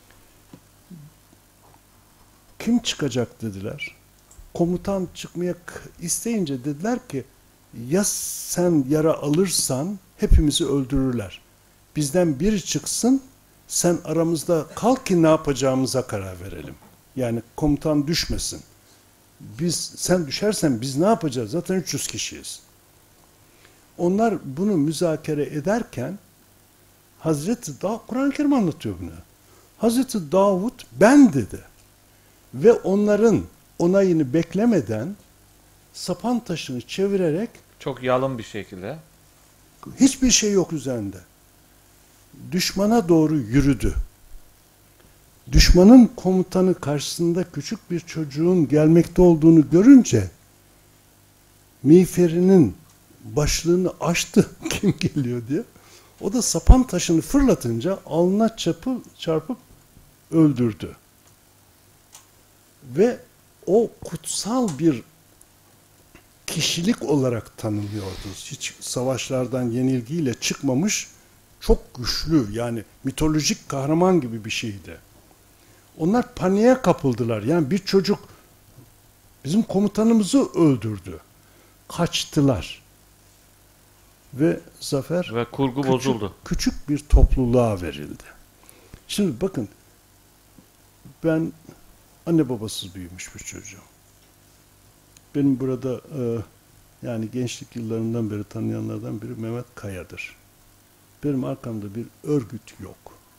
Kim çıkacak dediler. Komutan çıkmaya isteyince dediler ki ya sen yara alırsan hepimizi öldürürler. Bizden biri çıksın, sen aramızda kal ki ne yapacağımıza karar verelim. Yani komutan düşmesin. Sen düşersen biz ne yapacağız? Zaten 300 kişiyiz. Onlar bunu müzakere ederken Kur'an-ı Kerim anlatıyor bunu. Hazreti Davud ben dedi. Ve onların onayını beklemeden sapan taşını çevirerek Çok yalın bir şekilde. hiçbir şey yok üzerinde. Düşmana doğru yürüdü. Düşmanın komutanı karşısında küçük bir çocuğun gelmekte olduğunu görünce miğferinin başlığını açtı kim geliyor diye. O da sapan taşını fırlatınca alnına çarpıp öldürdü. Ve o kutsal bir kişilik olarak tanınıyordu. Hiç savaşlardan yenilgiyle çıkmamış, çok güçlü, yani mitolojik kahraman gibi bir şeydi. Onlar paniğe kapıldılar. Yani bir çocuk bizim komutanımızı öldürdü. Kaçtılar. Ve zafer Ve kurgu bozuldu. küçük bir topluluğa verildi. Şimdi bakın, ben anne babasız büyümüş bir çocuğum. Benim burada yani gençlik yıllarından beri tanıyanlardan biri Mehmet Kaya'dır. Benim arkamda bir örgüt yok.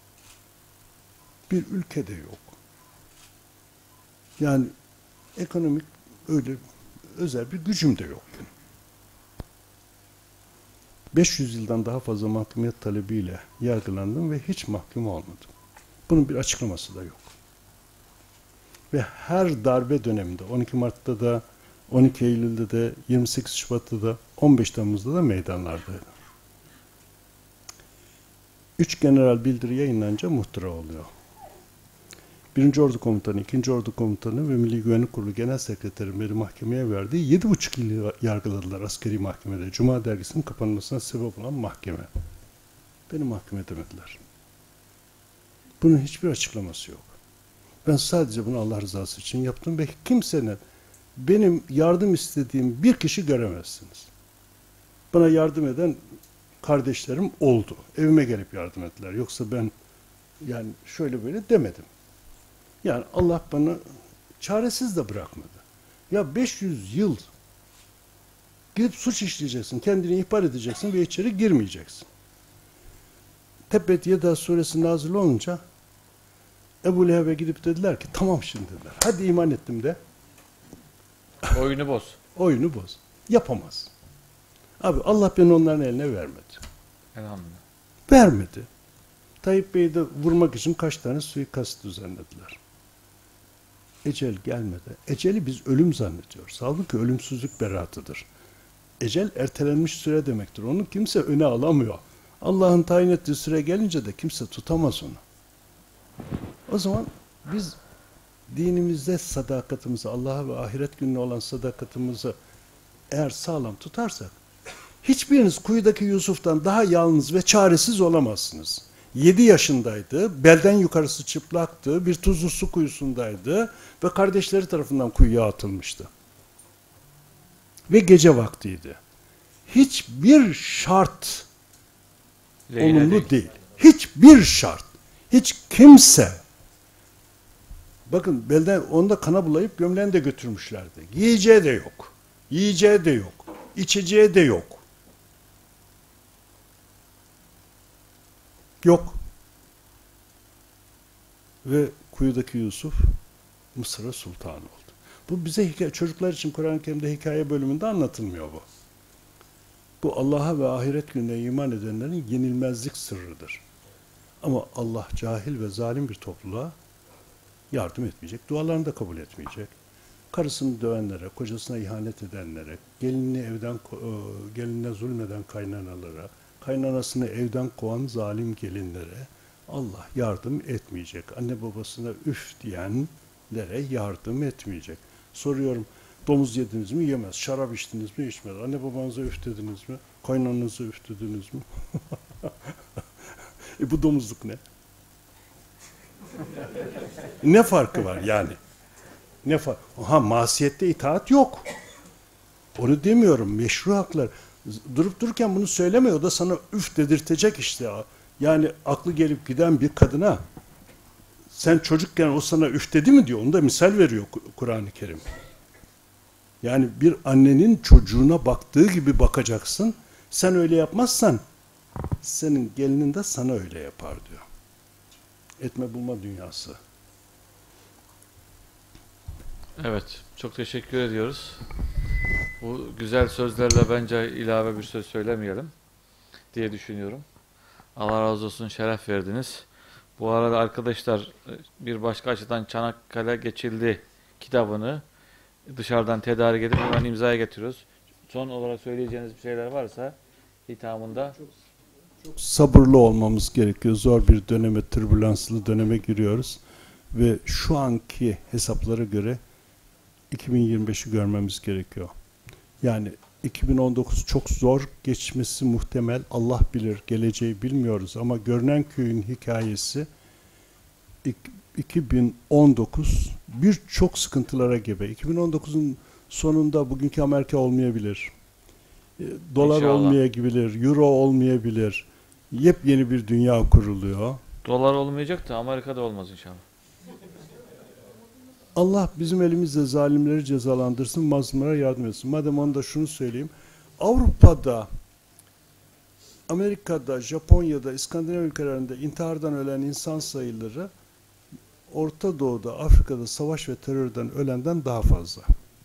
Bir ülkede yok. Yani ekonomik öyle özel bir gücüm de yok benim. 500 yıldan daha fazla mahkumiyet talebiyle yargılandım ve hiç mahkum olmadım. Bunun bir açıklaması da yok. Ve her darbe döneminde, 12 Mart'ta da, 12 Eylül'de de, 28 Şubat'ta da, 15 Temmuz'da da meydanlardaydım. 3 general bildiri yayınlanınca muhtıra oluyor. 1. Ordu Komutanı, 2. Ordu Komutanı ve Milli Güvenlik Kurulu Genel Sekreteri beni mahkemeye verdi. 7,5 yıl yargıladılar askeri mahkemede. Cuma dergisinin kapanmasına sebep olan mahkeme. Beni mahkum edemediler. Bunun hiçbir açıklaması yok. Ben sadece bunu Allah rızası için yaptım ve kimsenin benim yardım istediğim bir kişi göremezsiniz. Bana yardım eden kardeşlerim oldu. Evime gelip yardım ettiler. Yoksa ben yani şöyle böyle demedim. Yani Allah bana çaresiz de bırakmadı. Ya 500 yıl gidip suç işleyeceksin, kendini ihbar edeceksin ve içeri girmeyeceksin. Tebbet Yeda suresi nazil olunca Ebu Leheb'e gidip dediler ki tamam şimdi dediler. Hadi iman ettim de. Oyunu boz. Oyunu boz. Yapamaz. Abi Allah beni onların eline vermedi. Elhamdülillah. Vermedi. Tayyip Bey'i de vurmak için kaç tane suikast düzenlediler. Ecel gelmedi. Eceli biz ölüm zannediyoruz. Halbuki ölümsüzlük beratıdır. Ecel ertelenmiş süre demektir. Onu kimse öne alamıyor. Allah'ın tayin ettiği süre gelince de kimse tutamaz onu. O zaman biz dinimizde sadakatimizi, Allah'a ve ahiret gününe olan sadakatimizi eğer sağlam tutarsak, hiçbiriniz kuyudaki Yusuf'tan daha yalnız ve çaresiz olamazsınız. 7 yaşındaydı, belden yukarısı çıplaktı, bir tuzlu su kuyusundaydı ve kardeşleri tarafından kuyuya atılmıştı. Ve gece vaktiydi. Hiçbir şart olumlu değil. Hiçbir şart. Hiç kimse. Bakın belden onda kana bulayıp gömleğini de götürmüşlerdi. Yiyeceği de yok. Yiyeceği de yok. İçeceği de yok. Yok. Ve kuyudaki Yusuf Mısır'a sultan oldu. Bu bize hikaye, çocuklar için Kur'an-ı Kerim'de hikaye bölümünde anlatılmıyor bu. Bu Allah'a ve ahiret gününe iman edenlerin yenilmezlik sırrıdır. Ama Allah cahil ve zalim bir topluluğa yardım etmeyecek, dualarını da kabul etmeyecek. Karısını dövenlere, kocasına ihanet edenlere, gelinine zulmeden kaynanalara, kaynanasını evden kovan zalim gelinlere Allah yardım etmeyecek. Anne babasına üf diyenlere yardım etmeyecek. Soruyorum, domuz yediniz mi? Yemez. Şarap içtiniz mi? İçmez. Anne babanıza üf dediniz mi? Kaynananıza üf dediniz mi? Bu domuzluk ne? Ne farkı var yani? Ne fark? Masiyette itaat yok. Onu demiyorum. Meşru haklar. Durup dururken bunu söylemiyor. O da sana üf dedirtecek işte. Yani aklı gelip giden bir kadına sen çocukken o sana üf dedi mi diyor. Onu da misal veriyor Kur'an-ı Kerim. Yani bir annenin çocuğuna baktığı gibi bakacaksın. Sen öyle yapmazsan senin gelinin de sana öyle yapar diyor. Etme bulma dünyası. Evet. Çok teşekkür ediyoruz. Bu güzel sözlerle bence ilave bir söz söylemeyelim diye düşünüyorum. Allah razı olsun, şeref verdiniz. Bu arada arkadaşlar bir başka açıdan Çanakkale Geçildi kitabını dışarıdan tedarik edip hemen imzaya getiriyoruz. Son olarak söyleyeceğiniz bir şeyler varsa hitamında. Çok sabırlı olmamız gerekiyor. Zor bir döneme, türbülanslı döneme giriyoruz. Ve şu anki hesaplara göre 2025'i görmemiz gerekiyor. Yani 2019 çok zor geçmesi muhtemel. Allah bilir, geleceği bilmiyoruz ama görünen köyün hikayesi 2019 birçok sıkıntılara gebe. 2019'un sonunda bugünkü Amerika olmayabilir. Dolar İnşallah. olmayabilir, euro olmayabilir. Yepyeni bir dünya kuruluyor. Dolar olmayacak da Amerika'da olmaz inşallah. Allah bizim elimizle zalimleri cezalandırsın, mazlumlara yardım etsin. Madem onu da şunu söyleyeyim. Avrupa'da, Amerika'da, Japonya'da, İskandinav ülkelerinde intihardan ölen insan sayıları Orta Doğu'da, Afrika'da savaş ve terörden ölenden daha fazla.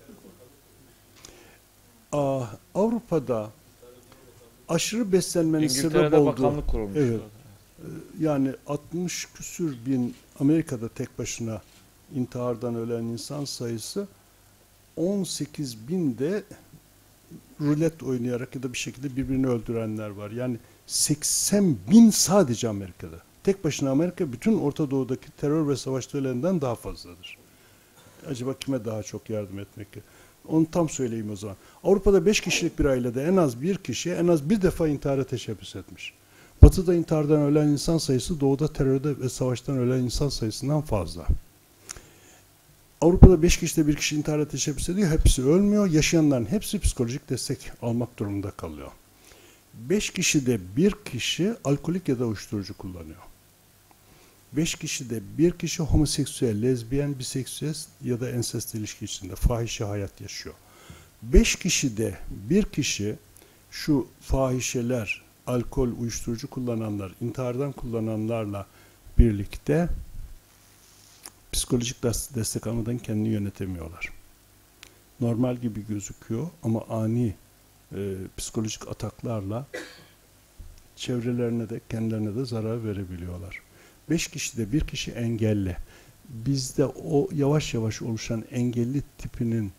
Avrupa'da aşırı beslenmenin sebep İngiltere'de olduğu, bakanlık kurulmuş. evet, yani 60 küsür bin Amerika'da tek başına intihardan ölen insan sayısı, 18 bin de rulet oynayarak ya da bir şekilde birbirini öldürenler var. Yani 80 bin sadece Amerika'da. Tek başına Amerika bütün Orta Doğu'daki terör ve savaşta ölenden daha fazladır. Acaba kime daha çok yardım etmek? Onu tam söyleyeyim o zaman. Avrupa'da 5 kişilik bir ailede en az bir kişi en az bir defa intihara teşebbüs etmiş. Batı'da intihardan ölen insan sayısı Doğu'da terörde ve savaştan ölen insan sayısından fazla. Avrupa'da 5 kişide bir kişi intihara teşebbüs ediyor. Hepsi ölmüyor. Yaşayanların hepsi psikolojik destek almak durumunda kalıyor. 5 kişide bir kişi alkolik ya da uyuşturucu kullanıyor. 5 kişide bir kişi homoseksüel, lezbiyen, biseksüel ya da ensest ilişki içinde fahişe hayat yaşıyor. 5 kişide bir kişi şu fahişeler, alkol, uyuşturucu kullananlar, intihardan kullananlarla birlikte psikolojik destek almadan kendini yönetemiyorlar. Normal gibi gözüküyor ama ani psikolojik ataklarla çevrelerine de kendilerine de zarar verebiliyorlar. 5 kişide bir kişi engelli. Bizde o yavaş yavaş oluşan engelli tipinin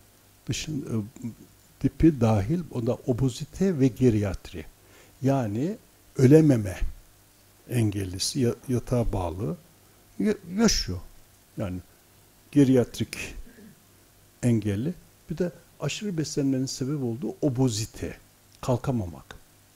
tipi dahil, o da obezite ve geriatri. Yani ölememe engellisi, yatağa bağlı yaşıyor. Yani geriatrik engelli. Bir de aşırı beslenmenin sebep olduğu obezite, kalkamamak.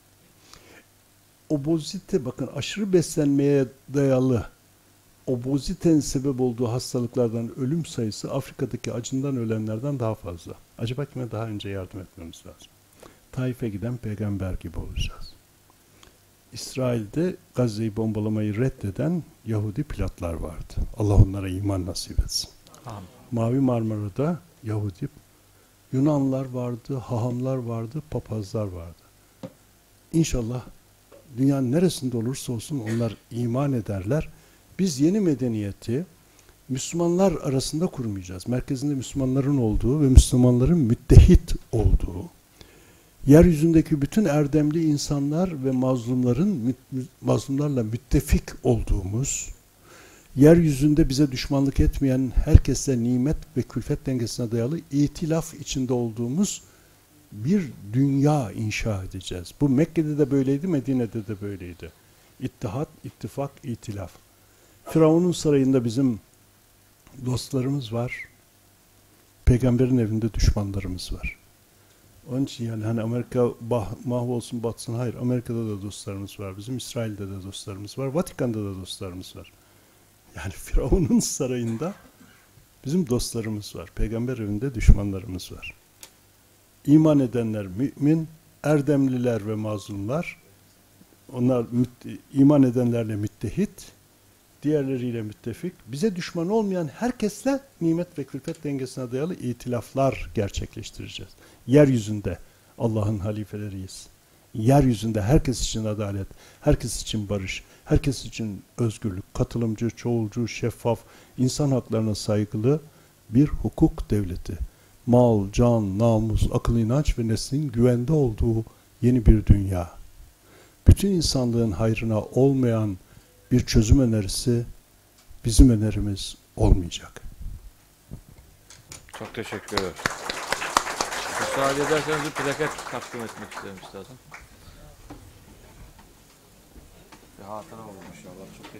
Obezite, bakın, aşırı beslenmeye dayalı obezitenin sebep olduğu hastalıklardan ölüm sayısı Afrika'daki acından ölenlerden daha fazla. Acaba kime daha önce yardım etmemiz lazım? Taif'e giden peygamber gibi olacağız. İsrail'de Gazze'yi bombalamayı reddeden Yahudi pilotlar vardı. Allah onlara iman nasip etsin. Amin. Mavi Marmara'da Yahudi, Yunanlar vardı, hahamlar vardı, papazlar vardı. İnşallah dünyanın neresinde olursa olsun onlar iman ederler. Biz yeni medeniyeti Müslümanlar arasında kurmayacağız. Merkezinde Müslümanların olduğu ve Müslümanların müttehit olduğu, yeryüzündeki bütün erdemli insanlar ve mazlumlarla müttefik olduğumuz, yeryüzünde bize düşmanlık etmeyen herkesle nimet ve külfet dengesine dayalı itilaf içinde olduğumuz bir dünya inşa edeceğiz. Bu Mekke'de de böyleydi, Medine'de de böyleydi. İttihat, ittifak, itilaf. Firavun'un sarayında bizim dostlarımız var. Peygamberin evinde düşmanlarımız var. Onun için yani hani Amerika mahvolsun batsın, hayır, Amerika'da da dostlarımız var bizim, İsrail'de de dostlarımız var, Vatikan'da da dostlarımız var. Yani Firavun'un sarayında bizim dostlarımız var. Peygamber evinde düşmanlarımız var. İman edenler mümin, erdemliler ve mazlumlar, onlar iman edenlerle müttehit, diğerleriyle müttefik, bize düşman olmayan herkesle nimet ve külfet dengesine dayalı itilaflar gerçekleştireceğiz. Yeryüzünde Allah'ın halifeleriyiz. Yeryüzünde herkes için adalet, herkes için barış, herkes için özgürlük, katılımcı, çoğulcu, şeffaf, insan haklarına saygılı bir hukuk devleti. Mal, can, namus, akıl, inanç ve neslin güvende olduğu yeni bir dünya. Bütün insanlığın hayrına olmayan bir çözüm önerisi bizim önerimiz olmayacak. Çok teşekkür ederim. Müsaade ederseniz bir plaket takdim etmek isterim üstadım. Bir hatıra olur inşallah. Çok teşekkür